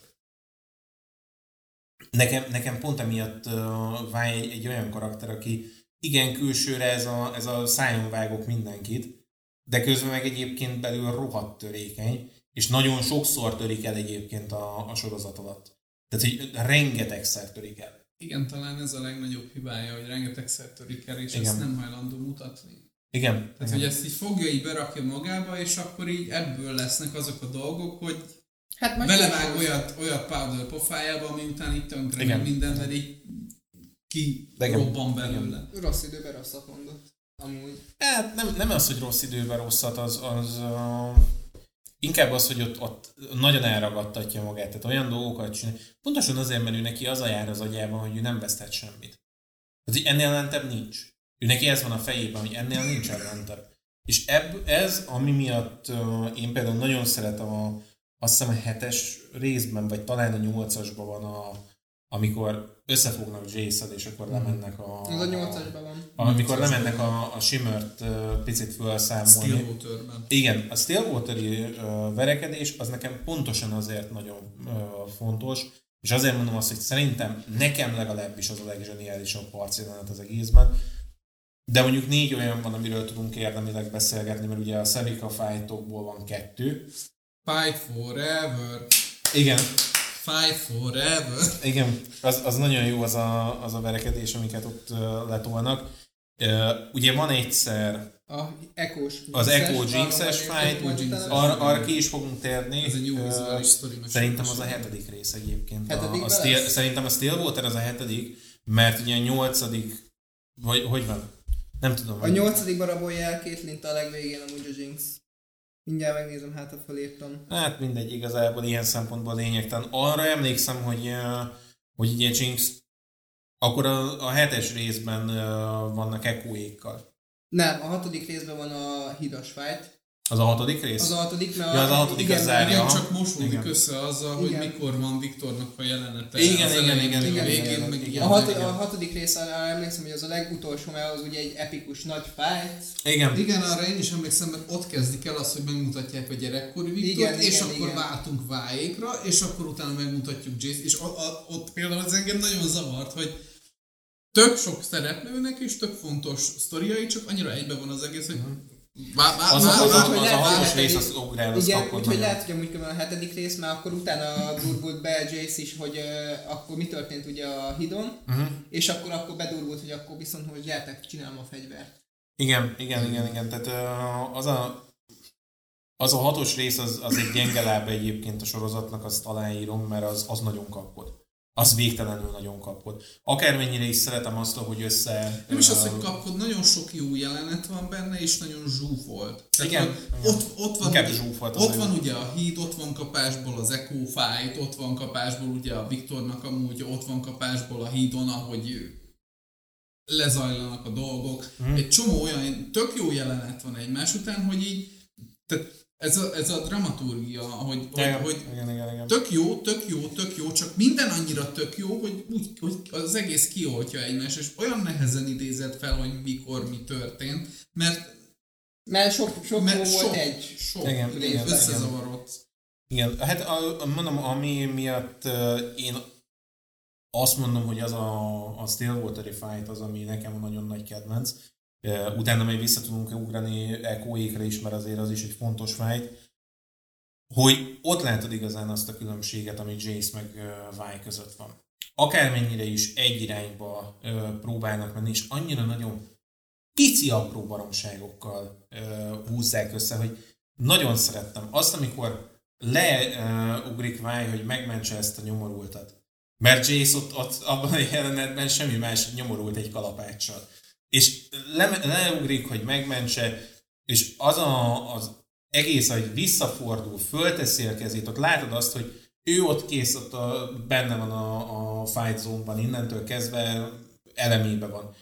Nekem, nekem pont emiatt uh, vágy egy, egy olyan karakter, aki igen, külsőre ez a, ez a szájon vágok mindenkit, de közben meg egyébként belül rohadt törékeny, és nagyon sokszor törik el egyébként a, a sorozat alatt. Tehát, hogy rengetegszer törik el. Igen, talán ez a legnagyobb hibája, hogy rengetegszer törik el, és igen. ezt nem hajlandó mutatni. Igen. Tehát, igen. hogy ezt így fogja, így berakja magába, és akkor így ebből lesznek azok a dolgok, hogy hát belevág olyat, olyat powder pofájába, ami után így tönkre meg minden, mert így ki robban belőle. Rossz időben rosszat mondott. Amúgy. Hát nem, nem az, hogy rossz időben rosszat, az, az uh, inkább az, hogy ott, ott nagyon elragadtatja magát, tehát olyan dolgokat csinál. Pontosan azért, mert ő neki az a jár az agyában, hogy ő nem vesztett semmit. Tehát ennél lentebb nincs. Ő neki ez van a fejében, hogy ennél nincsen lentebb. És ebb, ez, ami miatt uh, én például nagyon szeretem a, azt hiszem a hetes részben, vagy talán a nyolcasban van a, amikor összefognak Jace-el, és akkor lemennek a... Az a nyolcasban van. Amikor lemennek a, a Shimmert uh, picit felszámolni. Stillwaterben. Igen, a Stillwateri uh, verekedés az nekem pontosan azért nagyon uh, fontos, és azért mondom azt, hogy szerintem nekem legalábbis az a legzseniálisabb harcjelenet az egészben. De mondjuk négy olyan van, amiről tudunk érdemileg beszélgetni, mert ugye a Celica fightokból van kettő. Fight forever. Igen. Fight forever. Igen, az, az nagyon jó az a, az a verekedés, amiket ott uh, letolnak. Uh, ugye van egyszer A Echo-s az Echo Jinx-es fight, arra, arra ki is fogunk térni. Ez egy jó Uh, vizuális sztori. Szerintem az a hetedik rész egyébként. Hetedik A, a Steel, szerintem a Stillwater az a hetedik, mert ugye a nyolcadik, vagy hogy van? Nem tudom. A nyolcadikban rabolja el Caitlyn-t a legvégén amúgy a Jinx. Mindjárt megnézem, hát a fölírtam. Hát mindegy, igazából ilyen szempontból lényegtelen. Arra emlékszem, hogy, uh, hogy ugye Jinx, akkor a, a hetes részben uh, vannak Echoékkal. Nem, a hatodik részben van a hidas fight. Az a hatodik rész? Az a hatodik, mert ja, az a hatodik igen, az zárja. Igen, Aha. csak mosódik Igen. össze azzal, hogy Igen. mikor van Viktornak a jelenete. Igen, az igen, elején, igen, meg igen, a végén, igen, meg igen. ilyen. A, hat, igen. a hatodik rész, arra emlékszem, hogy az a legutolsó, mert az ugye egy epikus nagy fight. Igen. Igen, arra én is emlékszem, mert ott kezdik el azt, hogy megmutatják a gyerekkori Viktort, Igen, és igen, akkor igen. váltunk Váékra, és akkor utána megmutatjuk Jace, és a, a, ott például az engem nagyon zavart, hogy tök sok szereplőnek és tök fontos sztoriai, csak annyira egybe van az egész, hogy Vá, vá, Az, vá, az, az, vá, az, hogy az a lehet, hatos hogy- rész, az ugrál, az Igen, akkor úgyhogy nagyon. lehet, hogy amúgy a hetedik rész, mert akkor utána durvult be Jace is, hogy uh, akkor mi történt ugye a hidon, Uh-huh. és akkor akkor bedurvult, hogy akkor viszont, hogy gyertek, csinálom a fegyvert. Igen, igen, igen, igen. Tehát ö, az a, az a hatos rész, az, az egy gyenge lába egyébként a sorozatnak, azt aláírom, mert az, az nagyon kapott. Az végtelenül nagyon kapott. Akármennyire is szeretem azt, hogy össze... Nem is az, ö, hogy kapod, nagyon sok jó jelenet van benne, és nagyon zsúfolt. Tehát, Igen, hogy igen. Ott, ott van, Inkább ugye, zsúfolt az ott ő. van ugye a híd, ott van kapásból az Echo Fight, ott van kapásból ugye a Viktornak amúgy, ott van kapásból a hídon, ahogy lezajlanak a dolgok. Mhm. Egy csomó olyan tök jó jelenet van egymás után, hogy így, tehát ez a, ez a dramaturgia, hogy, Igen, hogy, hogy igen, igen, igen. tök jó, tök jó, tök jó, csak minden annyira tök jó, hogy, úgy, hogy az egész kioltja egymást, és olyan nehezen idézett fel, hogy mikor mi történt, mert, Mert sok, sok mert jó sok, volt egy. sok Igen, rész igen, összezavarodsz. Igen, hát a, a, mondom, ami miatt uh, én azt mondom, hogy az a, a Stillwateri fight az, ami nekem nagyon nagy kedvenc. Uh, utána még vissza tudunk ugrani Echoékre is, mert azért az is egy fontos fight. Hogy ott látod igazán azt a különbséget, ami Jace meg uh, Vi között van. Akármennyire is egy irányba uh, próbálnak menni, és annyira nagyon pici apró baromságokkal uh, húzzák össze, hogy nagyon szerettem azt, amikor leugrik uh, Vi, hogy megmentse ezt a nyomorultat. Mert Jace ott, ott abban a jelenetben semmi más nyomorult egy kalapáccsal. És le, leugrik, hogy megmentse, és az a, az egész, hogy visszafordul, fölteszi a kezét, ott látod azt, hogy ő ott kész, ott a, benne van a, a fight zone-ban, innentől kezdve elemébe van.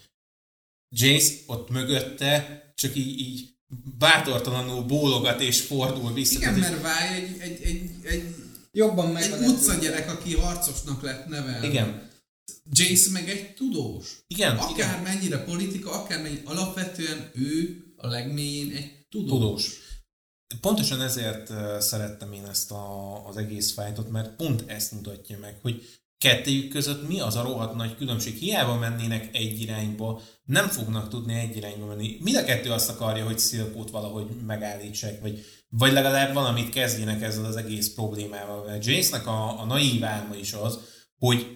Jace ott mögötte csak így, így bátortalanul bólogat és fordul vissza. Igen, Tehát, mert Vi egy, egy, egy, egy, Jobban egy megvan. utcagyerek, aki harcosnak lett nevelve. igen. Jace meg egy tudós. Igen, Akár mennyire politika, akár mennyire, alapvetően ő a legmélyén egy tudós. Tudós. Pontosan ezért uh, szerettem én ezt a, az egész fightot, mert pont ezt mutatja meg, hogy kettejük között mi az a rohadt nagy különbség. Hiába mennének egy irányba, nem fognak tudni egy irányba menni. Mind a kettő azt akarja, hogy Silkót valahogy megállítsák, vagy, vagy legalább valamit kezdjenek ezzel az egész problémával. Mert Jace-nek a, a naív álma is az, hogy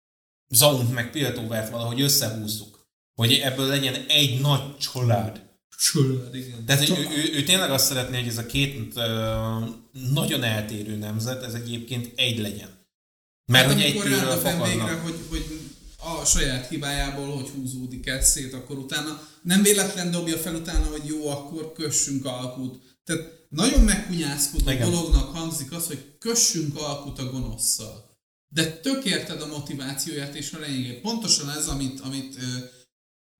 Zaunt meg Piltovert valahogy összehúzzuk. Hogy ebből legyen egy nagy család. Család, igen. Tehát hogy ő, ő, ő tényleg azt szeretné, hogy ez a két uh, nagyon eltérő nemzet, ez egyébként egy legyen. Mert hát hogy egy amikor tűről rándöfen végre, fakadnak. hogy, hogy a saját hibájából, hogy húzódik ez szét, akkor utána nem véletlen dobja fel utána, hogy jó, akkor kössünk alkut. Tehát nagyon megkunyászkodó Igen. dolognak hangzik az, hogy kössünk alkut a gonoszszal. De tök érted a motivációját és a lényegét. Pontosan ez, amit, amit uh,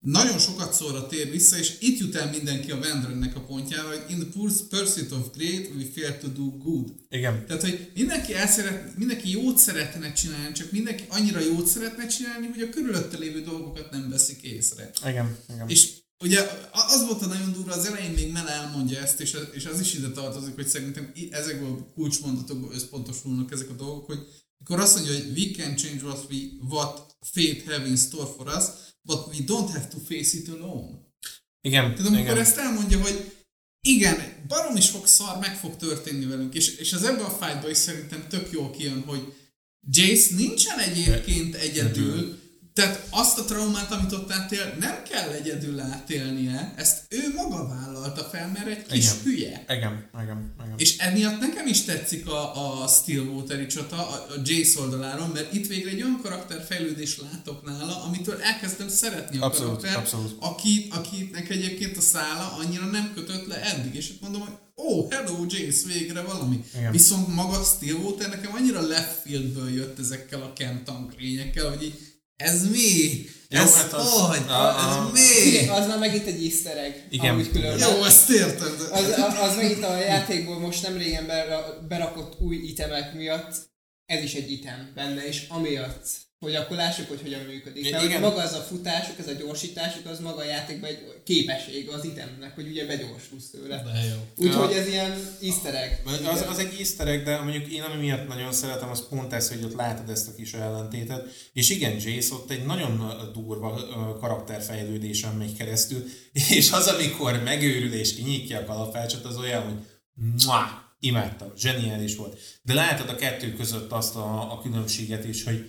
nagyon sokat szorra tér vissza, és itt jut el mindenki a Vendrönnek a pontjára, hogy in the pursuit of great, we fail to do good. Igen. Tehát, hogy mindenki, el szeret, mindenki jót szeretne csinálni, csak mindenki annyira jót szeretne csinálni, hogy a körülötte lévő dolgokat nem veszik észre. Igen. Igen. És ugye az volt a nagyon durva, az elején még Mel elmondja ezt, és az, és az is ide tartozik, hogy szerintem ezekből a kulcsmondatokból összpontosulnak ezek a dolgok, hogy akkor azt mondja, hogy we can change what, we, what fate have in store for us, but we don't have to face it alone. Igen. Tehát amikor igen. ezt elmondja, hogy igen, barom is fog szar, meg fog történni velünk, és, és az ebben a fightban is szerintem tök jól kijön, hogy Jace nincsen egyébként egyedül, tehát azt a traumát, amit ott átél, nem kell egyedül átélnie, ezt ő maga vállalta fel, mert egy kis igen. hülye. Igen, igen, igen. És emiatt nekem is tetszik a, a Stillwater-i csata a, a Jace oldaláról, mert itt végre egy olyan karakterfejlődést látok nála, amitől elkezdem szeretni a abszolút, karaktert, abszolút. Aki, akinek egyébként a szála annyira nem kötött le eddig, és itt mondom, hogy oh, hello Jace, végre valami. Igen. Viszont maga Stillwater nekem annyira left fieldből jött ezekkel a Camp Tank lényekkel, hogy így, ez mi? Jó, ez hát az, hogy? a, a, ez mi? Igen, az már megint egy easter egg. Igen. Amúgy különben. Jó, ezt értem. De... Az, az megint a játékból most nem régen berakott új itemek miatt, ez is egy item benne, és amiatt, hogy akkor lássuk, hogy hogyan működik. Mert igen. maga az a futásuk, ez a gyorsításuk, az maga a játékban egy képesség az itemnek, hogy ugye begyorsulsz tőle. Úgyhogy ez ilyen easter egg. Az, az egy easter egg, de mondjuk én ami miatt nagyon szeretem, az pont ez, hogy ott látod ezt a kis ellentétet. És igen, Jace ott egy nagyon durva karakterfejlődésen megy keresztül, és az, amikor megőrül és kinyitja a kalapácsot, az olyan, hogy muah, imádtam, zseniális volt. De látod a kettő között azt a, a különbséget is, hogy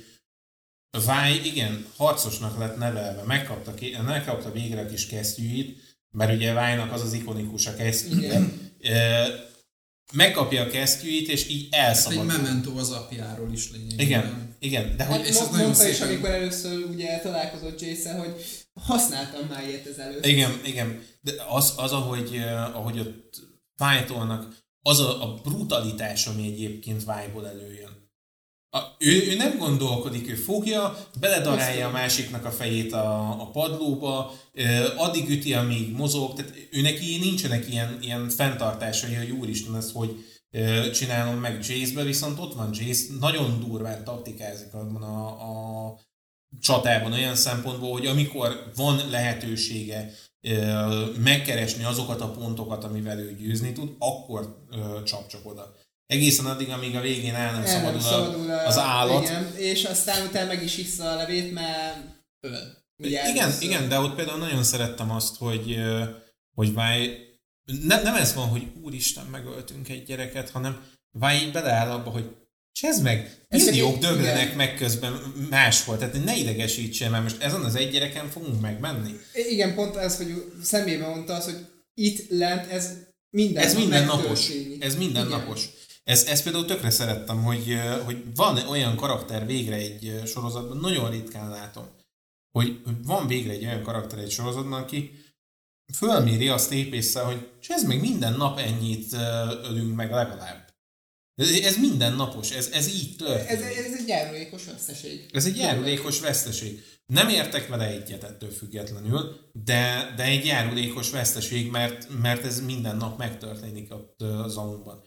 Vi, igen, harcosnak lett nevelve, megkapta, megkapta végre a kis kesztyűit, mert ugye Vi-nak az az ikonikus a kesztyűje. Megkapja a kesztyűit, és így elszabadul. Egy memento az apjáról is lényegében. Igen, igen. De hát hogy, és mond, ez nagyon mondta is, szépen... amikor először ugye találkozott Jace-el, hogy használtam már ilyet ezelőtt. Igen, igen. De az, az ahogy, ahogy ott fájtolnak, az a, a brutalitás, ami egyébként Vi-ból előjön. A, ő, ő nem gondolkodik, ő fogja, beledarálja a másiknak a fejét a, a padlóba, addig üti, amíg mozog, tehát ő neki nincsenek ilyen, ilyen fenntartásai, hogy úristen, ezt hogy csinálom meg Jace-be, viszont ott van Jace, nagyon durván taktikázik abban a, a csatában olyan szempontból, hogy amikor van lehetősége megkeresni azokat a pontokat, amivel ő győzni tud, akkor csap csak oda. Egészen addig, amíg a végén el nem, el szabadul, nem szabadul a, az állat. Igen, és aztán utána meg is issza a levét, mert öl. Ugye igen, először. Igen, de ott például nagyon szerettem azt, hogy, hogy Vai, nem, nem ez van, hogy úristen, megöltünk egy gyereket, hanem Vai így beleáll abba, hogy csezd meg, milliók döglenek meg közben máshol, tehát ne idegesítsen, mert most ezen az egy gyereken fogunk megmenni. Igen, pont ez, hogy szemébe mondta az, hogy itt lent ez minden, ez minden napos. Ez minden igen. napos. Ez, ezt például tökre szerettem, hogy, hogy van olyan karakter végre egy sorozatban, nagyon ritkán látom, hogy van végre egy olyan karakter egy sorozatban, aki fölméri azt épésszel, hogy ez még minden nap ennyit ölünk meg legalább. Ez minden napos, ez, ez így történik. Ez, ez egy járulékos veszteség. Ez egy járulékos veszteség. Nem értek vele egyet ettől függetlenül, de, de egy járulékos veszteség, mert, mert ez minden nap megtörténik ott az alumban.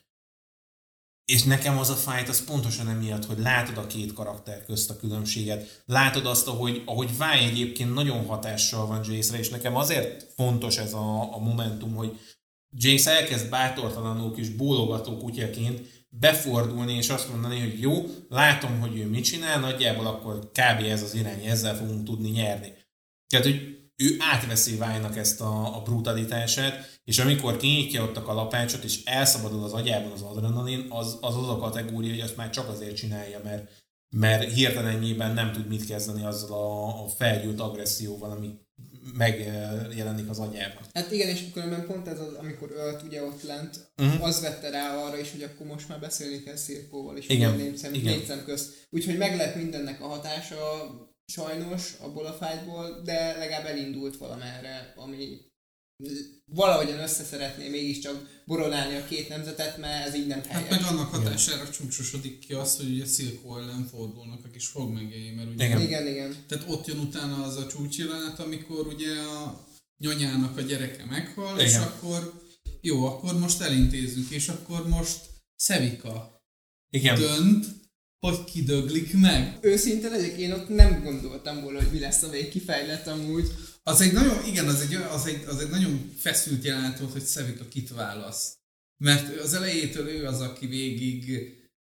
És nekem az a fight az pontosan emiatt, hogy látod a két karakter közt a különbséget. Látod azt, ahogy, ahogy Vi egyébként nagyon hatással van Jace-re, és nekem azért fontos ez a, a momentum, hogy Jace elkezd bátortalanul kis bólogató kutyaként befordulni, és azt mondani, hogy jó, látom, hogy ő mit csinál, nagyjából akkor kb. Ez az irány, ezzel fogunk tudni nyerni. Tehát, hogy ő átveszi Vi-nak ezt a, a brutalitását, és amikor kinyitja ott a kalapácsot, és elszabadul az agyában az adrenalin, az az, az a kategória, hogy azt már csak azért csinálja, mert, mert hirtelenjében nem tud mit kezdeni azzal a, a felgyújt agresszióval, ami megjelenik az agyában. Hát igen, és különben pont ez az, amikor ölt ugye ott lent, uh-huh. az vette rá arra is, hogy akkor most már beszélni kell Szirkóval is, igen, négy szem, négy szem közt. Úgyhogy meg lett mindennek a hatása sajnos abból a fightból, de legalább elindult valamerre, ami valahogyan össze szeretné mégiscsak boronálni a két nemzetet, mert ez így nem helyes. Hát meg annak hatására csúcsosodik ki az, hogy ugye Silco ellen fordulnak a kis fogmegyei, mert ugye... Igen, igen, igen. Tehát ott jön utána az a csúcsjelenet, amikor ugye a nyanyának a gyereke meghal, igen. És akkor jó, akkor most elintézzük, és akkor most Sevika igen. dönt, hogy kidöglik meg. Őszinte legyek, én ott nem gondoltam volna, hogy mi lesz a vég kifejlett amúgy. Az egy nagyon, igen, az egy, az egy, az egy nagyon feszült jelenet volt, hogy Sevika kit választ. Mert az elejétől ő az, aki végig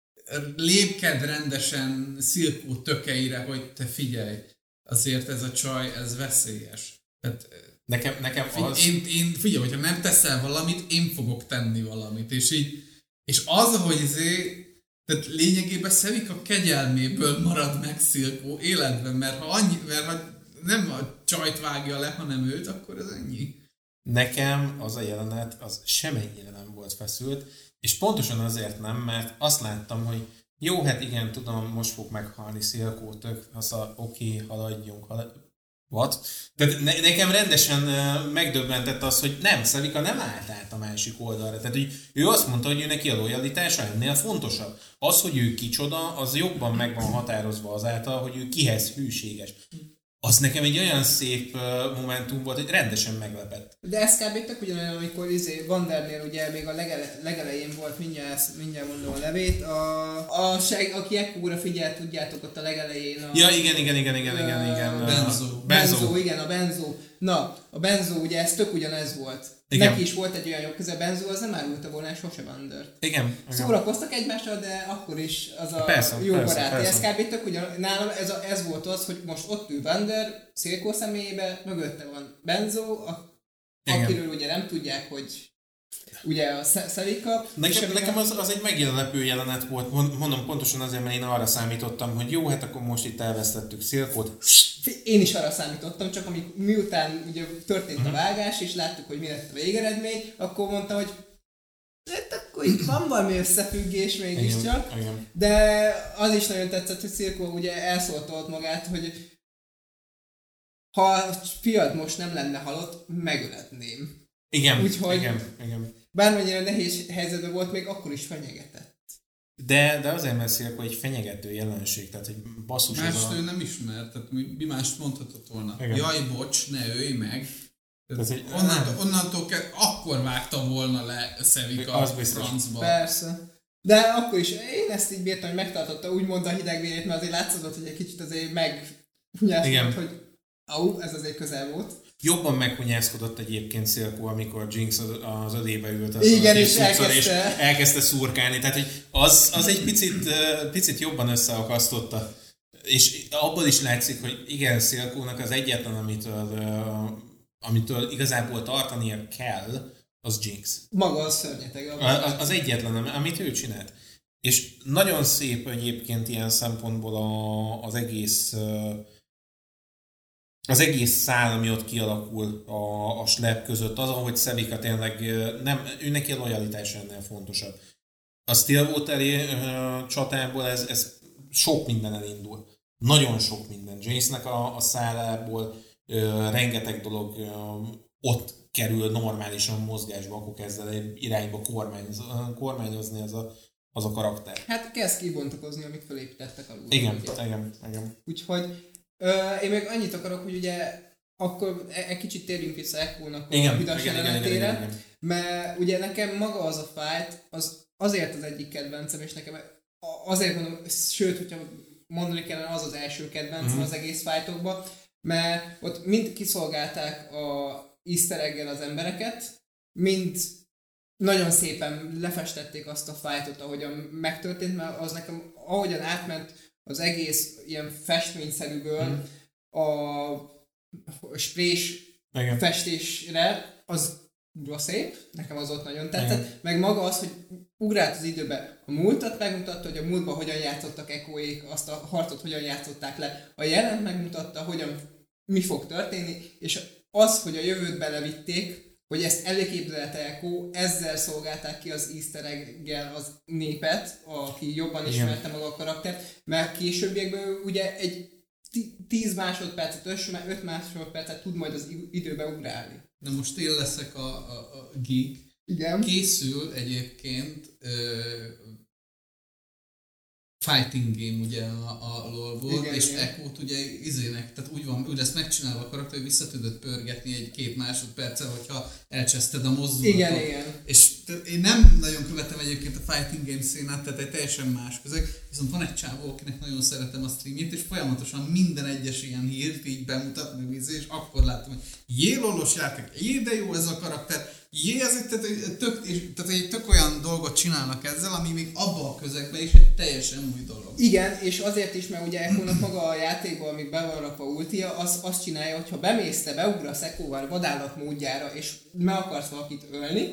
lépked rendesen Silco tökeire, hogy te figyelj, azért ez a csaj, ez veszélyes. Tehát, nekem, nekem figyelj, az... Én, én, figyelj, hogyha nem teszel valamit, én fogok tenni valamit. És így, és az, hogy azért, tehát lényegében Sevika kegyelméből marad meg Silco életben, mert ha, annyi, mert ha nem a csajt vágja le, hanem őt, akkor ez ennyi. Nekem az a jelenet, az semennyire nem volt feszült, és pontosan azért nem, mert azt láttam, hogy jó, hát igen, tudom, most fog meghalni Silco, tök, azt a oké, haladjunk, haladjunk. What? Tehát ne, nekem rendesen uh, megdöbbentett az, hogy nem, Sevika nem állt át a másik oldalra. Tehát hogy ő azt mondta, hogy ő neki a lojalitása ennél fontosabb. Az, hogy ő kicsoda, az jobban meg van határozva azáltal, hogy ő kihez hűséges. Az nekem egy olyan szép uh, momentum volt, hogy rendesen meglepett. De ez kb. Tök ugyanolyan, amikor izé, Vandernél ugye még a legele, legelején volt, mindjárt, mindjárt mondom a nevét, a, a seg, aki ekkora figyelt, tudjátok, ott a legelején. A, ja, igen, igen, igen, igen, igen, igen. A Benzo. Benzo. Benzo, igen, a Benzo. Na, a Benzo ugye ez tök ugyanez volt. Igen. Neki is volt egy olyan jobb köze, Benzo az nem árulta volna sose Vandert. Igen. Szórakoztak egymással, de akkor is az a persze, jó persze, baráti. Ez persze. kb. Tök ugyan, nálam ez, a, ez volt az, hogy most ott ül Vander, Silco személyében, mögötte van Benzo, a, akiről ugye nem tudják, hogy ugye a Sevika. Nekem, nekem az, az egy megjelenlepő jelenet volt, mondom pontosan azért, mert én arra számítottam, hogy jó, hát akkor most itt elvesztettük Silcót. Én is arra számítottam, csak amik, miután ugye történt uh-huh. a vágás, és láttuk, hogy mi lett a végeredmény, akkor mondta, hogy hát akkor itt van valami összefüggés mégiscsak. De az is nagyon tetszett, hogy Silco ugye elszóltolt magát, hogy ha a fiad most nem lenne halott, megöletném. Igen, Úgyhogy igen, igen. Bármennyire nehéz helyzetben volt, még akkor is fenyegetett. De, de azért, mert Silco egy fenyegető jelenség, tehát hogy basszus mást az a... ő nem ismert, tehát mi, mi mást mondhatott volna. Igen. Jaj, bocs, ne ölj meg. Tehát, hogy, onnantól, onnantól kell, akkor vágta volna le Sevika a francba. Persze. De akkor is én ezt így bírtam, hogy megtartotta úgymond a hidegvérét, mert azért látszott, hogy egy kicsit azért meghunyászkodott, hogy au, ez azért közel volt. Jobban meghunyászkodott egyébként Silco, amikor Jinx az ödébe ült az igen, az és elkezdte. és elkezdte szurkálni. Tehát, hogy az, az egy picit, picit jobban összeakasztotta. És abból is látszik, hogy igen, Silcónak az egyetlen, amitől, amitől igazából tartania kell, az Jinx. Maga az szörnyeteg. Az, az egyetlen, amit ő csinált. És nagyon szép egyébként ilyen szempontból a, az egész az egész szál, ami ott kialakul a, a slep között, az, ahogy Sevika tényleg nem, ő neki a lojalitás ennél fontosabb. A Stillwater-i csatából ez, ez sok minden elindul. Nagyon sok minden. Jace-nek a, a szálából ö, rengeteg dolog ö, ott kerül normálisan mozgásba, akkor kezd el irányba kormányoz, kormányozni az a, az a karakter. Hát kezd kibontakozni, amit felépítettek alul. Igen, igen, igen. Úgyhogy Ö, én még annyit akarok, hogy ugye akkor egy kicsit térjünk vissza Echo-nak a hidas jelenetére, mert ugye nekem maga az a fight, az azért az egyik kedvencem, és nekem azért mondom, sőt, hogyha mondani kellene, az az első kedvencem uh-huh. az egész fightokban, mert ott mind kiszolgálták a easter egg-el az embereket, mind nagyon szépen lefestették azt a fightot, ahogyan megtörtént, mert az nekem ahogyan átment az egész ilyen festményszerűből hmm. a sprés igen. festésre, az szép, nekem az ott nagyon tetszett, igen. meg maga az, hogy ugrált az időbe a múltat, megmutatta, hogy a múltban hogyan játszottak Echoék, azt a harcot hogyan játszották le, a jelent megmutatta, hogyan mi fog történni, és az, hogy a jövőt belevitték, hogy ezt előképzelte Echo, ezzel szolgálták ki az easter egg-gel az népet, aki jobban ismerte maga a karaktert, mert későbbiekből ugye egy tíz másodpercet, öt másodpercet tud majd az időbe ugrálni. Na most én leszek a, a, a geek. Igen. Készül egyébként ö, fighting game ugye a, a LoL-ból, és Echo-t ugye izének, tehát úgy van, úgy lesz megcsinálva a karakter, hogy vissza tudod pörgetni egy-két másodperccel, hogyha elcseszted a mozdulatot. Igen, igen. És én nem nagyon követem egyébként a fighting game színát, tehát egy teljesen más közeg, viszont van egy csávó, akinek nagyon szeretem a streamjét, és folyamatosan minden egyes ilyen hírt így bemutat, meg vízé, és akkor látom, hogy jé, lolos játék, jé, de jó ez a karakter, jé, ez egy, tehát, tök, és, tehát egy tök olyan dolgot csinálnak ezzel, ami még abban a közegben is egy teljesen új dolog. Igen, és azért is, mert ugye Echo-nak maga a játékban, amíg be van rakva ultia, az azt csinálja, hogy ha bemész te, beugrasz Echo-val vadállat módjára, és meg akarsz valakit ölni,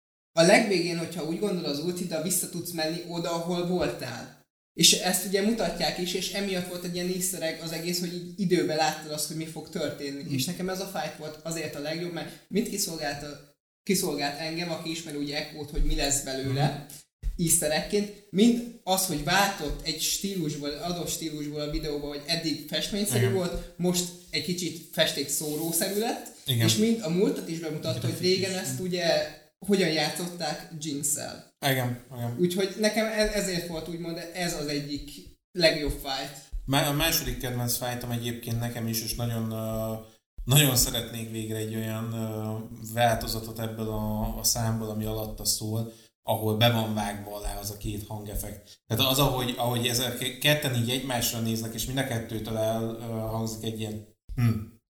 a legvégén, hogyha úgy gondolod az ultiddal, vissza tudsz menni oda, ahol voltál. És ezt ugye mutatják is, és emiatt volt egy ilyen easter egg az egész, hogy így időben láttad azt, hogy mi fog történni. Mm. És nekem ez a fight volt azért a legjobb, mert mit kiszolgált, kiszolgált engem, aki ismeri ugye Echo-t, hogy mi lesz belőle, mm. easter eggként, mint az, hogy váltott egy stílusból, adott stílusból a videóban, hogy eddig festményszerű igen. volt, most egy kicsit festék szórószerű lett, igen. és mind a múltat is bemutatta, hogy régen ezt ugye hogyan játszották Jinx-el. Igen, igen. Úgyhogy nekem ezért volt úgymond ez az egyik legjobb fight. A második kedvenc fightom egyébként nekem is, és nagyon, nagyon szeretnék végre egy olyan változatot ebből a, a számból, ami alatta szól, ahol be van vágva alá az a két hangeffekt. Tehát az, ahogy, ahogy ezek ketten így egymásra néznek, és mind a kettőtől elhangzik egy ilyen hm.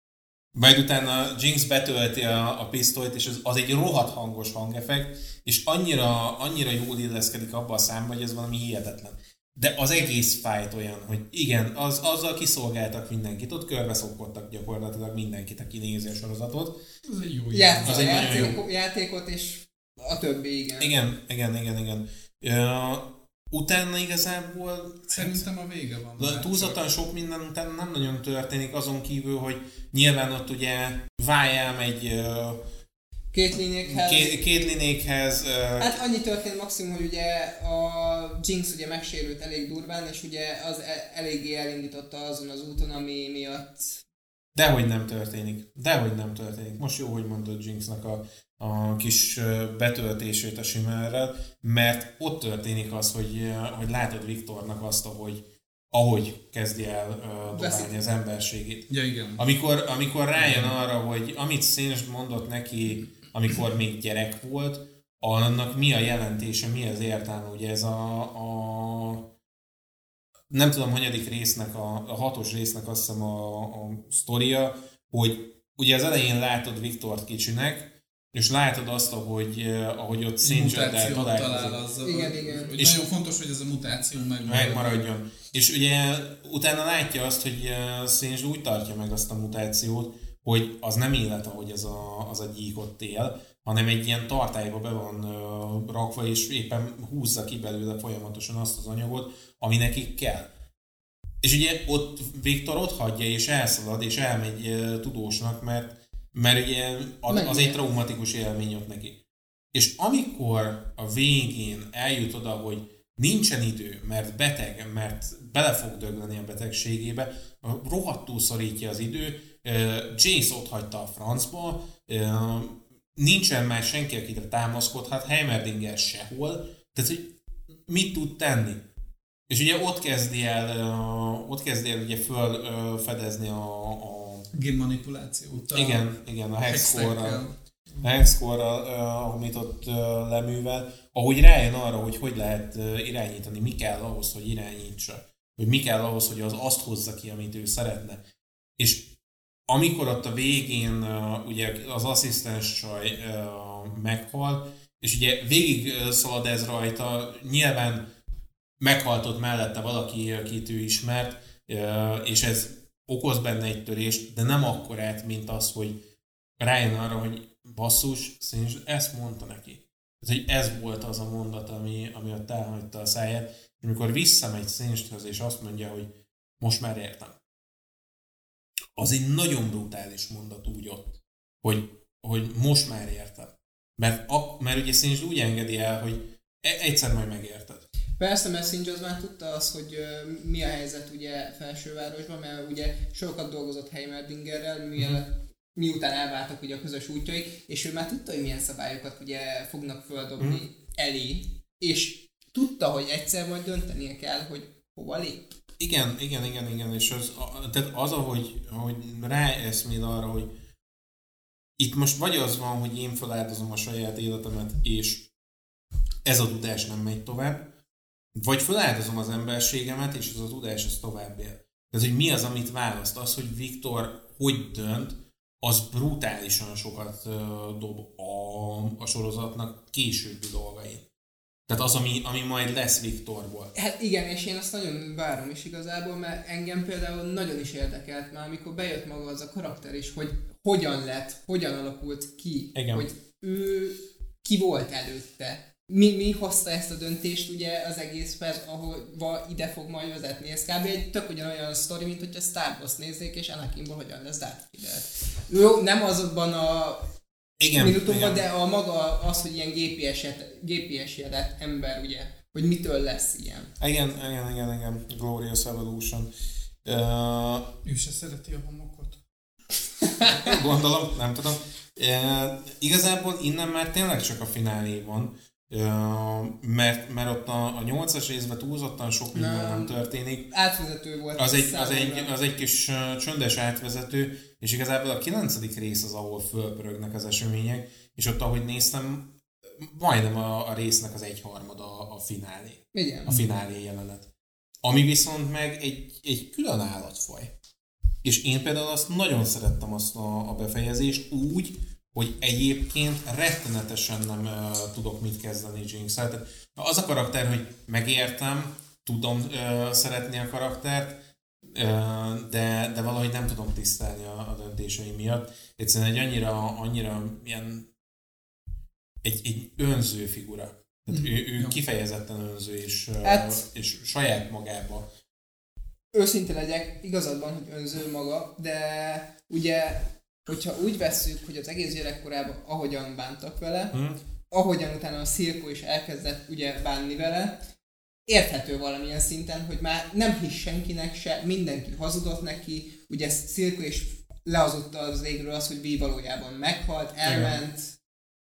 Majd utána Jinx betölti a, a pisztolyt, és az, az egy rohadt hangos hangeffekt, és annyira, annyira jól illeszkedik abba a számba, hogy ez valami hihetetlen. De az egész fight olyan, hogy igen, az, azzal kiszolgáltak mindenkit, ott körbe szokottak gyakorlatilag mindenkit, aki nézi a sorozatot. Ez egy jó játék. Az egy játék, jó játékot, és a többi, igen. Igen, igen, igen, igen. Uh, utána igazából... Szerintem a vége van. Túlzottan sok minden utána nem nagyon történik, azon kívül, hogy nyilván ott ugye vájám egy... Uh, Kétlinékhez. Két, kétlinékhez. Uh, hát annyi történt maximum, hogy ugye a Jinx ugye megsérült elég durván, és ugye az eléggé elindította azon az úton, ami miatt... Dehogy nem történik. Dehogy nem történik. Most jó, hogy mondod Jinxnak a, a kis betöltését a Shimmerrel, mert ott történik az, hogy, hogy látod Viktornak azt, ahogy ahogy kezdi el uh, dobálni az emberségét. Ja, igen. Amikor, amikor rájön arra, hogy amit Singed mondott neki, amikor még gyerek volt, annak mi a jelentése, mi az értelme, ugye ez a, a nem tudom, hanyadik résznek, a, a hatos résznek azt hiszem a, a sztoria, hogy ugye az elején látod Viktort kicsinek, és látod azt, ahogy, ahogy ott Singed-del találkozik. Igen, igen. És nagyon fontos, hogy ez a mutáció megmaradjon. megmaradjon. És ugye utána látja azt, hogy Singed úgy tartja meg azt a mutációt, hogy az nem élet, ahogy az a, az a gyík ott él, hanem egy ilyen tartályba be van uh, rakva, és éppen húzza ki belőle folyamatosan azt az anyagot, ami nekik kell. És ugye ott Viktor ott hagyja, és elszalad, és elmegy uh, tudósnak, mert, mert ugye az, az egy traumatikus élmény ott neki. És amikor a végén eljut oda, hogy nincsen idő, mert beteg, mert bele fog dögleni a betegségébe, rohadtul szorítja az idő, Jace ott hagyta a francba, nincsen már senki, akire támaszkodhat, Heimerdinger sehol, tehát hogy mit tud tenni? És ugye ott kezdi el, ott kezdi el ugye fölfedezni a... a génmanipulációt. Igen, igen, a hexcore-ral. A hexcore-ral, amit ott leművel, ahogy rájön arra, hogy hogy lehet irányítani, mi kell ahhoz, hogy irányítsa, hogy mi kell ahhoz, hogy az azt hozza ki, amit ő szeretne. És amikor ott a végén uh, ugye az asszisztens csaj uh, meghal, és ugye végig uh, szalad ez rajta, nyilván meghalt ott mellette valaki, akit ő ismert, uh, és ez okoz benne egy törést, de nem akkorát, mint az, hogy rájön arra, hogy basszus, Singed ezt mondta neki. Tehát, hogy ez volt az a mondat, ami, ami ott elhagyta a száját, és amikor visszamegy Singedhöz, és azt mondja, hogy most már értem. Az egy nagyon brutális mondat úgy ott, hogy, hogy most már érted. Mert, a, mert ugye Singed úgy engedi el, hogy egyszer majd megérted. Persze, mert Singed az már tudta az, hogy uh, mi a helyzet ugye Felsővárosban, mert ugye sokat dolgozott Heimerdingerrel, mielőtt miután elváltak ugye a közös útjaik, és ő már tudta, hogy milyen szabályokat ugye fognak földobni mm. elé, és tudta, hogy egyszer majd döntenie kell, hogy hova lép. Igen, igen, igen, igen, és az, a, tehát az, ahogy, ahogy ráeszmél arra, hogy itt most vagy az van, hogy én feláldozom a saját életemet, és ez a tudás nem megy tovább, vagy feláldozom az emberségemet, és ez a tudás ez tovább él. Tehát, hogy mi az, amit választ? Az, hogy Viktor hogy dönt, az brutálisan sokat uh, dob a, a sorozatnak későbbi dolgain. Tehát az, ami, ami majd lesz Viktorból. Hát igen, és én azt nagyon várom is igazából, mert engem például nagyon is érdekelt már, amikor bejött maga az a karakter is, hogy hogyan lett, hogyan alakult ki, igen. Hogy ő ki volt előtte. Mi, mi hozta ezt a döntést, ugye az egész perc, ahova ide fog majd vezetni. Ez kb. Egy tök ugyanolyan sztori, mint hogyha Star Wars nézzék, és Anakinból hogyan lesz Darth Vader. Jó, nem azokban a igen, minutumban, igen. de a maga az, hogy ilyen gé pé es-et, gé pé es jelet ember, ugye, hogy mitől lesz ilyen. Igen, igen, igen, igen. Glorious Evolution. Uh, ő se szereti a homokot. Gondolom, nem tudom. Uh, igazából innen már tényleg csak a finálé van. Uh, mert, mert ott a, a nyolcas részben túlzottan sok minden nem, nem történik. Átvezető volt. Az egy, az, egy, az egy kis uh, csöndes átvezető, és igazából a kilencedik rész az, ahol fölpörögnek az események, és ott, ahogy néztem, majdnem a, a résznek az egyharmada a finálé. Igen. A finálé jelenet. Ami viszont meg egy, egy külön állatfaj. És én például azt nagyon szerettem azt a, a befejezést úgy, hogy egyébként rettenetesen nem uh, tudok mit kezdeni Jinx-el. Tehát az a karakter, hogy megértem, tudom uh, szeretni a karaktert, uh, de, de valahogy nem tudom tisztelni a, a döntései miatt. Egyszerűen egy annyira, annyira ilyen egy, egy önző figura. Tehát mm. ő, ő kifejezetten önző, és, hát, uh, és saját magába. Őszinte legyek, igazad van, hogy önző maga, de ugye hogyha úgy vesszük, hogy az egész gyerekkorában ahogyan bántak vele, hmm. ahogyan utána a Silco is elkezdett ugye bánni vele, érthető valamilyen szinten, hogy már nem hisz senkinek se, mindenki hazudott neki, ugye Silco is lehazudta az égről az, hogy Vi valójában meghalt, elment, igen.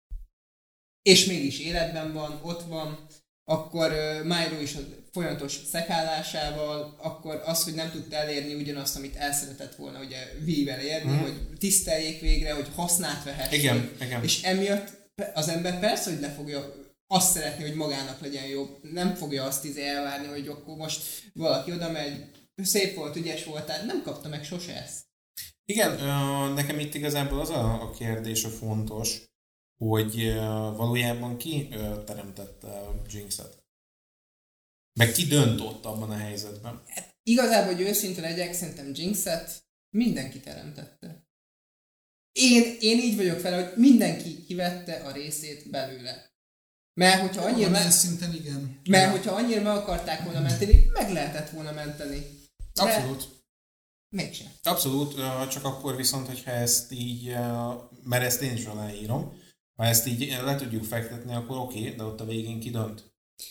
És mégis életben van, ott van, akkor uh, Myro is a folyamatos szekálásával, akkor az, hogy nem tudta elérni ugyanazt, amit el szeretett volna ugye Vi-vel érni, mm. hogy tiszteljék végre, hogy hasznát vehessék. Igen, igen. És emiatt az ember persze, hogy ne fogja azt szeretni, hogy magának legyen jobb. Nem fogja azt izé elvárni, hogy akkor most valaki oda megy, szép volt, ügyes volt, tehát nem kapta meg sose ezt. Igen, nekem itt igazából az a kérdés a fontos, hogy valójában ki teremtette Jinx-et? Meg ki döntött abban a helyzetben? Hát, igazából, hogy őszinte legyek, szerintem Jinx-et mindenki teremtette. Én, én így vagyok vele, hogy mindenki kivette a részét belőle. Mert hogyha annyira, me- szinten igen. Mert hogyha annyira meg akarták volna menteni, meg lehetett volna menteni. Abszolút. Mégsem. Abszolút, csak akkor viszont, hogyha ezt így, mert ezt én is aláírom, ha ezt így le tudjuk fektetni, akkor oké, okay, de ott a végén ki dönt?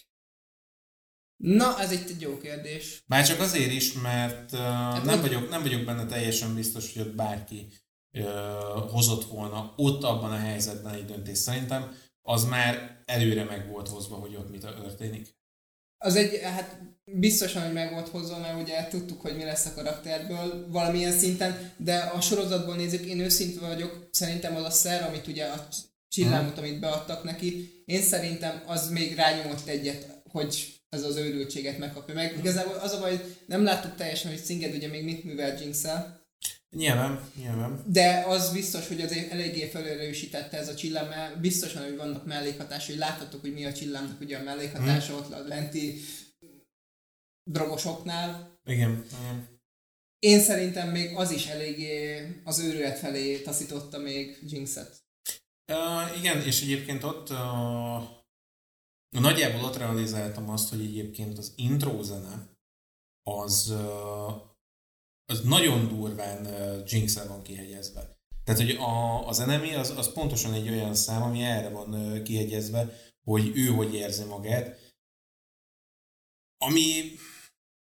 Na, ez egy jó kérdés. Már csak azért is, mert uh, hát nem, vagyok, nem vagyok benne teljesen biztos, hogy ott bárki uh, hozott volna ott abban a helyzetben egy döntést. Szerintem az már előre meg volt hozva, hogy ott mi történik. Az egy, hát biztosan, hogy meg volt hozva, mert ugye tudtuk, hogy mi lesz a karakterből valamilyen szinten, de a sorozatból nézzük, én őszinte vagyok, szerintem az a szer, amit ugye a csillámot, amit beadtak neki, én szerintem az még rányomott egyet, hogy ez az őrültséget megkapja meg. Igazából az a baj, hogy nem láttuk teljesen, hogy Szinged ugye még mit művel Jinx-el. Nyilván, nyilván. De az biztos, hogy azért eléggé felelősítette ez a csillám, mert biztosan, hogy vannak mellékhatásai, hogy láthatok, hogy mi a csillámnak ugye a mellékhatása, hmm. ott a lenti drogosoknál. Igen, igen. Én szerintem még az is eléggé az őrület felé taszította még Jinx-et. Uh, igen, és egyébként ott uh, nagyjából ott realizáltam azt, hogy egyébként az intro zene az, uh, az nagyon durván uh, Jinx-el van kihegyezve. Tehát, hogy a, az enemy az, az pontosan egy olyan szám, ami erre van uh, kihegyezve, hogy ő hogy érzi magát. Ami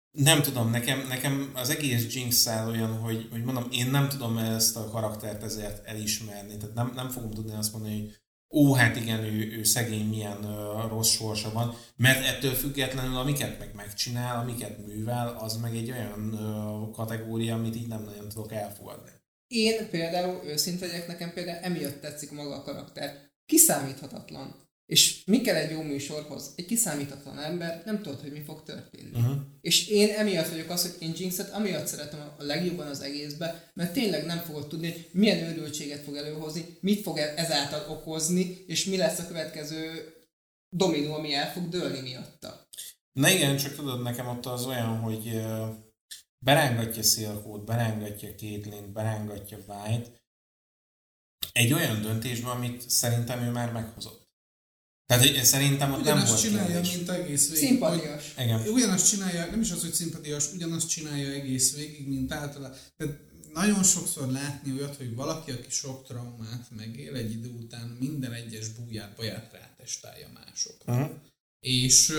nem tudom, nekem, nekem az egész Jinx-szál olyan, hogy, hogy mondom, én nem tudom ezt a karaktert ezért elismerni. Tehát nem, nem fogom tudni azt mondani, hogy ó, hát igen, ő, ő szegény, milyen uh, rossz sorsa van, mert ettől függetlenül, amiket meg megcsinál, amiket művel, az meg egy olyan uh, kategória, amit így nem nagyon tudok elfogadni. Én például, őszinte legyek, nekem például emiatt tetszik maga a karakter. Kiszámíthatatlan. És mi kell egy jó műsorhoz? Egy kiszámíthatatlan ember, nem tudod, hogy mi fog történni. Uh-huh. És én emiatt vagyok az, hogy én Jinxet amiatt szeretem a legjobban az egészbe, mert tényleg nem fogod tudni, hogy milyen őrültséget fog előhozni, mit fog ezáltal okozni, és mi lesz a következő dominó, ami el fog dőlni miatta. Na igen, csak tudod, nekem ott az olyan, hogy berángatja Silkót, berángatja Caitlyn, berángatja White egy olyan döntésben, amit szerintem ő már meghozott. Tehát én szerintem ott ugyanazt nem volt csinálja, kérdés. mint egész végig. Szimpatias. Ugyanazt csinálja, nem is az, hogy szimpatias, ugyanazt csinálja egész végig, mint általában. Tehát nagyon sokszor látni olyat, hogy valaki, aki sok traumát megél, egy idő után minden egyes búját, baját rátestálja másokra. Uh-huh. És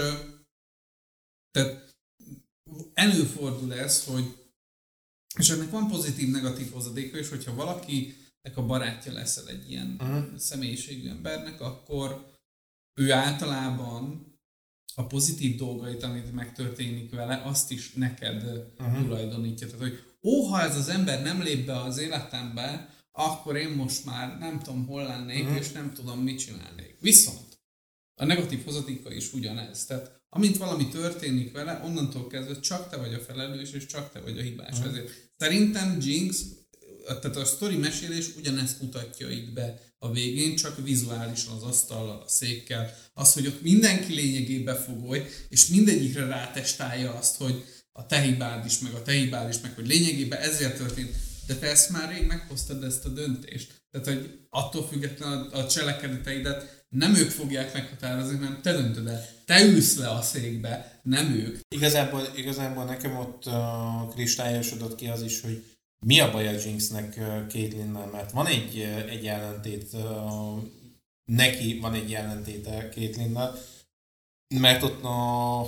tehát előfordul ez, hogy és ennek van pozitív-negatív hozadéka is, hogyha valakinek a barátja leszel egy ilyen uh-huh. személyiségű embernek, akkor ő általában a pozitív dolgait, amit megtörténik vele, azt is neked uh-huh. tulajdonítja. Tehát, hogy ó, ha ez az ember nem lép be az életembe, akkor én most már nem tudom, hol lennék, uh-huh. és nem tudom, mit csinálnék. Viszont a negatív hozadéka is ugyanez. Tehát amint valami történik vele, onnantól kezdve csak te vagy a felelős, és csak te vagy a hibás. Uh-huh. Ezért szerintem Jinx, tehát a sztori mesélés ugyanezt mutatja itt be a végén, csak vizuálisan az asztallal, a székkel. Az, hogy ott mindenki lényegében fogoly, és mindegyikre rátestálja azt, hogy a te hibád is, meg a te hibád is, meg hogy lényegében ezért történt. De te ezt már rég meghoztad ezt a döntést. Tehát, hogy attól függetlenül a cselekedeteidet nem ők fogják meghatározni, hanem te döntöd el. Te ülsz le a székbe, nem ők. Igazából, igazából nekem ott uh, kristályosodott ki az is, hogy mi a baj a Jinxnek uh, Caitlyn-nel, mert van egy, uh, egy ellentét, uh, neki van egy ellentéte Caitlyn-nel, mert ott a,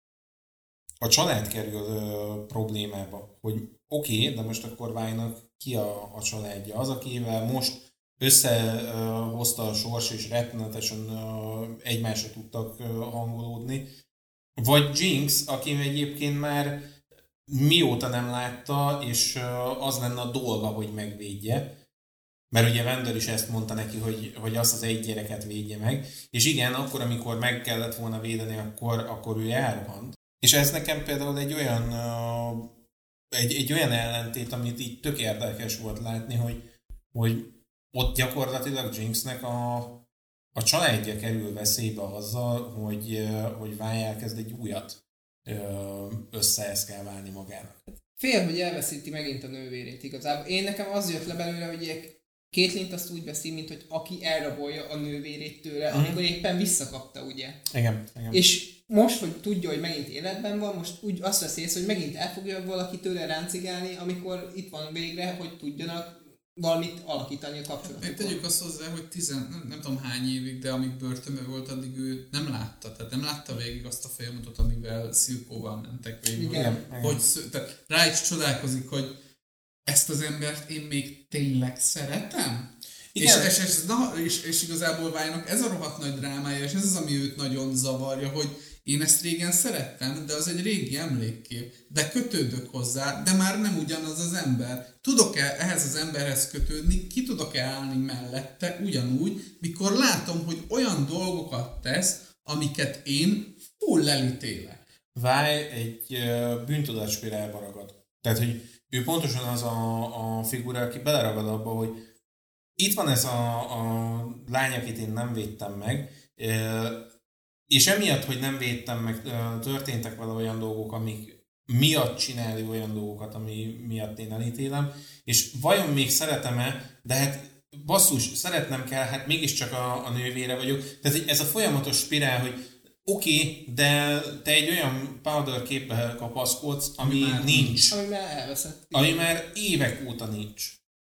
a család kerül uh, problémába, hogy oké, okay, de most akkor válnak ki a, a családja. Az, akivel most összehozta a sors, és rettenetesen uh, egymásra tudtak uh, hangolódni. Vagy Jinx, aki egyébként már mióta nem látta, és uh, az lenne a dolga, hogy megvédje. Mert ugye Vander is ezt mondta neki, hogy, hogy azt az egy gyereket védje meg. És igen, akkor, amikor meg kellett volna védeni, akkor, akkor ő elrohant. És ez nekem például egy olyan, uh, egy, egy olyan ellentét, amit így tök érdekes volt látni, hogy, hogy ott gyakorlatilag Jinxnek a, a családja kerül veszélybe azzal, hogy, hogy Vi elkezd egy újat összeeszkálválni magának. Fél, hogy elveszíti megint a nővérét igazából. Én nekem az jött le belőle, hogy Caitlyn-t azt úgy veszi, mint hogy aki elrabolja a nővérét tőle, mm. amikor éppen visszakapta, ugye? Igen, igen. És most, hogy tudja, hogy megint életben van, most úgy azt veszi észre, hogy megint el fogja valaki tőle ráncigálni, amikor itt van végre, hogy tudjanak valamit alakítani a kapcsolatokon. Meg tegyük azt hozzá, hogy tizen, nem, nem tudom hány évig, de amíg börtönben volt, addig ő nem látta. Tehát nem látta végig azt a folyamatot, amivel Silkóval mentek végig. Igen. Hogy, tehát rá is csodálkozik, hogy ezt az embert én még tényleg szeretem? Igen. És, és, és, na, és, és igazából válnak ez a rohadt nagy drámája, és ez az, ami őt nagyon zavarja, hogy én ezt régen szerettem, de az egy régi emlékkép, de kötődök hozzá, de már nem ugyanaz az ember. Tudok-e ehhez az emberhez kötődni, ki tudok-e állni mellette ugyanúgy, mikor látom, hogy olyan dolgokat tesz, amiket én full elítélek. Váj egy uh, bűntudatspirálba ragad. Tehát, hogy ő pontosan az a, a figura, aki beleragad abba, hogy itt van ez a, a lány, akit én nem védtem meg, uh, és emiatt, hogy nem védtem meg, történtek vele olyan dolgok, amik miatt csinálni olyan dolgokat, ami miatt én elítélem, és vajon még szeretem-e, de hát basszus, szeretnem kell, hát mégiscsak a, a nővére vagyok. Tehát ez a folyamatos spirál, hogy oké, okay, de te egy olyan powder képbe kapaszkodsz, ami már nincs. Ami már elveszett. Ami már évek óta nincs.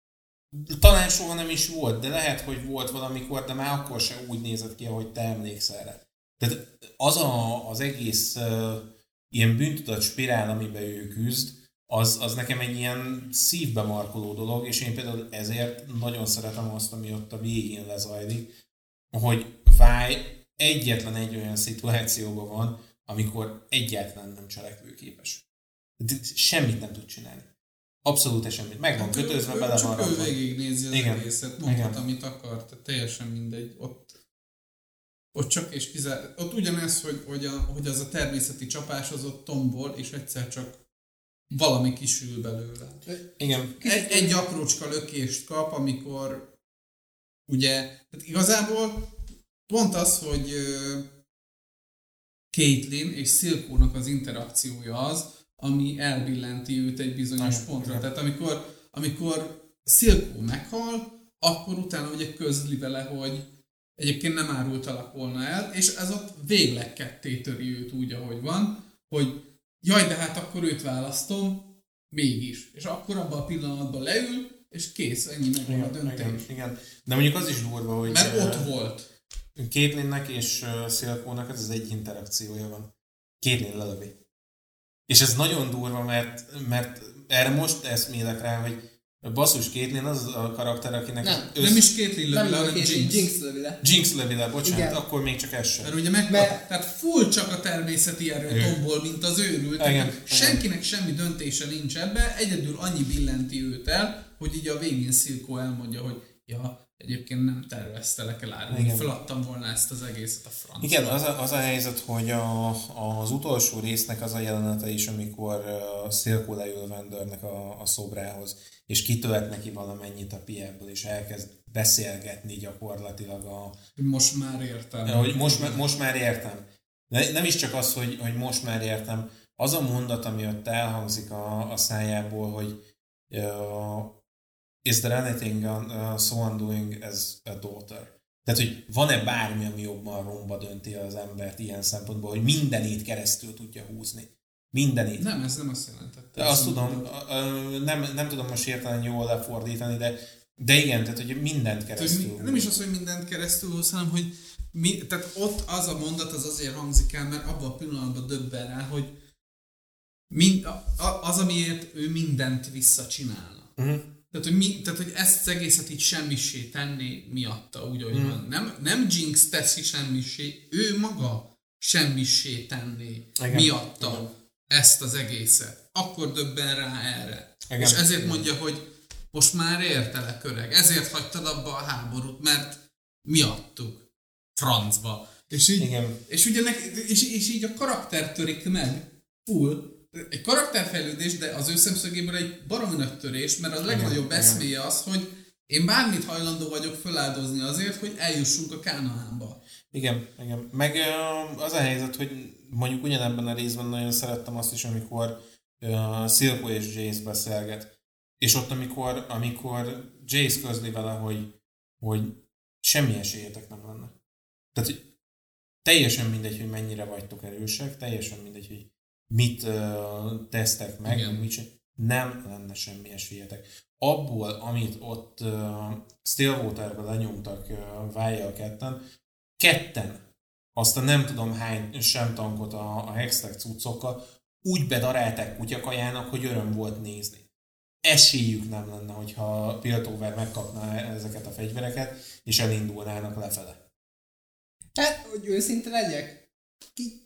Talán soha nem is volt, de lehet, hogy volt valamikor, de már akkor sem úgy nézett ki, ahogy te emlékszel rá. Tehát az a, az egész uh, ilyen bűntudat spirál, amiben ő küzd, az, az nekem egy ilyen szívbe markoló dolog, és én például ezért nagyon szeretem azt, ami ott a végén lezajlik, hogy Váj egyetlen egy olyan szituációban van, amikor egyáltalán nem cselekvőképes. Semmit nem tud csinálni. Abszolút semmit. Meg van Hát kötözve, ő, bele csak van ő rakva. végignézi az Igen. egészet, mondhat, Igen. amit akar, tehát teljesen mindegy. Ott, ott csak és kizár... Ott ugyanez, hogy, hogy, a, hogy az a természeti csapás az ott tombol, és egyszer csak valami kisül belőle. Igen. Egy, egy aprócska lökést kap, amikor ugye, tehát igazából pont az, hogy uh, Caitlyn és Silco-nak az interakciója az, ami elbillenti őt egy bizonyos Igen, pontra. igen. Tehát amikor, amikor Silco meghal, akkor utána ugye közli vele, hogy egyébként nem árultalak volna el, és ez ott végleg ketté töri őt úgy, ahogy van, hogy jaj, de hát akkor őt választom, mégis. És akkor abban a pillanatban leül, és kész, ennyi meg a döntés. Igen, igen. De mondjuk az is durva, hogy Mert ott volt. Caitlynnek és uh, Silco-nak ez az egy interakciója van. Caitlyn lelövi. És ez nagyon durva, mert, mert erre most eszmélek rá, hogy basszus, Caitlyn az a karakter, akinek Nem, össz... Nem is Caitlyn lövi le, hanem Jinx. Jinx. Jinx lövi le. Jinx lövi le, bocsánat, Igen. akkor még csak ez sem. Mert ugye meg, Mert- tehát full csak a természeti erő Igen. tombol, mint az őrült. Igen, Tehát senkinek semmi döntése nincs ebbe, egyedül annyi billenti őt el, hogy így a végén Silco elmondja, hogy ja, egyébként nem terveztelek el árulni, Igen. feladtam volna ezt az egészet a francba. Igen, az a, az a helyzet, hogy a, az utolsó résznek az a jelenete is, amikor uh, Silco leül Vendornek a, a szobrához, és kitölt neki valamennyit a piából, és elkezd beszélgetni gyakorlatilag a... Most már értem. Hogy most, már- most már értem. De nem is csak az, hogy, hogy most már értem. Az a mondat, ami ott elhangzik a, a szájából, hogy uh, is there anything uh, someone doing as a daughter? Tehát, hogy van-e bármi, ami jobban romba dönti az embert ilyen szempontból, hogy mindenét keresztül tudja húzni. Mindenét. Nem, ez nem azt jelentette. De azt tudom, nem, nem tudom most érteni jól lefordítani, de, de igen, tehát hogy mindent keresztül. Tehát, nem is az, hogy mindent keresztül húz, hanem hogy mi, tehát ott az a mondat az azért hangzik el, mert abban a pillanatban döbben rá, hogy mind, az, amiért ő mindent visszacsinálna. Uh-huh. Tehát hogy, mi, tehát, hogy ezt az egészet így semmisé tenni miatta, úgy, ahogy Hmm. van. Nem, nem Jinx teszi semmisé, ő maga semmisé tenni Igen. miatta Igen. ezt az egészet. Akkor döbben rá erre. Igen. És ezért mondja, hogy most már értelek, öreg. Ezért hagytad abba a háborút, mert miattuk. Francba. És így, Igen. és, ugye nek, és, és így a karakter törik meg. Full. Egy karakterfejlődés, de az ő szemszögéből egy baromi nagy törés, mert a legnagyobb igen. eszméje az, hogy én bármit hajlandó vagyok feláldozni azért, hogy eljussunk a Kánaánba. Igen, igen. Meg ö, az a helyzet, hogy mondjuk ugyanebben a részben nagyon szerettem azt is, amikor uh, Silco és Jace beszélget. És ott, amikor, amikor Jace közli vele, hogy, hogy semmi esélyetek nem lenne. Tehát, hogy teljesen mindegy, hogy mennyire vagytok erősek, teljesen mindegy, hogy mit uh, tesztek meg, Igen. mit sem, nem lenne semmi esélyetek. Abból, amit ott uh, Stillwaterben lenyomtak uh, Vájjal ketten, ketten azt a nem tudom hány sem tankot a, a Hextech cuccokkal úgy bedarálták kutyakajának, hogy öröm volt nézni. Esélyük nem lenne, hogyha Piltover megkapná ezeket a fegyvereket, és elindulnának lefele. Hát, hogy őszinte legyek, ki...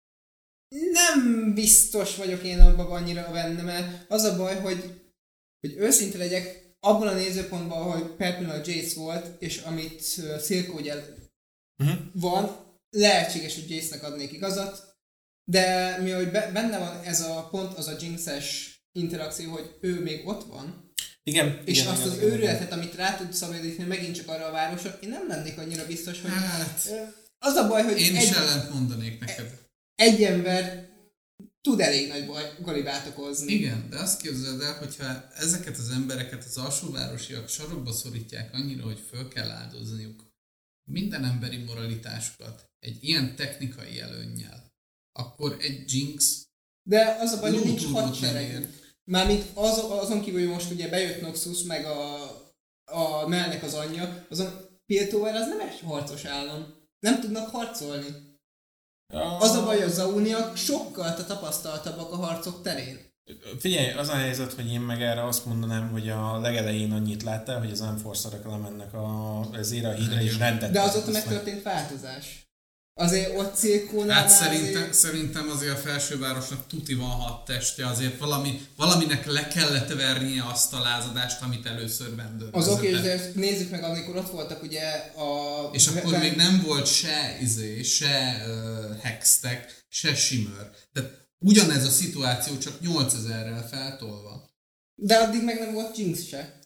nem biztos vagyok én abban annyira benne, mert az a baj, hogy, hogy őszinte legyek, abban a nézőpontban, hogy per pillanat Jace volt, és amit uh, Silco ugye Uh-huh. van, lehetséges, hogy Jace-nek adnék igazat, de mi, hogy be, benne van ez a pont, az a Jinx-es interakció, hogy ő még ott van, Igen. és igen, azt igen, az igen, őrületet, amit rá tud szabadítani megint csak arra a városra, én nem lennék annyira biztos, hogy Hát, ö, az a baj, hogy én is egy, ellent mondanék neked. egy ember tud elég nagy baj, galibát okozni. Igen, de azt képzeld el, hogyha ezeket az embereket az alsóvárosiak sarokba szorítják annyira, hogy föl kell áldozniuk minden emberi moralitásukat egy ilyen technikai előnnyel, akkor egy Jinx De az a baj, hogy nincs lótúrót nem hadsereg. ér. Mármint az, azon kívül, hogy most ugye bejött Noxus, meg a, a Melnek az anyja, azon Piltover az nem egy harcos állam. Nem tudnak harcolni. Az a baj, hogy az Zauniak sokkal tapasztaltabbak a harcok terén. Figyelj, az a helyzet, hogy én meg erre azt mondanám, hogy a legelején annyit láttál, hogy az Enforcerek lemennek a, ezért a hídra és rendet. De azóta megtörtént változás. Azért ott Cirkónál Hát szerintem, azért... szerintem azért a felsővárosnak tuti van hat testje, azért valami, valaminek le kellett vernie azt a lázadást, amit először bendőr. Az oké, de nézzük meg, amikor ott voltak ugye a... És akkor ben... még nem volt se izé, se uh, hextek, se simmer. Tehát ugyanez a szituáció, csak nyolcezerrel feltolva. De addig meg nem volt Jinx se.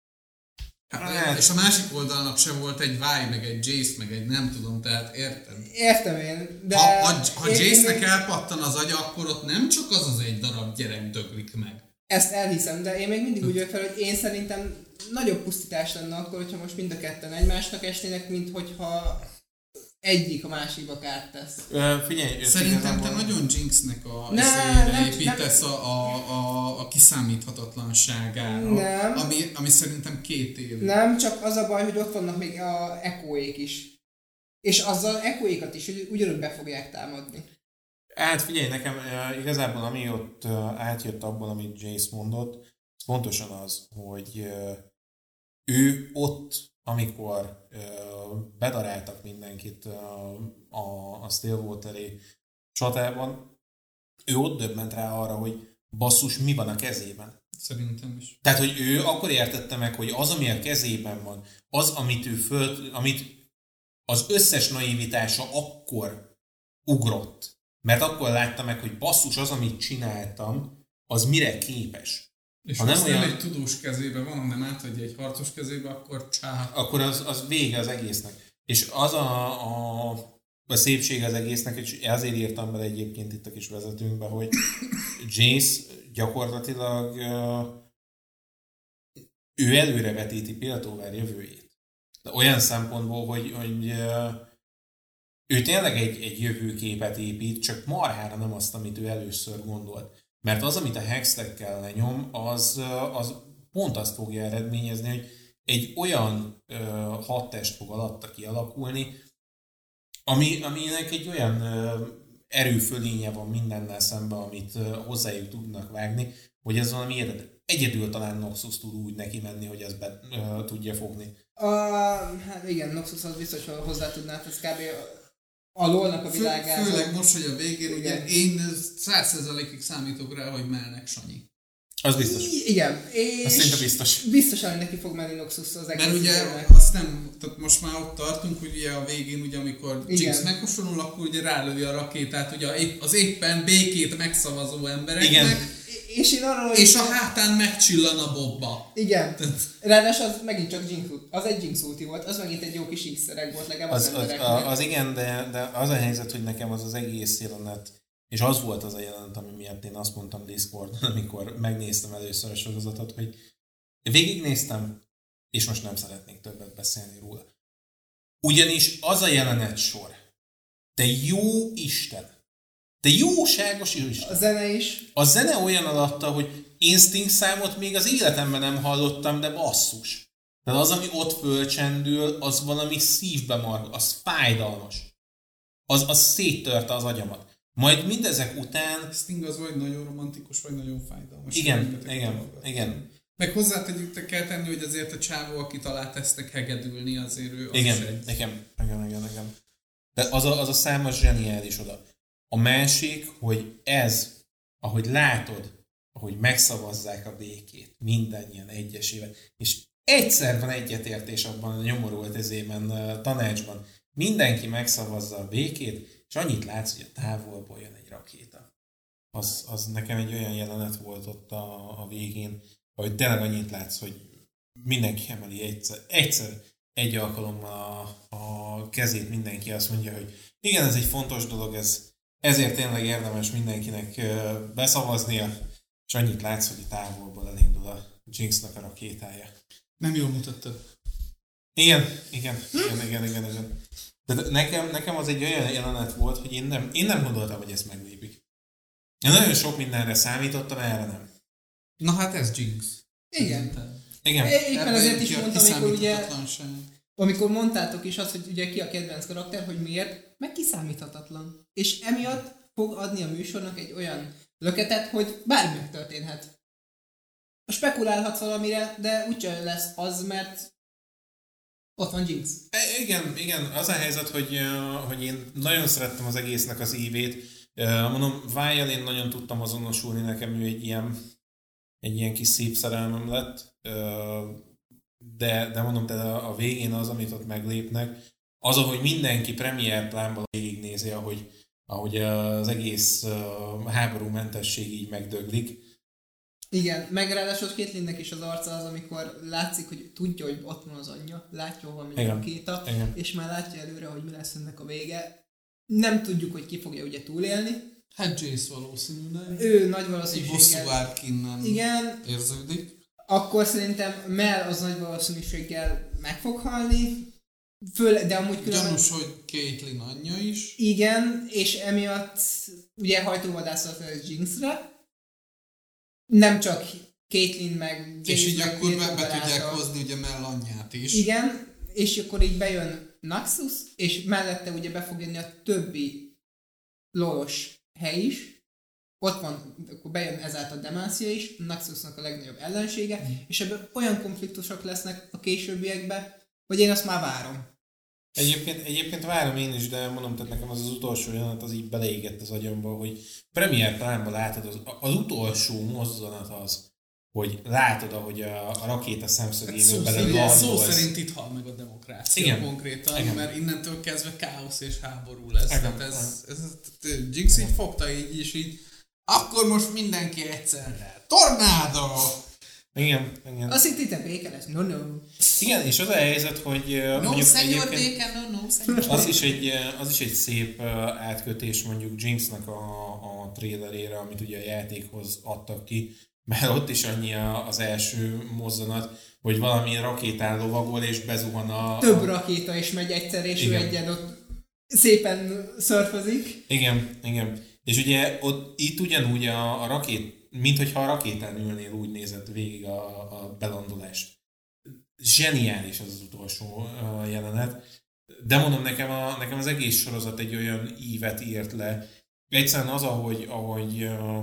Hát, és a másik oldalnak sem volt egy Vi, meg egy Jace, meg egy nem tudom, tehát értem. Értem én, de... Ha, ha, ha Jace-nek elpattan az agya, akkor ott nem csak az az egy darab gyerek döglik meg. Ezt elhiszem, de én még mindig úgy vagyok fel, hogy én szerintem nagyobb pusztítás lenne akkor, hogyha most mind a ketten egymásnak esnének, mint hogyha egyik a másikba kárt tesz. Uh, figyelj, szerintem te nagyon Jinxnek a ne, szélre építesz a, a, a, a kiszámíthatatlanságára, nem. Ami, ami szerintem két év. Nem, csak az a baj, hogy ott vannak még a Echoék is. És azzal Echoékat is ugyanúgy be fogják támadni. Hát figyelj, nekem uh, igazából ami ott uh, átjött abból, amit Jace mondott, az pontosan az, hogy uh, ő ott, amikor uh, bedaráltak mindenkit uh, a, a Stillwater-i csatában, ő ott döbbent rá arra, hogy basszus, mi van a kezében. Szerintem is. Tehát, hogy ő akkor értette meg, hogy az, ami a kezében van, az, amit ő föl, amit az összes naivitása akkor ugrott. Mert akkor látta meg, hogy basszus, az, amit csináltam, az mire képes. És ha nem, nem olyan... olyan... egy tudós kezébe van, hanem átadja egy harcos kezébe, akkor csá. Akkor az, az vége az egésznek. És az a, a, a szépség az egésznek, és ezért írtam bele egyébként itt a kis vezetőnkbe, hogy Jace gyakorlatilag ő előrevetíti Piltover jövőjét. De olyan szempontból, hogy, hogy ő tényleg egy, egy jövőképet épít, csak marhára nem azt, amit ő először gondolt. Mert az, amit a hextekkel lenyom, az, az pont azt fogja eredményezni, hogy egy olyan ö, hadtest fog alatta kialakulni, ami, aminek egy olyan ö, erőfölénye van mindennel szemben, amit ö, hozzájuk tudnak vágni, hogy ez valami eredet. Egyedül talán Noxus tud úgy neki menni, hogy ezt be ö, tudja fogni. A, hát igen, Noxus az biztos, hogy hozzá tudná, ez kb. A lolnak a világában. Fő, főleg most, hogy a végén, ugye én száz százalékig számítok rá, hogy mellnek Sanyi. Az biztos. I- igen. És azt szinte biztos. Biztosan, hogy neki fog menni Noxus az egész. Mert ugye időnek. azt nem, tehát most már ott tartunk, hogy ugye a végén, ugye amikor Jinx megkosolul, akkor ugye rálövi a rakétát, ugye az éppen békét megszavazó embereknek. Igen. És, én arról, és a hátán megcsillan a bobba. Igen. Ráadásul az megint csak Jinx, az egy Jinx ulti volt, az megint egy jó kis ízszereg volt legalább az, az, az, az, az igen, de, de az a helyzet, hogy nekem az az egész jelenet, és az volt az a jelenet, ami miatt én azt mondtam Discordon, amikor megnéztem először a sorozatot, hogy végignéztem, és most nem szeretnék többet beszélni róla. Ugyanis az a jelenet sor, te jó Isten, te jóságos Isten. A zene is. A zene olyan alatta, hogy Instinct számot még az életemben nem hallottam, de basszus. Tehát az, ami ott fölcsendül, az valami szívbe marad, az fájdalmas. Az, az széttörte az agyamat. Majd mindezek után... Sting az vagy nagyon romantikus, vagy nagyon fájdalmas. Igen, igen, igen. Meg hozzátegyük, kell tenni, hogy azért a csávó, aki talált ezt hegedülni, azért ő az igen, egy... igen, igen, igen, igen. De az a, az a szám az zseniális oda. A másik, hogy ez, ahogy látod, ahogy megszavazzák a békét, mindannyian egyesével, és egyszer van egyetértés abban a nyomorult ezében tanácsban, mindenki megszavazza a békét, és annyit látsz, hogy a távolból jön egy rakéta. Az, az nekem egy olyan jelenet volt ott a, a végén, hogy tényleg annyit látsz, hogy mindenki emeli egyszer, egyszer egy alkalommal a, a kezét, mindenki azt mondja, hogy igen, ez egy fontos dolog, ez, ezért tényleg érdemes mindenkinek beszavaznia, és annyit látsz, hogy távolból elindul a Jinxnak a rakétája. Nem jól mutattad. Igen, igen, igen, igen, igen, igen. De nekem, nekem az egy olyan jelenet volt, hogy én nem, én nem gondoltam, hogy ezt meglépik. Én nagyon sok mindenre számítottam, erre nem. Na hát ez Jinx. Igen. Igen. Éppen azért is mondtam, amikor ugye amikor mondtátok is azt, hogy ugye ki a kedvenc karakter, hogy miért, meg kiszámíthatatlan. És emiatt fog adni a műsornak egy olyan löketet, hogy bármi megtörténhet. Spekulálhatsz valamire, de úgyse lesz az, mert ott van Jinx. E, igen, igen, az a helyzet, hogy, uh, hogy én nagyon szerettem az egésznek az ívét. Uh, mondom, Vi-jel én nagyon tudtam azonosulni, nekem ő egy ilyen, egy ilyen kis szép szerelmem lett. Uh, de, de mondom, tehát a, a végén az, amit ott meglépnek, az, ahogy mindenki premier plánban végignézi, ahogy, ahogy az egész uh, háborúmentesség így megdöglik. Igen, meg ráadásul Caitlynnek is az arca az, amikor látszik, hogy tudja, hogy ott van az anyja, látja, hol megy a kéta, és már látja előre, hogy mi lesz ennek a vége. Nem tudjuk, hogy ki fogja ugye túlélni. Hát Jace valószínűleg. Ő nagy valószínűséggel... Bosszú árk innen igen, érződik. Akkor szerintem Mel az nagy valószínűséggel meg fog halni. Föl, de amúgy különben... Gyanús, hogy Caitlyn anyja is. Igen, és emiatt ugye hajtóvadászat lesz Jinxre. Nem csak Caitlyn meg... És így akkor be, be tudják hozni ugye Mel anyját is. Igen, és akkor így bejön Naxus, és mellette ugye be fog jönni a többi lolos hely is. Ott van, akkor bejön ezáltal Demacia is, Naxusnak a legnagyobb ellensége, mm. és ebből olyan konfliktusok lesznek a későbbiekben, hogy én azt már várom. Egyébként, egyébként várom én is, de mondom, tehát nekem az az utolsó jelenet az így beleégett az agyamba, hogy premier plánban látod, az, az utolsó mozzanat az, hogy látod, ahogy a, a rakéta szemszögéből hát bele szó szerint itt hal meg a demokrácia. Igen. Konkrétan, igen. Mert innentől kezdve káosz és háború lesz. Igen. Tehát ez, ez, ez Jinx így fogta így is így, akkor most mindenki egyszerre. Tornádó! Igen, igen. Azt hittem béke lesz, no no. Igen, és az a helyzet, hogy no, mondjuk senyor béke, no no, senyor. Az is egy, az is egy szép átkötés mondjuk Jinxnak a, a trailerére, amit ugye a játékhoz adtak ki, mert ott is annyi az első mozzanat, hogy valami rakétán lovagol és bezuhan a... Több rakéta is megy egyszer, és igen. Ő egyen ott szépen szörfözik. Igen, igen. És ugye ott, itt ugyanúgy a, a rakét, mint hogyha a rakétán ülnél, úgy nézett végig a, a belandolást. Zseniális az az utolsó jelenet. De mondom, nekem, a, nekem az egész sorozat egy olyan ívet írt le. Egyszerűen az, ahogy, ahogy, uh,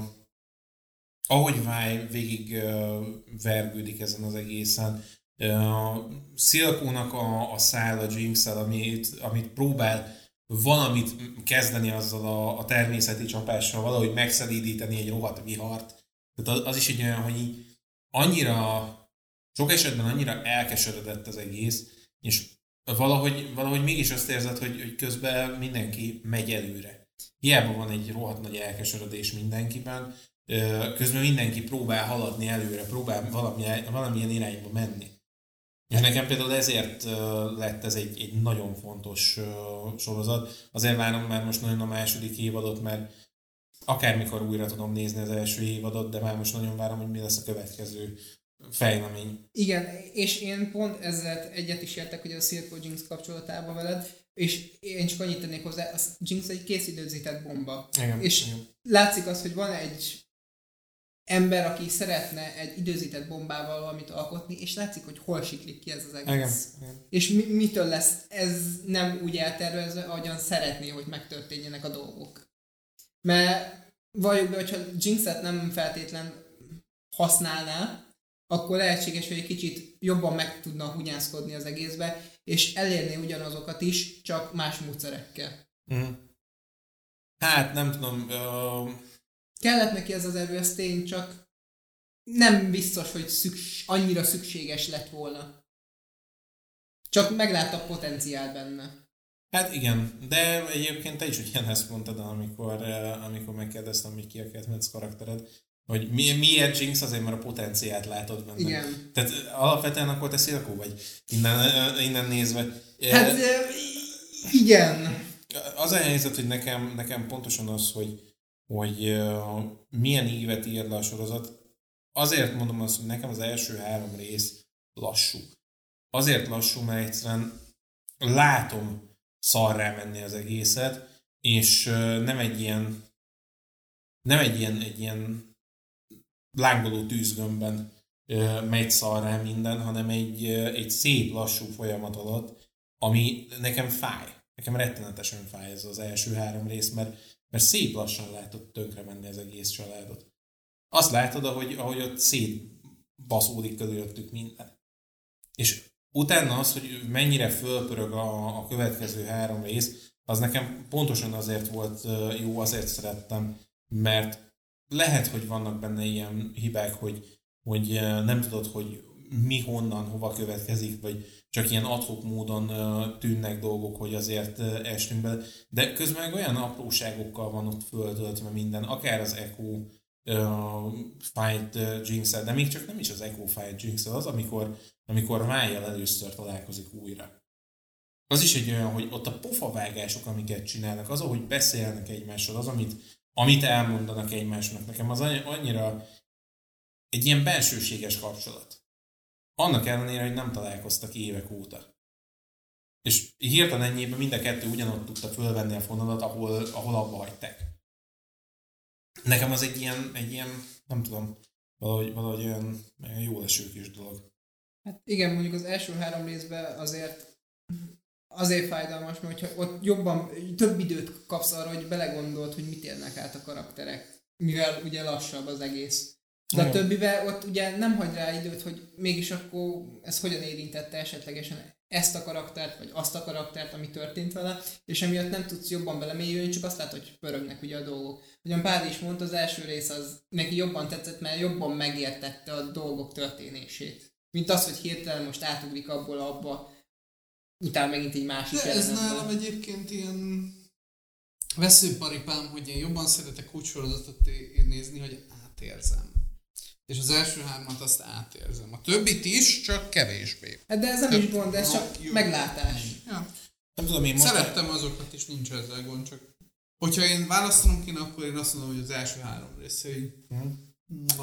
ahogy Vi végig uh, vergődik ezen az egészen. Uh, Silkónak a, a szál a Jinx-el, amit, amit próbál valamit kezdeni azzal a, a természeti csapással, valahogy megszelídíteni egy rohadt vihart. Tehát az, az is egy olyan, hogy így annyira, sok esetben annyira elkeseredett az egész, és valahogy, valahogy mégis azt érzed, hogy, hogy közben mindenki megy előre. Hiába van egy rohadt nagy elkeseredés mindenkiben, közben mindenki próbál haladni előre, próbál valamilyen, valamilyen irányba menni. És nekem például ezért lett ez egy, egy nagyon fontos sorozat. Azért várom már most nagyon a második évadot, mert akármikor újra tudom nézni az első évadot, de már most nagyon várom, hogy mi lesz a következő fejlemény. Igen, és én pont ezzel egyet is értek, hogy a Silco Jinx kapcsolatában veled, és én csak annyit tennék hozzá, a Jinx egy kész időzített bomba. Igen, és igen. Látszik az, hogy van egy ember, aki szeretne egy időzített bombával valamit alkotni, és látszik, hogy hol siklik ki ez az egész. Igen, igen. És mi, mitől lesz ez nem úgy eltervezve, ahogyan szeretné, hogy megtörténjenek a dolgok. Mert valljuk be, hogyha Jinxet nem feltétlen használná, akkor lehetséges, hogy egy kicsit jobban meg tudna hunyászkodni az egészbe, és elérni ugyanazokat is, csak más módszerekkel. Mm. Hát nem tudom... Uh... Kellett neki ez az erő, ez tény, csak nem biztos, hogy szüks- annyira szükséges lett volna. Csak meglátta a potenciált benne. Hát igen, de egyébként te is ugyanezt mondtad, amikor, amikor megkérdeztem, hogy ki a kedvenc karaktered, hogy mi, miért Jinx, azért, mert a potenciált látod benne. Igen. Tehát alapvetően akkor te Silco vagy, innen, innen nézve. Hát igen. Az a helyzet, hogy nekem, nekem pontosan az, hogy hogy uh, milyen ívet ír le a sorozat. Azért mondom azt, hogy nekem az első három rész lassú. Azért lassú, mert egyszerűen látom szarrá menni az egészet, és uh, nem egy ilyen nem egy ilyen, egy ilyen lángoló tűzgömbben uh, megy szarrá minden, hanem egy, uh, egy szép lassú folyamat alatt ami nekem fáj. Nekem rettenetesen fáj ez az első három rész, mert, mert szép lassan látod tönkre menni az egész családot. Azt látod, ahogy, ahogy ott szétbaszódik körülöttük minden. És utána az, hogy mennyire fölpörög a, a következő három rész, az nekem pontosan azért volt jó, azért szerettem, mert lehet, hogy vannak benne ilyen hibák, hogy, hogy nem tudod, hogy mi honnan, hova következik, vagy csak ilyen ad-hoc módon tűnnek dolgok, hogy azért estünk bele. De közben meg olyan apróságokkal van ott föltöltve minden, akár az Echo uh, Fight Jinx-el, de még csak nem is az Echo Fight Jinx-el, az, amikor, amikor Májjal először találkozik újra. Az is egy olyan, hogy ott a pofavágások, amiket csinálnak, az, ahogy beszélnek egymással, az, amit, amit elmondanak egymásnak, nekem az annyira egy ilyen belsőséges kapcsolat. Annak ellenére, hogy nem találkoztak évek óta. És hirtelen ennyiben mind a kettő ugyanott tudta fölvenni a fonalat, ahol, ahol abba hagyták. Nekem az egy ilyen, egy ilyen nem tudom, valahogy, valahogy olyan, olyan jó leső kis dolog. Hát igen, mondjuk az első három részben azért azért fájdalmas, mert hogyha ott jobban, több időt kapsz arra, hogy belegondolt, hogy mit élnek át a karakterek. Mivel ugye lassabb az egész. De a többivel ott ugye nem hagy rá időt, hogy mégis akkor ez hogyan érintette esetlegesen ezt a karaktert, vagy azt a karaktert, ami történt vele, és emiatt nem tudsz jobban belemélyülni, csak azt látod, hogy pörögnek ugye a dolgok. Ugyan Pál is mondta, az első rész az neki jobban tetszett, mert jobban megértette a dolgok történését. Mint az, hogy hirtelen most átugrik abból abba, utána megint egy másik De ez nálam egyébként ilyen veszőparipám, hogy én jobban szeretek úgy sorozatot nézni, hogy átérzem. És az első hármat azt átérzem. A többit is, csak kevésbé. Hát de ez nem is gond, ez csak jó. Meglátás. Ja. Nem tudom, én most szerettem azokat is, nincs ezzel gond, csak hogyha én választanom kéne, akkor én azt mondom, hogy az első három részei. Hmm.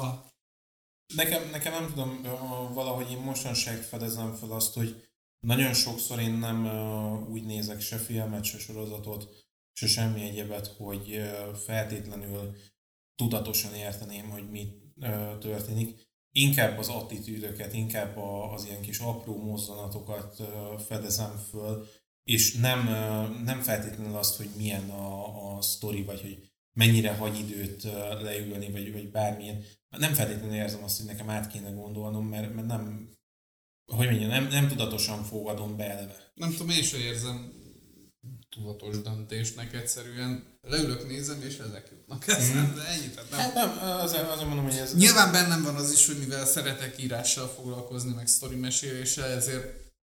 Nekem, nekem nem tudom, valahogy én mostanság fedezem fel azt, hogy nagyon sokszor én nem úgy nézek se filmet, se sorozatot, se semmi egyebet, hogy feltétlenül tudatosan érteném, hogy mi történik. Inkább az attitűdöket, inkább az ilyen kis apró mozzanatokat fedezem föl, és nem, nem feltétlenül azt, hogy milyen a, a sztori, vagy hogy mennyire hagy időt leülni, vagy, vagy bármilyen. Nem feltétlenül érzem azt, hogy nekem át kéne gondolnom, mert, mert nem, hogy mondjam, nem, nem tudatosan fogadom be eleve. Nem tudom, én sem érzem tudatos döntésnek egyszerűen. Leülök, nézem, és ezek jutnak eszembe, mm. de ennyit. Nem. Hát nem, azért, azért mondom, hogy ez... Nyilván bennem van az is, hogy mivel szeretek írással foglalkozni, meg sztori meséléssel, ezért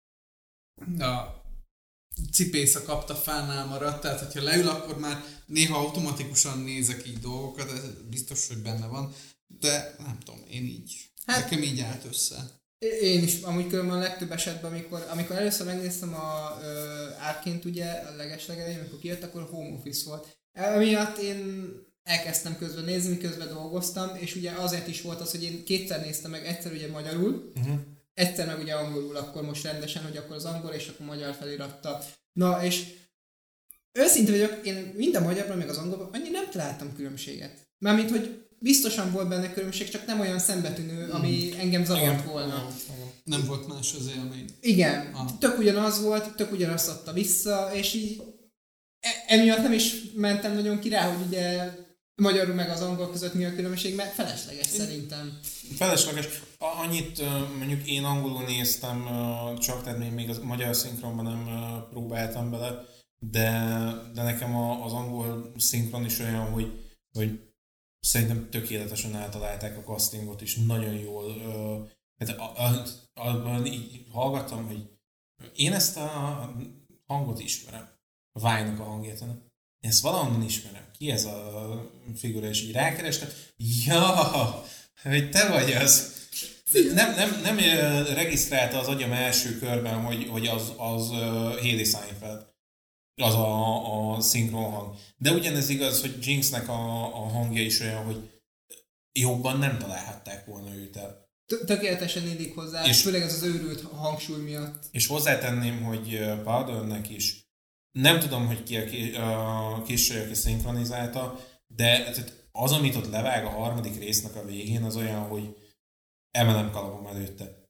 a cipész a kapta fánál maradt, tehát hogyha leül, akkor már néha automatikusan nézek így dolgokat, ez biztos, hogy benne van, de nem tudom, én így, hát, nekem így állt össze. Én is, amúgy különben a legtöbb esetben, amikor, amikor először megnéztem a uh, Arkane-t ugye, a legeslegelején, amikor kijött, akkor home office volt. Emiatt én elkezdtem közben nézni, miközben dolgoztam, és ugye azért is volt az, hogy én kétszer néztem meg, egyszer ugye magyarul, uh-huh. egyszer meg ugye angolul, akkor most rendesen, hogy akkor az angol, és akkor magyar feliratta. Na, és őszinte vagyok, én mind a magyarban, meg az angolban annyira nem találtam különbséget. Mármint, hogy biztosan volt benne különbség, csak nem olyan szembetűnő, ami engem zavart volna. Nem volt más az élmény. Igen, ah. tök ugyanaz volt, tök ugyanazt adta vissza, és így emiatt nem is mentem nagyon ki rá, hogy ugye magyarul meg az angol között mi a különbség, mert felesleges szerintem. Felesleges. Annyit mondjuk én angolul néztem csak, tehát még, még a magyar szinkronban nem próbáltam bele, de, de nekem az angol szinkron is olyan, hogy, hogy szerintem tökéletesen eltalálták a castingot is, nagyon jól. Hát abban így hallgattam, hogy én ezt a hangot ismerem, a Vájnak a hangját. Én ezt valahonnan ismerem. Ki ez a figura? És így rákerestem. Ja, hogy te vagy az. Nem, nem, nem regisztrálta az agyam első körben, hogy, hogy az, az Hailee Steinfeld. Az a, a szinkron hang. De ugyanez igaz, hogy Jinxnek a, a hangja is olyan, hogy jobban nem találhatták volna őt el. Tökéletesen illik hozzá, és főleg ez az őrült hangsúly miatt. És hozzátenném, hogy Powdernek is nem tudom, hogy ki a később, aki szinkronizálta, de az, amit ott levág a harmadik résznek a végén, az olyan, hogy emelem kalapom előtte.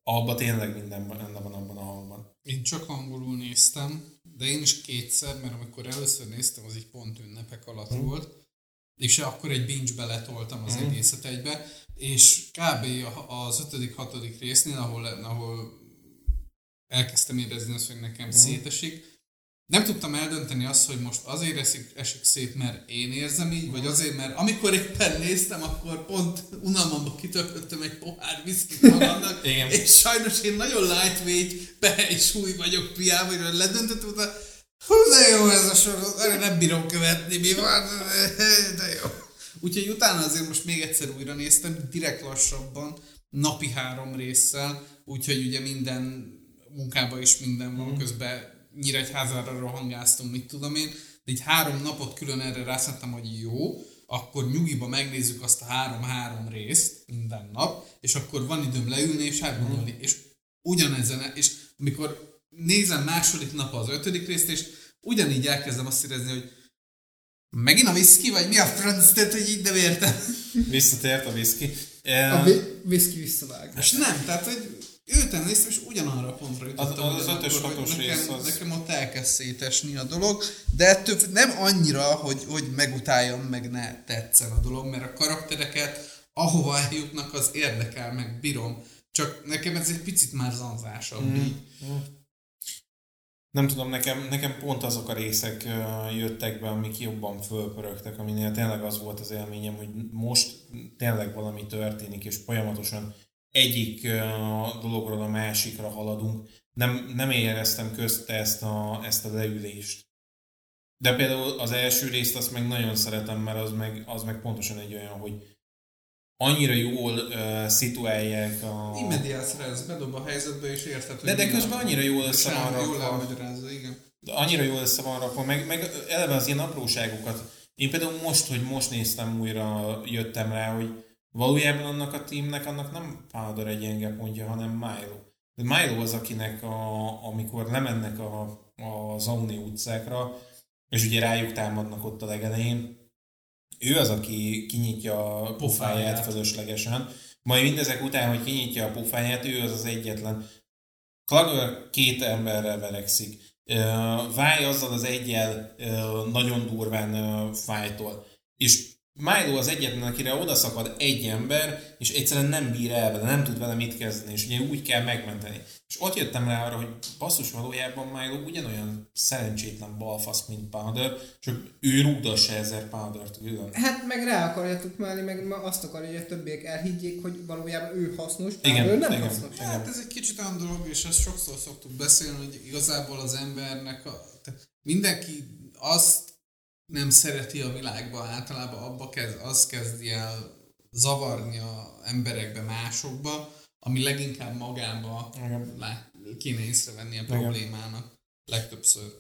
abban tényleg minden benne van abban a hangban. Én csak angolul néztem, de én is kétszer, mert amikor először néztem, az így pont ünnepek alatt mm. volt, és akkor egy binge-be letoltam az mm. egészet egybe, és kb. Az ötödik, hatodik résznél, ahol, ahol elkezdtem érezni azt, hogy nekem mm. szétesik, nem tudtam eldönteni azt, hogy most azért esik, esik szét, mert én érzem így, vagy azért, mert amikor éppen néztem, akkor pont unalmamban kitöltöttem egy pohár viszkit magamnak, és sajnos én nagyon lightweight, pehely vagyok piába, hogy ledöntöttem, utána, hú, de jó ez a sor, nem bírom követni, mi van, de jó. Úgyhogy utána azért most még egyszer újra néztem, direkt lassabban, napi három résszel, úgyhogy ugye minden munkában is minden van, mm. közben Nyíregyházára rohangáztunk, mit tudom én, de így három napot külön erre rászántam, hogy jó, akkor nyugiba megnézzük azt a három-három részt minden nap, és akkor van időm leülni és átgondolni, mm. és ugyanezen, és amikor nézem második nap az ötödik részt, és ugyanígy elkezdem azt érezni, hogy megint a whisky, vagy mi a franc, tehát, hogy így nem értem. Visszatért a whisky. A vi- whisky visszavág. És nem, tehát, hogy őten néztem, és ugyanarra a pontra jutottam. Az, az, az ötös, hatos rész nekem, az... nekem ott elkezd szétesni a dolog, de ettől nem annyira, hogy, hogy megutáljam, meg ne tetszen a dolog, mert a karaktereket, ahova eljutnak, az érdekel, meg bírom. Csak nekem ez egy picit már zanzásabb. Mm. Mm. Nem tudom, nekem, nekem pont azok a részek jöttek be, amik jobban fölpörögtek, aminél tényleg az volt az élményem, hogy most tényleg valami történik, és folyamatosan egyik dologról a másikra haladunk. Nem, nem éreztem közte ezt a, ezt a leülést. De például az első részt azt meg nagyon szeretem, mert az meg, az meg pontosan egy olyan, hogy annyira jól uh, szituálják a... Immediás rez, bedob a helyzetbe és érted, De, de közben annyira jól össze van rakva. Jól elmagyarázza, igen. Annyira jól össze van rakva, meg, meg eleve az ilyen apróságokat. Én például most, hogy most néztem újra, jöttem rá, hogy valójában annak a teamnek annak nem Powder egy gyenge pontja, hanem Milo. De Milo az, akinek a, amikor lemennek a, a Zauni utcákra, és ugye rájuk támadnak ott a legelején, ő az, aki kinyitja a pofáját fölöslegesen. Majd mindezek után, hogy kinyitja a pofáját, ő az az egyetlen. Clagger két emberrel verekszik. Váj azzal az egyel nagyon durván fájtol. És Milo az egyetlen, akire odaszakad egy ember, és egyszerűen nem bír el vele, nem tud vele mit kezdeni, és ugye úgy kell megmenteni. És ott jöttem rá arra, hogy basszus, valójában Milo ugyanolyan szerencsétlen balfasz, mint Powder, csak ő rúgdassa ezer Powdert külön. Hát meg rá akarjatok mellé, meg azt akarja, hogy a többiek elhiggyék, hogy valójában ő hasznos, igen, ő nem igen, hasznos. igen. Hát ez egy kicsit olyan dolog, és ezt sokszor szoktuk beszélni, hogy igazából az embernek, a, mindenki azt nem szereti a világban, általában abba kezd, az kezdi el zavarni a emberekbe, másokba, ami leginkább magába lá, kéne észrevenni a problémának legtöbbször.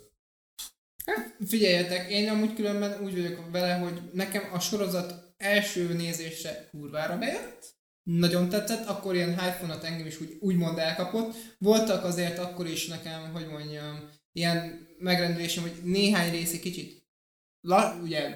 Hát figyeljetek, én amúgy különben úgy vagyok vele, hogy nekem a sorozat első nézésre kurvára bejött, nagyon tetszett, akkor ilyen hype-fonat engem is úgy, úgymond elkapott. Voltak azért akkor is nekem, hogy mondjam, ilyen megrendülésem, hogy néhány rész egy kicsit La, ugye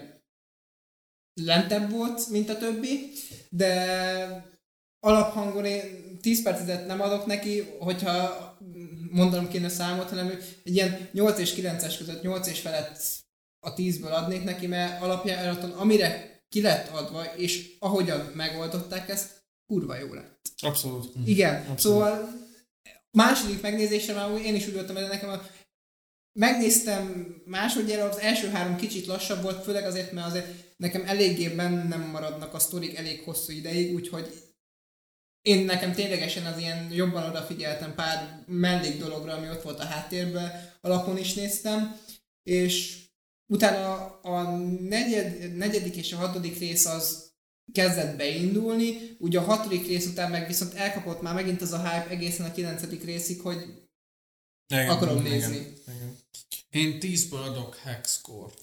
lentebb volt, mint a többi, de alaphangon én tíz percet nem adok neki, hogyha mondanom kéne számot, hanem egy ilyen nyolc és kilences között nyolc és felett a tízből adnék neki, mert alapjáraton amire ki lett adva, és ahogyan megoldották ezt, kurva jó lett. Abszolút. Igen, Abszolút. Szóval második megnézésre már én is úgy voltam, hogy nekem a megnéztem másodjára, az első három kicsit lassabb volt, főleg azért, mert azért nekem eléggé bennem maradnak a sztorik elég hosszú ideig, úgyhogy én nekem ténylegesen az ilyen jobban odafigyeltem pár mellék dologra, ami ott volt a háttérben, alapon is néztem, és utána a negyed, negyedik és a hatodik rész az kezdett beindulni, ugye a hatodik rész után meg viszont elkapott már megint az a hype egészen a kilencedik részig, hogy igen, akarom igen, nézni. Igen. Én tízből adok hack score.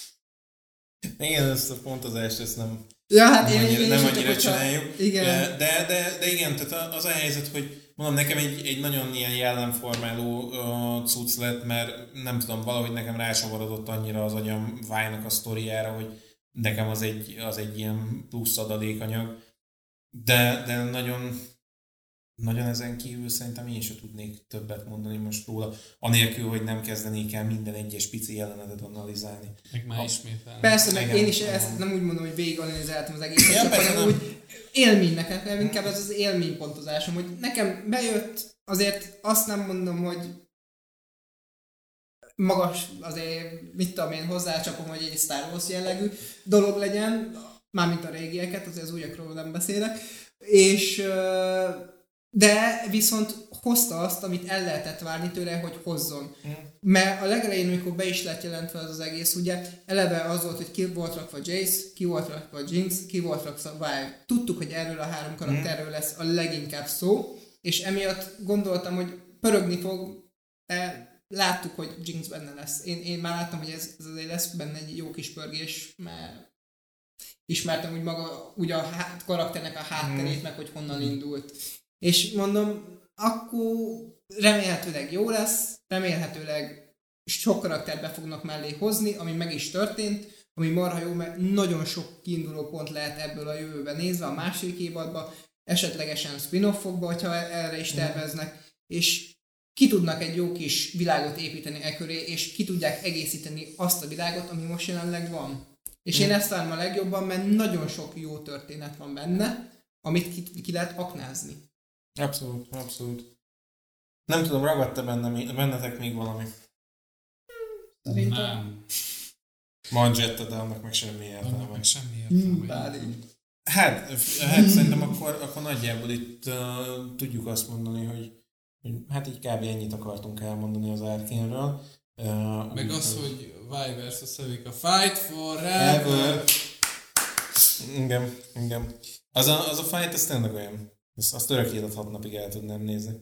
Igen, ezt a pontozást ezt nem, ja, hát nem én, annyira, én nem csak, annyira csináljuk. Igen. De, de, de igen, tehát az a helyzet, hogy mondom, nekem egy, egy nagyon ilyen jellemformáló uh, cucc lett, mert nem tudom, valahogy nekem rásavarodott annyira az agyam Vájnak a sztoriára, hogy nekem az egy, az egy ilyen plusz adalékanyag. De, de nagyon nagyon ezen kívül szerintem én sem tudnék többet mondani most róla, anélkül, hogy nem kezdenék el minden egyes pici jelenetet analizálni. Meg már ismételni. Persze, meg Igen. én is ezt nem úgy mondom, hogy végiganalizáltam az egészet, Ja, csak persze hanem nem. úgy élmény nekem, inkább ez az élménypontozásom, hogy nekem bejött, azért azt nem mondom, hogy magas, azért mit tudom én hozzácsapom, hogy egy Star Wars jellegű dolog legyen, mármint a régieket, azért az újakról nem beszélek, és de viszont hozta azt, amit el lehetett várni tőle, hogy hozzon. Mm. Mert a legelején, amikor be is lett jelentve az az egész, ugye eleve az volt, hogy ki volt rakva Jace, ki volt rakva Jinx, ki volt rakva Vibe. Tudtuk, hogy erről a három karakterről lesz a leginkább szó, és emiatt gondoltam, hogy pörögni fog, de láttuk, hogy Jinx benne lesz. Én, én már láttam, hogy ez, ez azért lesz benne egy jó kis pörgés, mert ismertem úgy maga, úgy a hát, karakternek a hátterét, mm. meg hogy honnan indult. És mondom, akkor remélhetőleg jó lesz, remélhetőleg sok karaktert be fognak mellé hozni, ami meg is történt, ami marha jó, mert nagyon sok kiinduló pont lehet ebből a jövőben nézve, a második évadban, esetlegesen spin-offokba, hogyha erre is terveznek, és ki tudnak egy jó kis világot építeni e köré, és ki tudják egészíteni azt a világot, ami most jelenleg van. És én ezt várom a legjobban, mert nagyon sok jó történet van benne, amit ki, ki lehet aknázni. Abszolút, abszolút. Nem tudom, ragadt-e benne, bennetek még valami? Szerintem. Nem. Van Jetta, de annak meg semmi értelme. Annak meg semmi Hmm, értelme. Hát, hát szerintem akkor, akkor nagyjából itt uh, tudjuk azt mondani, hogy, hogy hát így kb. Ennyit akartunk elmondani az Arcane-ről. Uh, Meg úgy, az, hogy Vi versus Evika Fight Forever. Ever. Igen, igen. Az a, az a fight, az tényleg olyan. Azt, azt örök élet hat napig el tudnám nézni.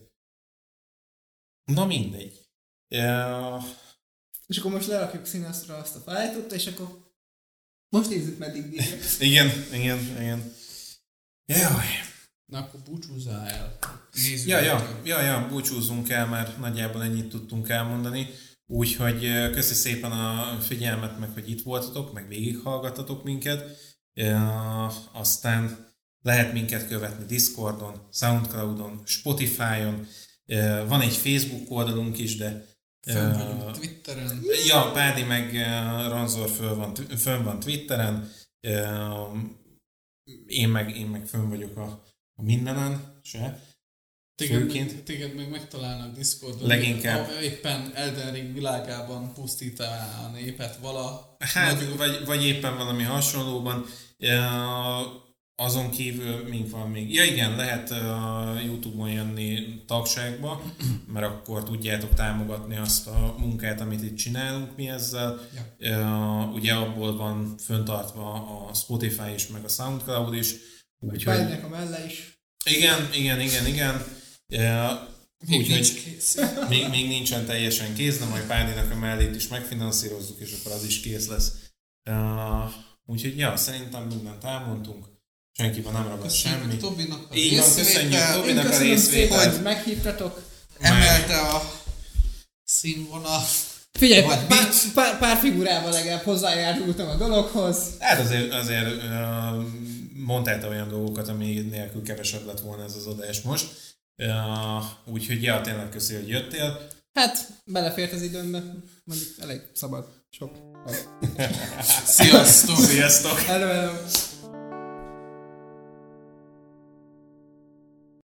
Na mindegy. Uh, És akkor most lerakjuk színeszre azt a fightot, és akkor most nézzük meddig bírja. igen, igen, igen. Jaj. Na akkor búcsúzzál el. Nézzük. Ja, ja, ja, ja, búcsúzzunk el, mert nagyjából ennyit tudtunk elmondani. Úgyhogy köszi szépen a figyelmet, meg hogy itt voltatok, meg végighallgattatok minket. Uh, aztán lehet minket követni Discordon, Soundcloudon, Spotify-on. Uh, van egy Facebook oldalunk is, de... Fönn vagyunk Twitteren. Ja, Pádi meg uh, Ranzor föl van, fönn van Twitteren. Uh, én, meg, én meg fönn vagyok a, a mindenen, se. Téged, téged még megtalálnak Discordon. Leginkább. Ha éppen Elden Ring világában pusztítaná a népet vala. Hát, vagy, vagy éppen valami hasonlóban. Uh, azon kívül mink van még. Ja igen, lehet uh, YouTube-on jönni tagságba, mert akkor tudjátok támogatni azt a munkát, amit itt csinálunk mi ezzel. Ja. Uh, ugye abból van föntartva a Spotify is, meg a Soundcloud is. Úgyhogy... a melle is. Igen, igen, igen, igen. Uh, még, úgy, nincs hogy kész. még, még nincsen teljesen kész, de majd Pádinak a mellét is megfinanszírozzuk, és akkor az is kész lesz. Uh, úgyhogy ja, szerintem mindent elmondtunk. Senkiben nem ragad semmi. Köszönjük Tobinak a Így van, köszönjük Tobinak a szépen, részvételt. hogy meghívtatok. Emelte a színvonal. Figyelj, Vagy pár, mit? pár, pár figurával legalább hozzájárultam a dologhoz. Hát azért, azért uh, mondtál te olyan dolgokat, ami nélkül kevesebb lett volna ez az adás most. Uh, úgyhogy ja, tényleg köszi, hogy jöttél. Hát, belefért az időmbe. Mondjuk elég szabad. Sok. Sziasztok! Sziasztok! Hello, hello.